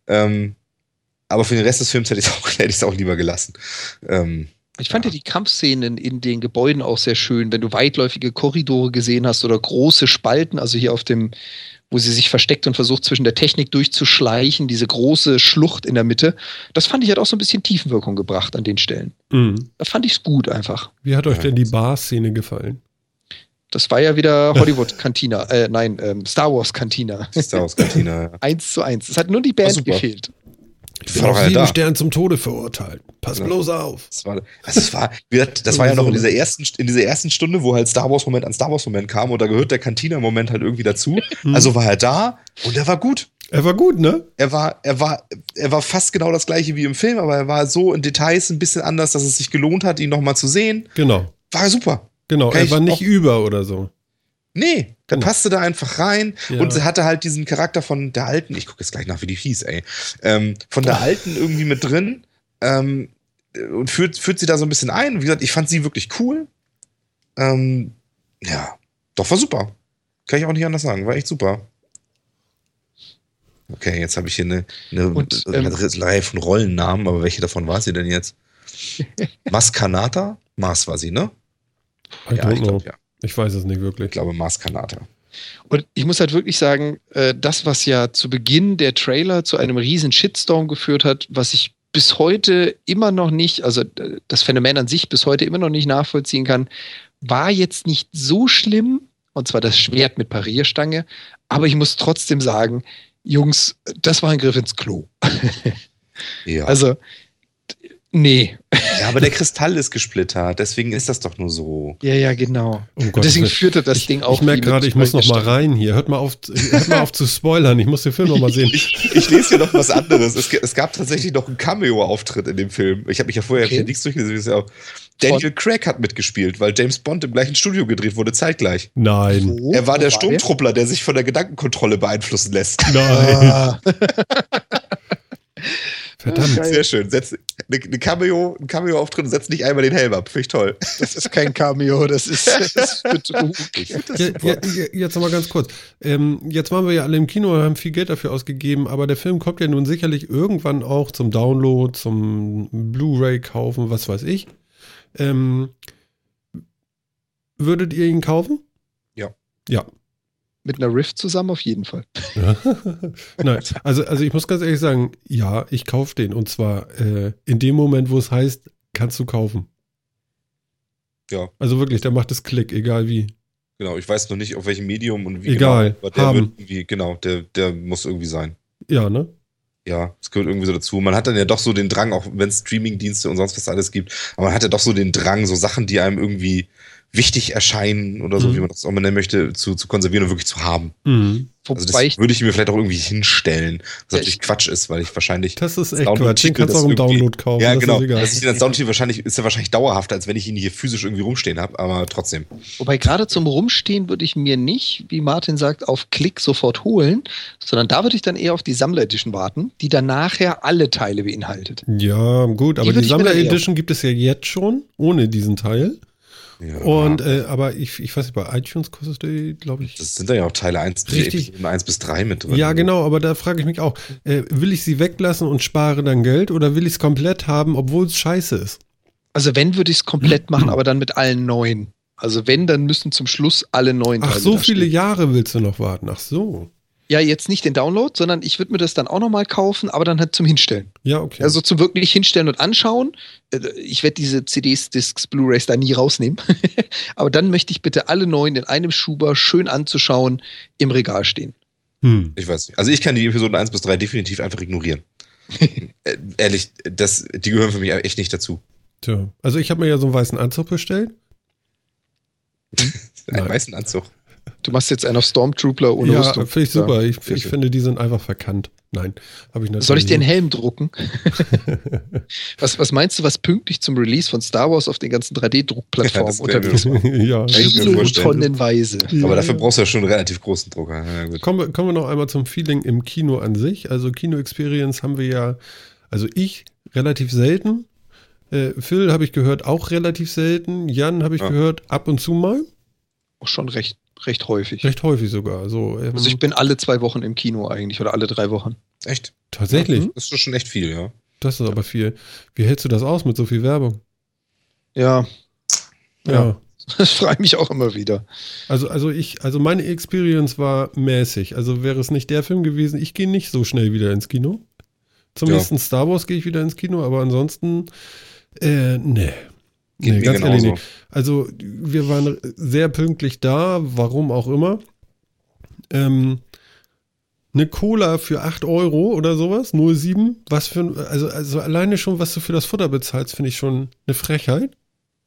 Aber für den Rest des Films hätte ich es auch lieber gelassen. Ich fand ja die Kampfszenen in den Gebäuden auch sehr schön, wenn du weitläufige Korridore gesehen hast oder große Spalten, also hier auf dem, wo sie sich versteckt und versucht, zwischen der Technik durchzuschleichen, diese große Schlucht in der Mitte. Das fand ich, hat auch so ein bisschen Tiefenwirkung gebracht an den Stellen. Da fand ich es gut einfach. Wie hat euch denn die Bar-Szene gefallen? Das war ja wieder Hollywood-Cantina, Star Wars-Cantina. Star Wars-Cantina, ja. 1:1. Es hat nur die Band gefehlt. Ich bin auf 7 Sterne zum Tode verurteilt. Pass bloß auf. Das war ja noch in dieser ersten Stunde, wo halt Star Wars-Moment an Star Wars-Moment kam und da gehört der Cantina-Moment halt irgendwie dazu. Also war er da und er war gut. Er war gut, ne? Er war fast genau das gleiche wie im Film, aber er war so in Details ein bisschen anders, dass es sich gelohnt hat, ihn nochmal zu sehen. Genau. War er super. Genau, er war nicht über oder so. Nee, der passte da einfach rein und hatte halt diesen Charakter von der Alten, ich gucke jetzt gleich nach, wie die hieß, ey, von der Alten irgendwie mit drin und führt sie da so ein bisschen ein. Wie gesagt, ich fand sie wirklich cool. Ja, doch, war super. Kann ich auch nicht anders sagen, war echt super. Okay, jetzt habe ich hier eine Reihe von Rollennamen, aber welche davon war sie denn jetzt? Maskanata? Mars war sie, ne? Ich glaube, ja. Ich weiß es nicht wirklich. Ich glaube, Maskanata. Und ich muss halt wirklich sagen, das, was ja zu Beginn der Trailer zu einem riesen Shitstorm geführt hat, was ich bis heute immer noch nicht, also das Phänomen an sich bis heute immer noch nicht nachvollziehen kann, war jetzt nicht so schlimm, und zwar das Schwert mit Parierstange, aber ich muss trotzdem sagen, Jungs, das war ein Griff ins Klo. Ja. Also, nee. Ja, aber der Kristall ist gesplittert, deswegen ist das doch nur so. Ja, genau. Und deswegen führte das Ding auch. Ich merke gerade, ich muss noch mal rein hier. Hört mal auf zu spoilern. Ich muss den Film noch mal sehen. Ich lese hier noch was anderes. Es gab tatsächlich noch einen Cameo-Auftritt in dem Film. Ich habe mich ja vorher nichts durchgelesen. Daniel Craig hat mitgespielt, weil James Bond im gleichen Studio gedreht wurde, zeitgleich. Nein. Er war der Sturmtruppler, der sich von der Gedankenkontrolle beeinflussen lässt. Nein. Verdammt. Sehr schön. Ein Cameo-Auftritt und setzt nicht einmal den Helm ab. Finde ich toll. Das ist kein Cameo, das ist Betrug. Jetzt noch mal ganz kurz. Jetzt waren wir ja alle im Kino und haben viel Geld dafür ausgegeben, aber der Film kommt ja nun sicherlich irgendwann auch zum Download, zum Blu-ray kaufen, was weiß ich. Würdet ihr ihn kaufen? Ja. Ja. Mit einer Rift zusammen auf jeden Fall. Nein, also ich muss ganz ehrlich sagen, ja, ich kaufe den. Und zwar in dem Moment, wo es heißt, kannst du kaufen. Ja. Also wirklich, der macht es Klick, egal wie. Genau, ich weiß noch nicht, auf welchem Medium und wie egal, genau. Aber der muss irgendwie sein. Ja, ne? Ja, es gehört irgendwie so dazu. Man hat dann ja doch so den Drang, auch wenn es Streaming-Dienste und sonst was alles gibt, aber man hat ja doch so den Drang, so Sachen, die einem irgendwie wichtig erscheinen oder so, wie man das auch mal nennen möchte, zu konservieren und wirklich zu haben. Mhm. Also das würde ich mir vielleicht auch irgendwie hinstellen, was natürlich Quatsch ist, weil ich wahrscheinlich... Das ist echt Quatsch, den kannst du auch im Download kaufen. Ja, genau. Dass ich den als Download ist ja wahrscheinlich dauerhafter, als wenn ich ihn hier physisch irgendwie rumstehen habe, aber trotzdem. Wobei gerade zum Rumstehen würde ich mir nicht, wie Martin sagt, auf Klick sofort holen, sondern da würde ich dann eher auf die Sammler-Edition warten, die dann nachher alle Teile beinhaltet. Ja, gut, aber die Sammler-Edition gibt es ja jetzt schon, ohne diesen Teil. Ja. Und aber ich weiß nicht, bei iTunes kostet die, glaube ich. Das sind da ja auch Teile 1 bis 3 mit drin. Ja, genau, aber da frage ich mich auch, will ich sie weglassen und spare dann Geld oder will ich es komplett haben, obwohl es scheiße ist? Also wenn, würde ich es komplett machen, aber dann mit allen neuen. Also wenn, dann müssen zum Schluss alle neuen Teile. Ach, so viele Jahre willst du noch warten? Ach so. Ja, jetzt nicht den Download, sondern ich würde mir das dann auch nochmal kaufen, aber dann halt zum Hinstellen. Ja, okay. Also zum wirklich Hinstellen und Anschauen. Ich werde diese CDs, Discs, Blu-rays da nie rausnehmen. Aber dann möchte ich bitte alle neuen in einem Schuber schön anzuschauen im Regal stehen. Ich weiß nicht. Also ich kann die Episoden 1 bis 3 definitiv einfach ignorieren. Ehrlich, die gehören für mich echt nicht dazu. Tja, also ich habe mir ja so einen weißen Anzug bestellt. Einen weißen Anzug? Du machst jetzt einen auf Stormtrooper ohne Rüstung. Ja, finde ich super. Ich finde, die sind einfach verkannt. Nein, habe ich natürlich. Soll ich dir einen Helm drucken? Was meinst du, was pünktlich zum Release von Star Wars auf den ganzen 3D-Druckplattformen unterwegs war? Ja, tonnenweise. Aber dafür brauchst du ja schon einen relativ großen Drucker. Ja, gut. Kommen wir noch einmal zum Feeling im Kino an sich. Also Kino-Experience haben wir ja, also ich relativ selten. Phil habe ich gehört, auch relativ selten. Jan habe ich gehört, ab und zu mal. Auch schon recht häufig. Recht häufig sogar. So, also ich bin alle 2 Wochen im Kino eigentlich oder alle 3 Wochen. Echt? Tatsächlich? Das ist schon echt viel, ja. Das ist aber viel. Wie hältst du das aus mit so viel Werbung? Ja. Das frage ich mich auch immer wieder. Also meine Experience war mäßig. Also wäre es nicht der Film gewesen, ich gehe nicht so schnell wieder ins Kino. Zum nächsten Star Wars gehe ich wieder ins Kino, aber ansonsten, nee. Nee, ganz ehrlich nicht. Also wir waren sehr pünktlich da, warum auch immer. Eine Cola für 8 Euro oder sowas, 0,7. Was für also alleine schon, was du für das Futter bezahlst, finde ich schon eine Frechheit.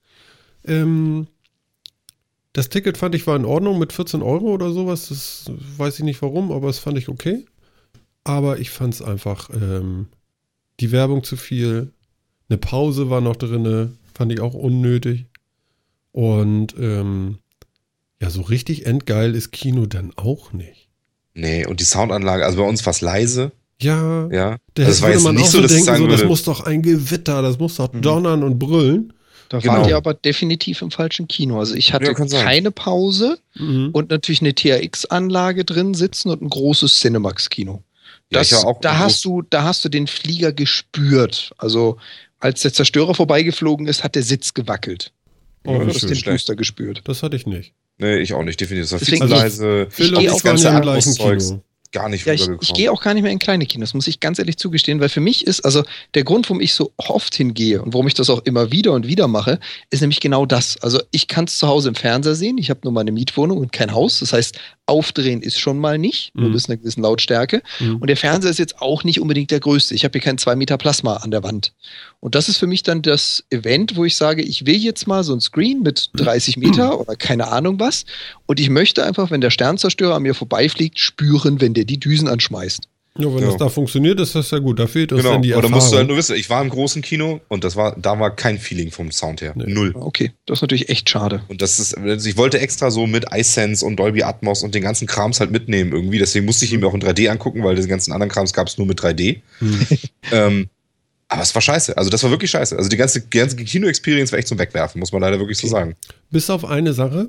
Das Ticket fand ich war in Ordnung mit 14 Euro oder sowas. Das weiß ich nicht warum, aber das fand ich okay. Aber ich fand es einfach die Werbung zu viel. Eine Pause war noch drin. Fand ich auch unnötig. Und so richtig endgeil ist Kino dann auch nicht. Nee, und die Soundanlage, also bei uns war es leise. Ja. Das würde war jetzt man nicht auch so, dass denken, ich sagen das würde, muss doch ein Gewitter, das muss doch donnern und brüllen. Da Genau. wart ihr aber definitiv im falschen Kino. Also ich hatte Ja, kann sein. keine Pause Mhm. und natürlich eine THX-Anlage drin sitzen und ein großes Cinemax-Kino. Ja, ich war auch Da hast du den Flieger gespürt. Also als der Zerstörer vorbeigeflogen ist, hat der Sitz gewackelt. Oh, Du wie hast schön. den schlecht. Booster gespürt. Das hatte ich nicht. Nee, ich auch nicht, definitiv. Das war viel Deswegen- zu Also, leise. Phil Ich und geh ich auch waren ja im ganze gleichen Atmos-Zeugs Kino. gar nicht Ja, ich rübergekommen. gehe auch gar nicht mehr in kleine Kinos, muss ich ganz ehrlich zugestehen, weil für mich ist, also der Grund, warum ich so oft hingehe und warum ich das auch immer wieder und wieder mache, ist nämlich genau das. Also ich kann es zu Hause im Fernseher sehen, ich habe nur meine Mietwohnung und kein Haus, das heißt, aufdrehen ist schon mal nicht, nur Mhm. bis zu einer gewissen Lautstärke. Mhm. Und der Fernseher ist jetzt auch nicht unbedingt der größte. Ich habe hier kein 2 Meter Plasma an der Wand. Und das ist für mich dann das Event, wo ich sage, ich will jetzt mal so ein Screen mit 30 Meter oder keine Ahnung was. Und ich möchte einfach, wenn der Sternzerstörer an mir vorbeifliegt, spüren, wenn der die Düsen anschmeißt. Ja, wenn Ja. das da funktioniert, ist das ja gut. Da fehlt uns Genau, dann die aber da Erfahrung. musst du halt nur wissen, ich war im großen Kino und da war kein Feeling vom Sound her. Nee. Null. Okay, das ist natürlich echt schade. Und das ist, ich wollte extra so mit iSense und Dolby Atmos und den ganzen Krams halt mitnehmen irgendwie. Deswegen musste ich ihn mir auch in 3D angucken, weil den ganzen anderen Krams gab es nur mit 3D. Mhm. Aber es war scheiße. Also das war wirklich scheiße. Also die ganze Kino-Experience war echt zum Wegwerfen, muss man leider wirklich so sagen. Bis auf eine Sache.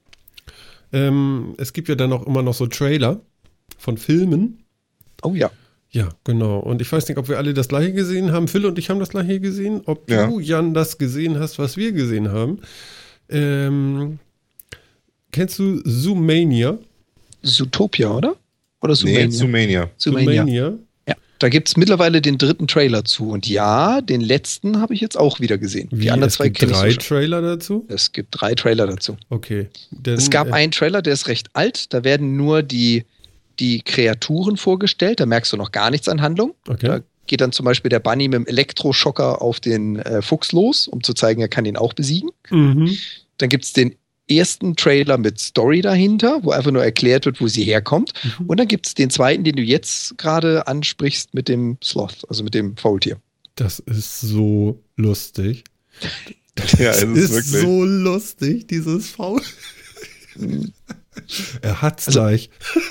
Es gibt ja dann auch immer noch so Trailer von Filmen. Oh ja. Ja, genau. Und ich weiß nicht, ob wir alle das gleiche gesehen haben. Phil und ich haben das gleiche gesehen. Ob Ja. du, Jan, das gesehen hast, was wir gesehen haben. Kennst du Zoomania? Zootopia, oder? Oder Zoomania? Nee, Zoomania. Zoomania. Ja, da gibt es mittlerweile den 3. Trailer zu. Und ja, den letzten habe ich jetzt auch wieder gesehen. Die anderen Es 2 gibt kenne ich 3 so schon. Trailer dazu? Es gibt 3 Trailer dazu. Okay. Denn, Es gab einen Trailer, der ist recht alt. Da werden nur die Kreaturen vorgestellt. Da merkst du noch gar nichts an Handlung. Okay. Da geht dann zum Beispiel der Bunny mit dem Elektroschocker auf den Fuchs los, um zu zeigen, er kann ihn auch besiegen. Mhm. Dann gibt es den ersten Trailer mit Story dahinter, wo einfach nur erklärt wird, wo sie herkommt. Mhm. Und dann gibt es den zweiten, den du jetzt gerade ansprichst, mit dem Sloth, also mit dem Faultier. Das ist so lustig. Ja, Das ist so lustig, dieses Faul. Er hat's Also- gleich.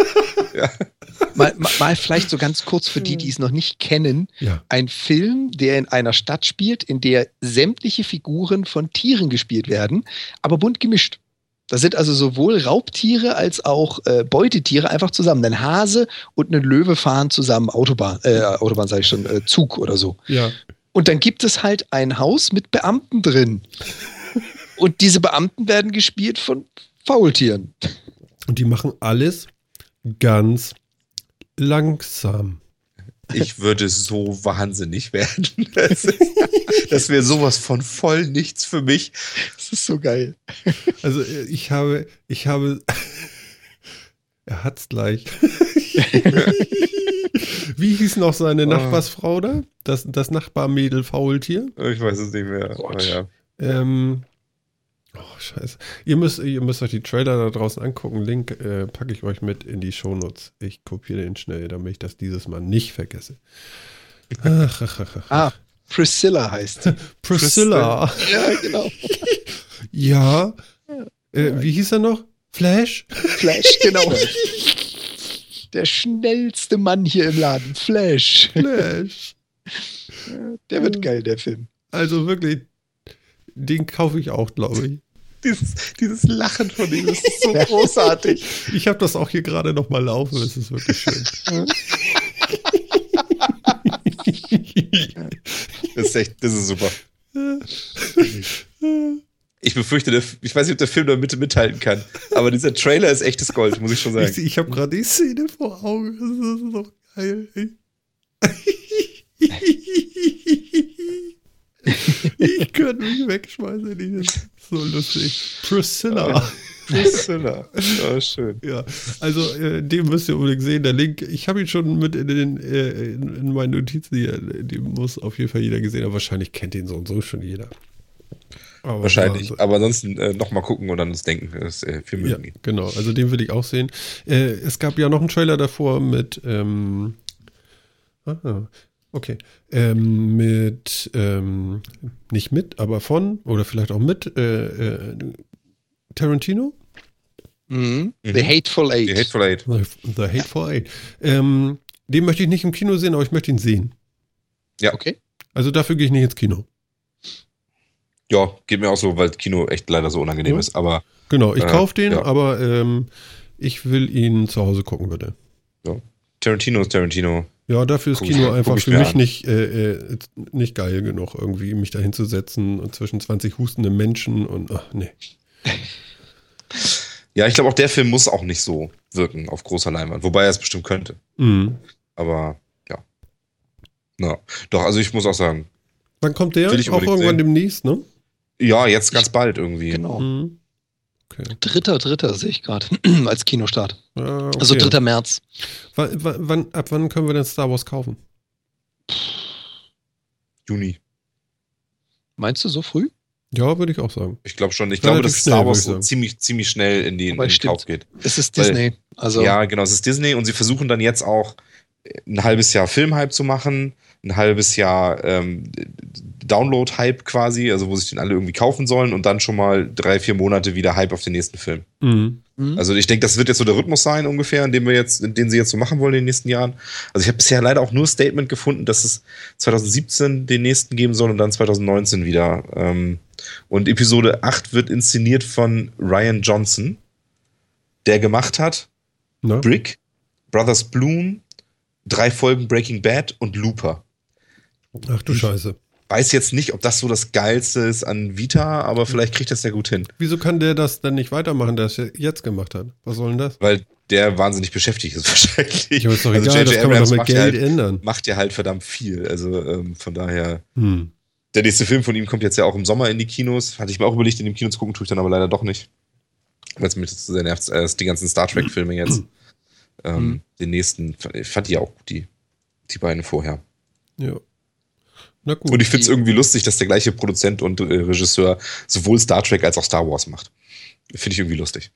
Mal vielleicht so ganz kurz für die es noch nicht kennen. Ja. Ein Film, der in einer Stadt spielt, in der sämtliche Figuren von Tieren gespielt werden, aber bunt gemischt. Da sind also sowohl Raubtiere als auch Beutetiere einfach zusammen. Ein Hase und ein Löwe fahren zusammen Autobahn sage ich schon, Zug oder so. Ja. Und dann gibt es halt ein Haus mit Beamten drin. Und diese Beamten werden gespielt von Faultieren. Und die machen alles ganz langsam. Ich würde so wahnsinnig werden. Das wäre sowas von voll nichts für mich. Das ist so geil. Also ich habe, er hat's gleich. Wie hieß noch seine Nachbarsfrau da? Das Nachbarmädel Faultier? Ich weiß es nicht mehr. Gott. Aber ja. Oh, scheiße. Ihr müsst euch die Trailer da draußen angucken. Link packe ich euch mit in die Shownotes. Ich kopiere den schnell, damit ich das dieses Mal nicht vergesse. Ah, Priscilla heißt sie. Priscilla. Ja, genau. Ja. Wie hieß er noch? Flash? Flash, genau. Der schnellste Mann hier im Laden. Flash. Flash. Der wird geil, der Film. Also wirklich, den kaufe ich auch, glaube ich. Dieses Lachen von ihm ist so großartig. Ich habe das auch hier gerade noch mal laufen. Es ist wirklich schön. Das ist super. Ich befürchte, ich weiß nicht, ob der Film da mithalten kann, aber dieser Trailer ist echtes Gold, muss ich schon sagen. Ich habe gerade die Szene vor Augen. Das ist doch geil. Ich könnte mich wegschmeißen. Das ist so lustig. Priscilla. Priscilla. Oh, schön. Ja, also den müsst ihr unbedingt sehen. Der Link, ich habe ihn schon mit in meinen Notizen hier. Den muss auf jeden Fall jeder gesehen haben. Wahrscheinlich kennt ihn so und so schon jeder. Aber Wahrscheinlich. so, Aber ansonsten nochmal gucken und dann uns denken. Das ist viel ja, möglich. genau. Also den will ich auch sehen. Es gab ja noch einen Trailer davor mit nicht mit, aber von oder vielleicht auch mit Tarantino? Mhm. The Hateful Eight. Die Hateful Eight. The Hateful Eight. Den möchte ich nicht im Kino sehen, aber ich möchte ihn sehen. Ja. Okay. Also dafür gehe ich nicht ins Kino. Ja, geht mir auch so, weil Kino echt leider so unangenehm ist. Aber genau, ich kaufe den, ja. aber ich will ihn zu Hause gucken, bitte. Ja. Tarantino ist Tarantino. Ja, dafür ist Kino einfach für mir mich nicht geil genug, irgendwie mich da hinzusetzen und zwischen 20 hustende Menschen und nee. Ja, ich glaube auch der Film muss auch nicht so wirken auf großer Leinwand, wobei er es bestimmt könnte. Mhm. Aber ja. Na, doch, also ich muss auch sagen. Wann kommt der? Will ich Auch unbedingt irgendwann sehen. demnächst, ne? Ja, jetzt ganz bald irgendwie. Genau. Mhm. Okay. 3. sehe ich gerade als Kinostart. Ah, okay. Also 3. März. Ab wann können wir denn Star Wars kaufen? Juni. Meinst du so früh? Ja, würde ich auch sagen. Ich glaube schon. Ich Relativ glaube, dass schnell, Star Wars würde ich so ziemlich schnell in den Kauf geht. Es ist Weil- Disney. Also Ja, genau, es ist Disney und sie versuchen dann jetzt auch ein halbes Jahr Filmhype zu machen, ein halbes Jahr Download-Hype quasi, also wo sich den alle irgendwie kaufen sollen und dann schon mal 3-4 Monate wieder Hype auf den nächsten Film. Mhm. Also ich denke, das wird jetzt so der Rhythmus sein ungefähr, den sie jetzt so machen wollen in den nächsten Jahren. Also ich habe bisher leider auch nur Statement gefunden, dass es 2017 den nächsten geben soll und dann 2019 wieder. Und Episode 8 wird inszeniert von Rian Johnson, der gemacht hat Na? Brick, Brothers Bloom, 3 Folgen Breaking Bad und Looper. Ach du Scheiße. Weiß jetzt nicht, ob das so das Geilste ist an Vita, aber vielleicht kriegt das ja gut hin. Wieso kann der das dann nicht weitermachen, der es jetzt gemacht hat? Was soll denn das? Weil der wahnsinnig beschäftigt ist wahrscheinlich. Ja, aber ist doch Also egal, J.J. das kann man doch Abrams mit macht Geld ja ändern. macht ja halt verdammt viel. Also von daher. Hm. Der nächste Film von ihm kommt jetzt ja auch im Sommer in die Kinos. Hatte ich mir auch überlegt, in dem Kino zu gucken, tue ich dann aber leider doch nicht. Weil es mich zu sehr nervt. Die ganzen Star Trek-Filme jetzt. Den nächsten fand ich ja auch gut, die beiden vorher. Ja. Na gut. Und ich finde es irgendwie lustig, dass der gleiche Produzent und Regisseur sowohl Star Trek als auch Star Wars macht. Finde ich irgendwie lustig.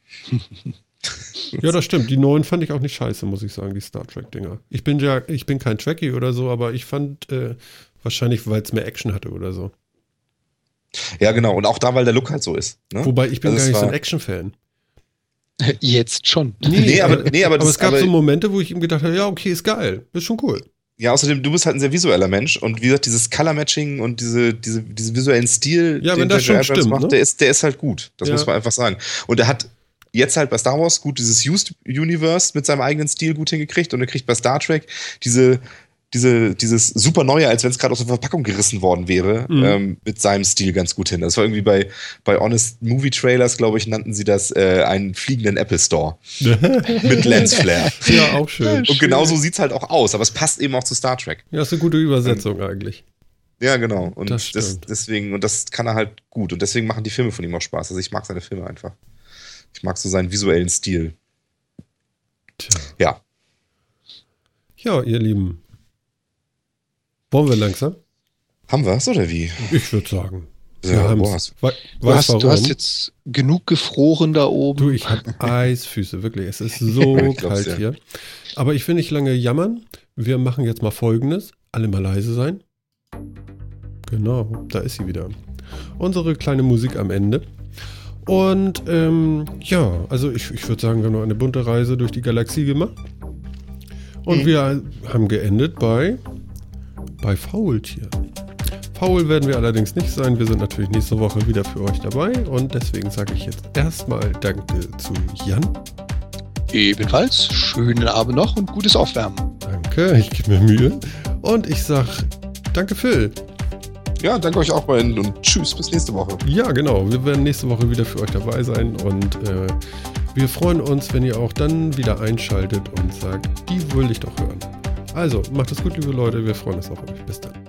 Ja, das stimmt. Die neuen fand ich auch nicht scheiße, muss ich sagen, die Star Trek-Dinger. Ich bin kein Trekkie oder so, aber ich fand wahrscheinlich, weil es mehr Action hatte oder so. Ja, genau. Und auch da, weil der Look halt so ist. Ne? Wobei, ich bin Also gar es nicht so ein war- Action-Fan. jetzt schon. Aber es gab aber- so Momente, wo ich ihm gedacht habe, ja, okay, ist geil. Ist schon cool. Ja, außerdem, du bist halt ein sehr visueller Mensch und wie gesagt, dieses Color-Matching und diesen visuellen Stil, Ja, wenn den das J.J. schon Abrams stimmt, macht, ne? der ist halt gut. Das Ja. muss man einfach sagen. Und er hat jetzt halt bei Star Wars gut dieses Used Universe mit seinem eigenen Stil gut hingekriegt und er kriegt bei Star Trek dieses super Neue, als wenn es gerade aus der Verpackung gerissen worden wäre, mit seinem Stil ganz gut hin. Das war irgendwie bei Honest Movie Trailers, glaube ich, nannten sie das einen fliegenden Apple Store mit Lensflare. Ja, auch schön. Und genauso sieht es halt auch aus, aber es passt eben auch zu Star Trek. Ja, ist eine gute Übersetzung eigentlich. Ja, genau. Und Das stimmt. deswegen, und das kann er halt gut. Und deswegen machen die Filme von ihm auch Spaß. Also ich mag seine Filme einfach. Ich mag so seinen visuellen Stil. Tja. Ja. Ja, ihr Lieben. Wollen wir langsam? Haben wir es oder wie? Ich würde sagen. Ja, Wir boah, haben's. Du hast jetzt genug gefroren da oben. Du, ich habe Eisfüße, wirklich. Es ist so Ich glaub's kalt ja. hier. Aber ich will nicht lange jammern. Wir machen jetzt mal Folgendes. Alle mal leise sein. Genau, da ist sie wieder. Unsere kleine Musik am Ende. Und ja, also ich würde sagen, wir haben noch eine bunte Reise durch die Galaxie gemacht. Und wir haben geendet bei Faultier. Faul werden wir allerdings nicht sein. Wir sind natürlich nächste Woche wieder für euch dabei. Und deswegen sage ich jetzt erstmal Danke zu Jan. Ebenfalls schönen Abend noch und gutes Aufwärmen. Danke, ich gebe mir Mühe. Und ich sage Danke Phil. Ja, danke euch auch beiden und tschüss, bis nächste Woche. Ja, genau. Wir werden nächste Woche wieder für euch dabei sein. Und wir freuen uns, wenn ihr auch dann wieder einschaltet und sagt, die will ich doch hören. Also, macht es gut, liebe Leute. Wir freuen uns auf euch. Bis dann.